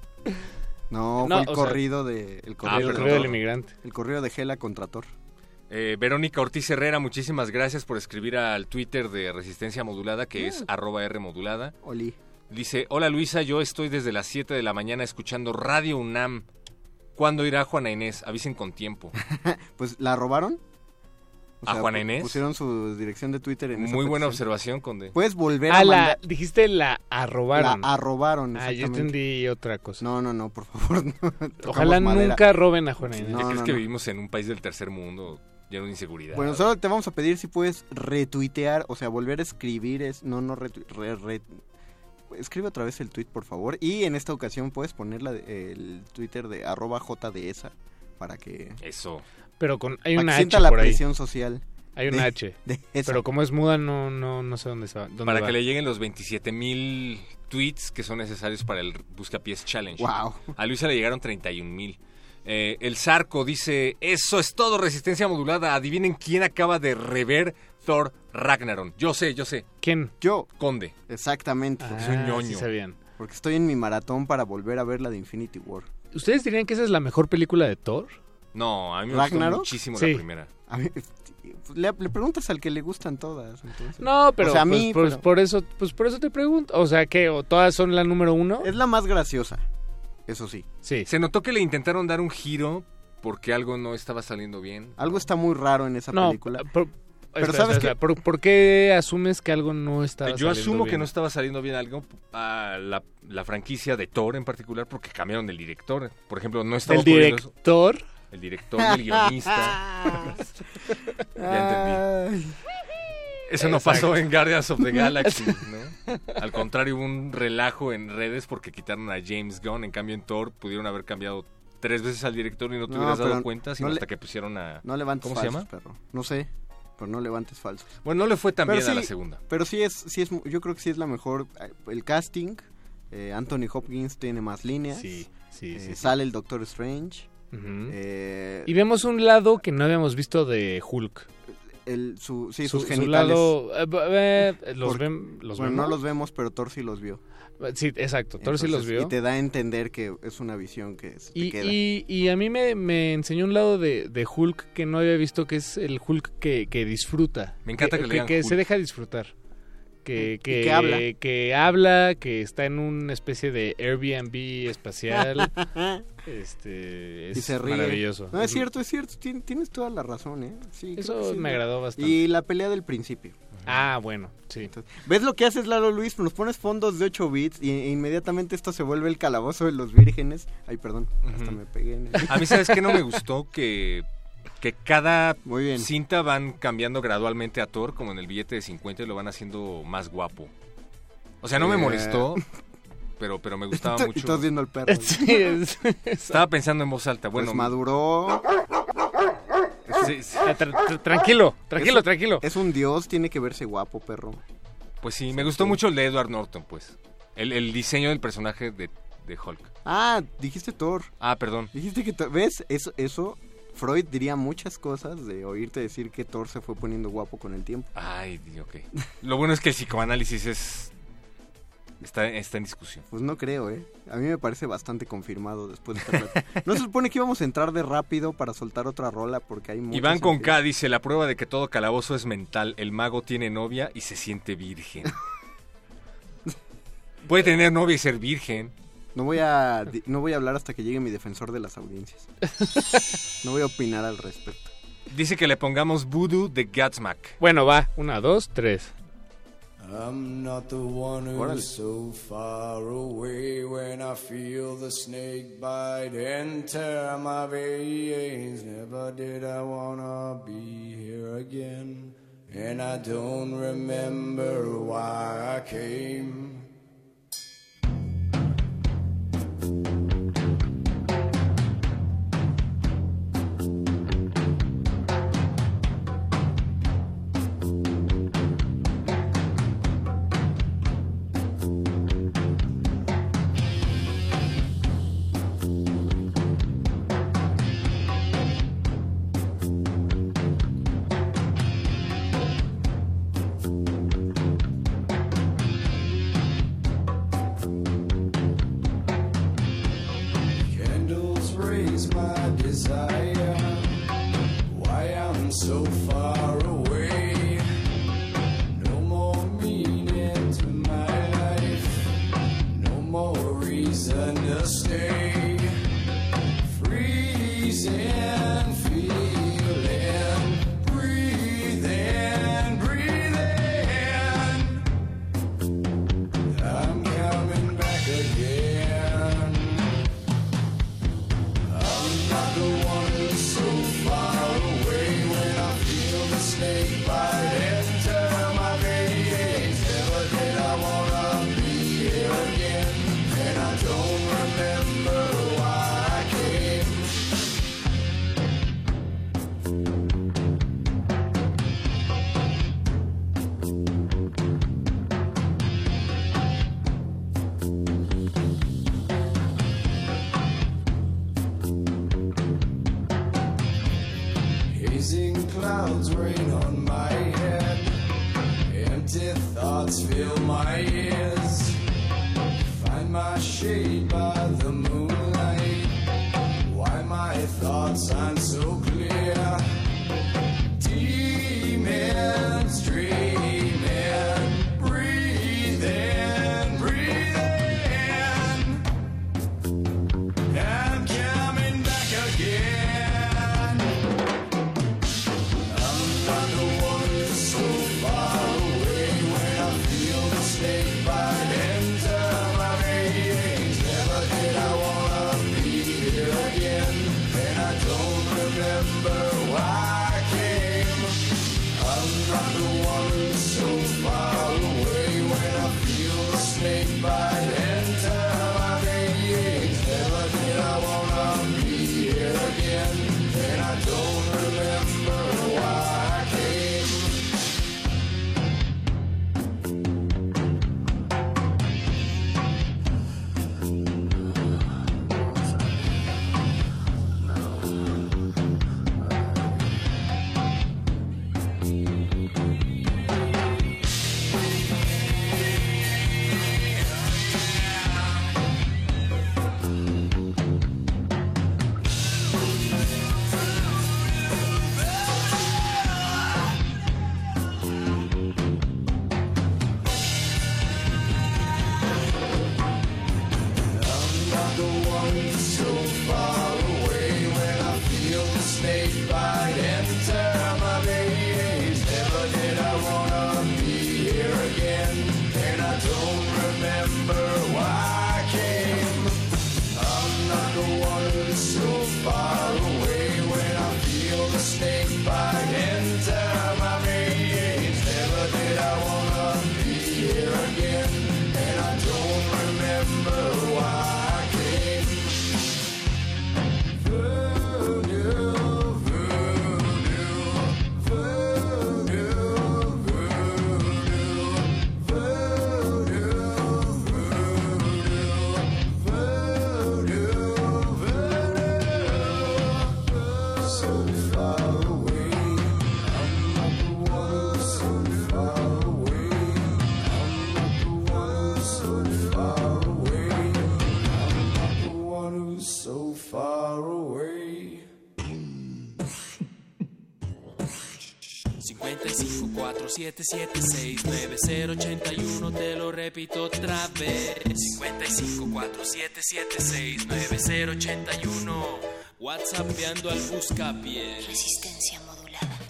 No, No, fue el o corrido de el corrido, Ah, el de corrido del Thor. inmigrante. El corrido de Hela contra Thor. Eh, Verónica Ortiz Herrera, muchísimas gracias por escribir al Twitter de Resistencia Modulada, que es arroba R Modulada. Oli. Dice, hola Luisa, yo estoy desde las siete de la mañana escuchando Radio UNAM. ¿Cuándo irá Juana Inés? Avisen con tiempo. Pues, ¿la robaron? O ¿A sea, Juana pu- Inés? Pusieron su dirección de Twitter en esa Muy buena petición. observación, Conde. Puedes volver Ah, a la, mandar... dijiste la arrobaron. La arrobaron, Ah, yo exactamente. entendí otra cosa. No, no, no, por favor. no. Ojalá Tocamos madera. nunca roben a Juana Inés. No, ¿Ya crees no, que no. vivimos en un país del tercer mundo lleno de inseguridad? Bueno, solo te vamos a pedir si puedes retuitear, o sea, volver a escribir, es no, no, retu- re- re- escribe otra vez el tweet, por favor, y en esta ocasión puedes poner la de- el Twitter de arroba jdesa para que... Eso. Pero con, hay para una que H sienta la por ahí. presión social. Hay una de- H. de esa. Pero como es muda, no, no, no sé dónde está. Dónde Para va. que le lleguen los veintisiete mil tweets que son necesarios para el Buscapiés Challenge. Wow. A Luisa le llegaron treinta y un mil. Eh, el Zarco dice, eso es todo, Resistencia Modulada. Adivinen quién acaba de rever Thor Ragnarok. Yo sé, yo sé. ¿Quién? Yo. Conde. Exactamente. Es un ñoño. Sí sabían. Porque estoy en mi maratón para volver a ver la de Infinity War. ¿Ustedes dirían que esa es la mejor película de Thor? No, a mí me gustó ¿Ragnarok? muchísimo Sí. la primera. A mí- le, le preguntas al que le gustan todas, entonces. No, pero O sea, a pues, mí, pues, pero- por eso, pues por eso te pregunto. O sea, ¿qué? ¿O todas son la número uno? Es la más graciosa, eso sí. Sí. Se notó que le intentaron dar un giro porque algo no estaba saliendo bien. Algo está muy raro en esa No, película. pero- Pero espera, ¿sabes espera, qué? ¿Por, por qué asumes que algo no estaba Yo saliendo asumo bien? que no estaba saliendo bien algo a la, la franquicia de Thor en particular porque cambiaron del director. Por ejemplo, no estaba ¿El ocurriendo eso. director? El director y el guionista. Ya entendí. Eso no Exacto. pasó en Guardians of the Galaxy, ¿no? Al contrario, hubo un relajo en redes porque quitaron a James Gunn. En cambio, en Thor pudieron haber cambiado tres veces al director y no te No, hubieras dado pero cuenta, sino no le- hasta que pusieron a... No levantes ¿Cómo se falsos, llama? perro. No sé, pero no levantes falsos. Bueno, no le fue tan Pero bien a sí- la segunda. Pero sí es, sí es, yo creo que sí es la mejor. eh, El casting, eh, Anthony Hopkins tiene más líneas. Sí, sí, eh, sí, sí. Sale el Doctor Strange. Ujú. eh, Y vemos un lado que no habíamos visto de Hulk. el, su, sí, Su- sus su genitales. lado, eh, b- eh, los Porque- ven- los bueno, vemos. no los vemos, pero Thor sí los vio. Sí, exacto, Thor sí los Entonces, vio. Y te da a entender que es una visión que se te Y, queda. y, y a mí me, me enseñó un lado de, de Hulk que no había visto, que es el Hulk que, que disfruta. Me encanta que le digan que Hulk. se deja disfrutar. Que, Y que, que habla. que habla, que está en una especie de Airbnb espacial. este, es y se ríe. maravilloso. No, es cierto, es cierto. tien- Tienes toda la razón, ¿eh? Sí, Eso creo que sí, me ¿no? agradó bastante. Y la pelea del principio. Ah, bueno, sí. ¿Ves lo que haces, Lalo Luis? Nos pones fondos de ocho bits y e inmediatamente esto se vuelve el calabozo de los vírgenes. Ay, perdón, hasta Ujú. me pegué en el... A mí, ¿sabes qué no me gustó? Que, que cada Muy bien. cinta van cambiando gradualmente a Thor, como en el billete de cincuenta, y lo van haciendo más guapo. O sea, no me Eh. molestó, pero, pero me gustaba Y mucho. todos viendo al perro. Sí, es- Estaba pensando en voz alta. Bueno, Pues maduró. sí, sí. Tra- tra- tranquilo, tranquilo, Es- tranquilo. Es un dios, tiene que verse guapo, perro. Pues sí, me gustó mucho el de Edward Norton, pues. El, el diseño del personaje de, de Hulk. Ah, dijiste Thor. Ah, perdón. Dijiste que... Thor- ¿Ves? Eso, eso... Freud diría muchas cosas de oírte decir que Thor se fue poniendo guapo con el tiempo. Ay, ok. Lo bueno es que el psicoanálisis es... Está, está en discusión. Pues no creo, ¿eh? A mí me parece bastante confirmado después de esta plática. ¿No se supone que íbamos a entrar de rápido para soltar otra rola? Porque hay muchas... Iván con en- K dice, la prueba de que todo calabozo es mental. El mago tiene novia y se siente virgen. Puede tener novia y ser virgen. No voy a di- no voy a hablar hasta que llegue mi defensor de las audiencias. No voy a opinar al respecto. Dice que le pongamos Voodoo de Godsmack. Bueno, va. Una, dos, tres. I'm not the one who's Órale. so far away when I feel the snake bite and tear my veins. Never did I wanna be here again, and I don't remember why I came. Candles raise my desire. Why I'm so far away. No more meaning to my life. No more reason to stay. Freezing, feeling, breathing, breathing. I'm coming back again. I'm not the one who's so far away when I feel the snake bite enter my veins. Never did I wanna be here again, and I don't remember why I came. Hazing clouds rain on my head. Empty thoughts fill my ears. Find my shade by the moonlight. Why my thoughts aren't so clear. Demons dreaming, breathing, breathing. I'm coming back again. I'm not the one who's cincuenta y cinco, cuatro siete siete, seis nueve cero ochenta y uno, te lo repito otra vez. cincuenta y cinco, cuatro siete siete, seis nueve cero ochenta y uno, WhatsAppeando al Buscapiés. Resistencia modulada.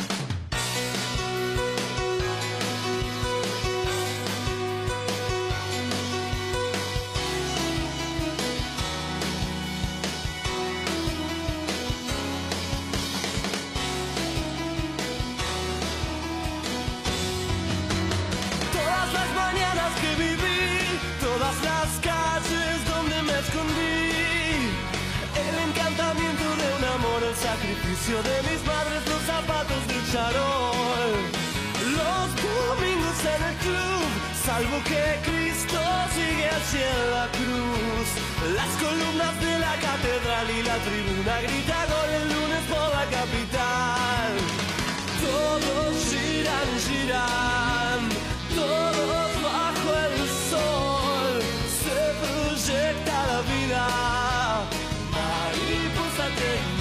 Sacrificio de mis madres, los zapatos de charol, los domingos en el club, salvo que Cristo sigue así en la cruz. Las columnas de la catedral y la tribuna grita gol el lunes por la capital. Todos giran, giran, todos bajo el sol, se proyecta la vida, mariposa técnica.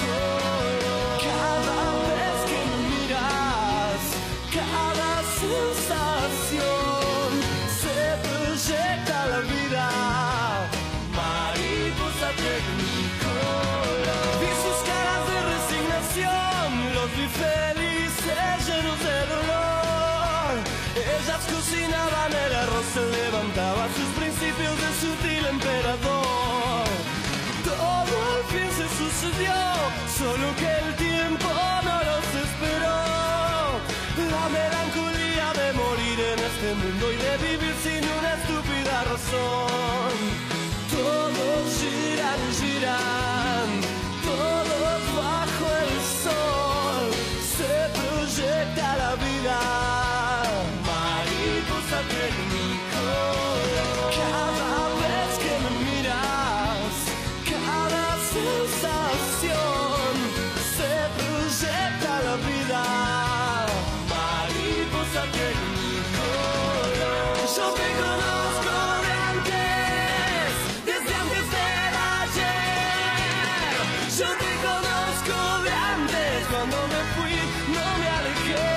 Cada vez que me miras, cada sensación, se proyecta la vida, mariposa tecnicolor. Vi sus caras de resignación, los vi felices, llenos de dolor. Ellas cocinaban el arroz, se levantaba sus principios de sutil emperador. Todo al fin se sucedió, solo que el tiempo no los esperó. La melancolía de morir en este mundo y de vivir sin una estúpida razón. Todos giran, giran, todos bajo el sol, se proyecta la vida, mariposa tecnicolor. Cada vez que me miras, cada sensación, se proyecta la vida, mariposa tecnicolor. Yo te conozco de antes, desde antes del ayer. Yo te conozco de antes, cuando me fui no me alejé.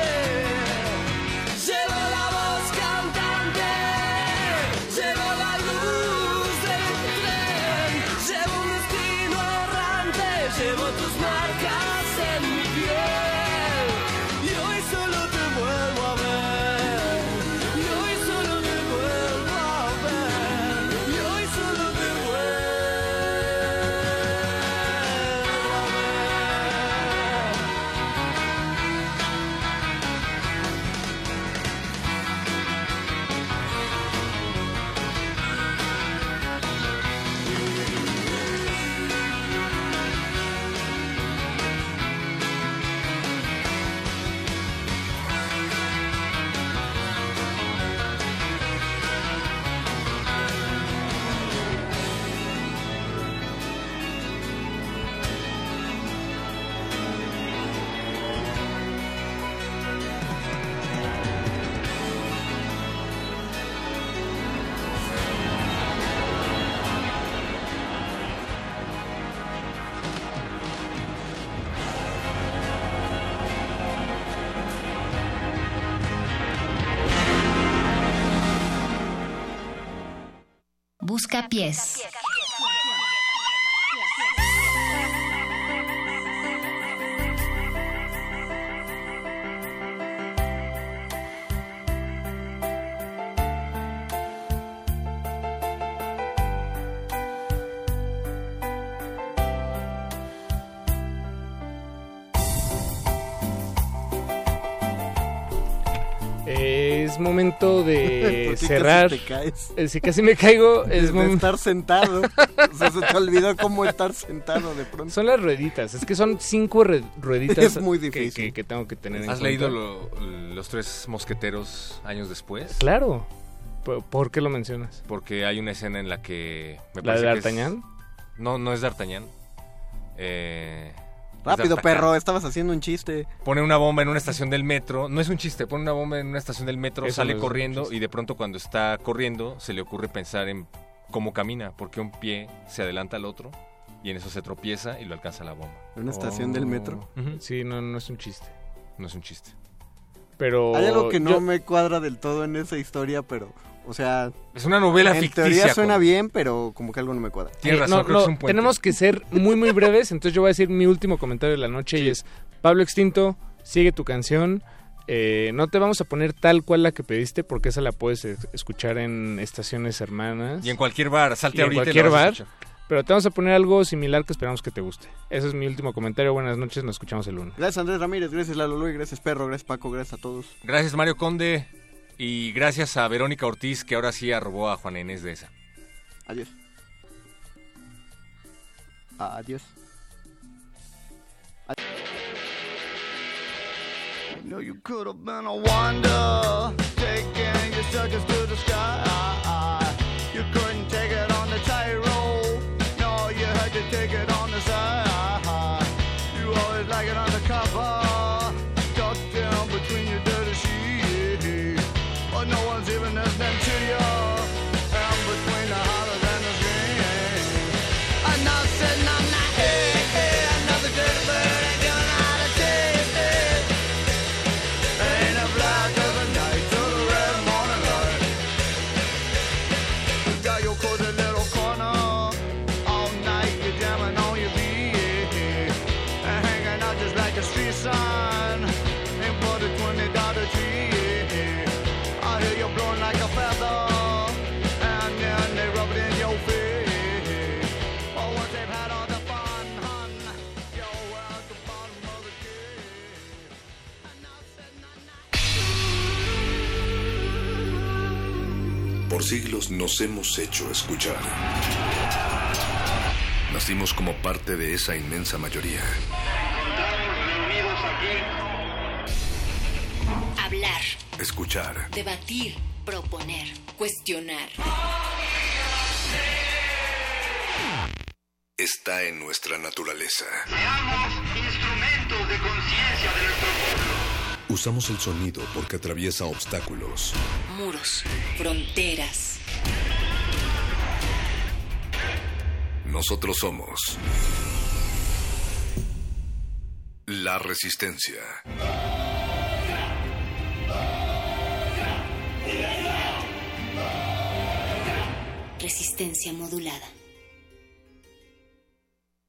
Llevo la voz cantante, llevo la luz del tren, llevo un destino errante, llevo tus marcas en mi piel. Y hoy solo te vuelvo a ver, y hoy solo te vuelvo a ver, y hoy solo te vuelvo a ver. Buscapiés. Es momento de ¿Por qué cerrar. casi te caes? Eh, Si casi me caigo, es de momento. estar sentado. O sea, se te olvidó cómo estar sentado de pronto. Son las rueditas, es que son cinco re- rueditas Es muy que, difícil. que- que tengo que tener en ¿Has cuenta. leído lo- Los Tres Mosqueteros años después? Claro. ¿Por, por qué lo mencionas? Porque hay una escena en la que... Me ¿La de parece que es- D'Artagnan? No, no es D'Artagnan. Eh... Rápido, perro, estabas haciendo un chiste. Pone una bomba en una estación del metro. No es un chiste, pone una bomba en una estación del metro, Eso sale no es un corriendo chiste. y de pronto cuando está corriendo se le ocurre pensar en cómo camina, porque un pie se adelanta al otro y en eso se tropieza y lo alcanza la bomba. ¿En una estación del metro? Ujú. Sí, no, no es un chiste. no es un chiste. Pero hay algo que no yo... me cuadra del todo en esa historia, pero, o sea... Es una novela en ficticia. En teoría suena como... bien, pero como que algo no me cuadra. Tienes eh, razón, no, creo no, que es un puente. Tenemos que ser muy, muy breves, entonces yo voy a decir mi último comentario de la noche, sí. Y es, Pablo Extinto, sigue tu canción. Eh, no te vamos a poner tal cual la que pediste, porque esa la puedes escuchar en estaciones hermanas. Y en cualquier bar, salte y ahorita. En cualquier y bar. Pero te vamos a poner algo similar que esperamos que te guste. Ese es mi último comentario. Buenas noches, nos escuchamos el lunes. Gracias Andrés Ramírez, gracias Lalo Luis, gracias Perro, gracias Paco, gracias a todos. Gracias Mario Conde y gracias a Verónica Ortiz, que ahora sí arrobó a Juana Inés de esa. Adiós. Adiós. Adiós. You know you could have been a wonder, taking your circus to the sky. You couldn't take it on the tightrope, no, you had to take it on the side. You always like it undercover, tucked down between your dirty sheets. But no one's even listening to you, and between the hollers and the screams. I'm not sitting on that, hey, hey, another dirty bird ain't gonna know how to taste it. Ain't a black as the night to the red morning light. You got your cozy little corner, all night you're jamming on your beat, and hanging out just like a street sign, ain't but a twenty dollar tree. I hear you blowing like a feather, and then they rub it in your face. Oh, once they've had all the fun, hun, you're at the bottom of the cave. Por siglos nos hemos hecho escuchar. Nacimos como parte de esa inmensa mayoría. Hablar. Escuchar. Debatir. Proponer. Cuestionar. Está en nuestra naturaleza. Seamos instrumentos de conciencia de nuestro pueblo. Usamos el sonido porque atraviesa obstáculos. Muros. Fronteras. Nosotros somos la Resistencia. Resistencia modulada.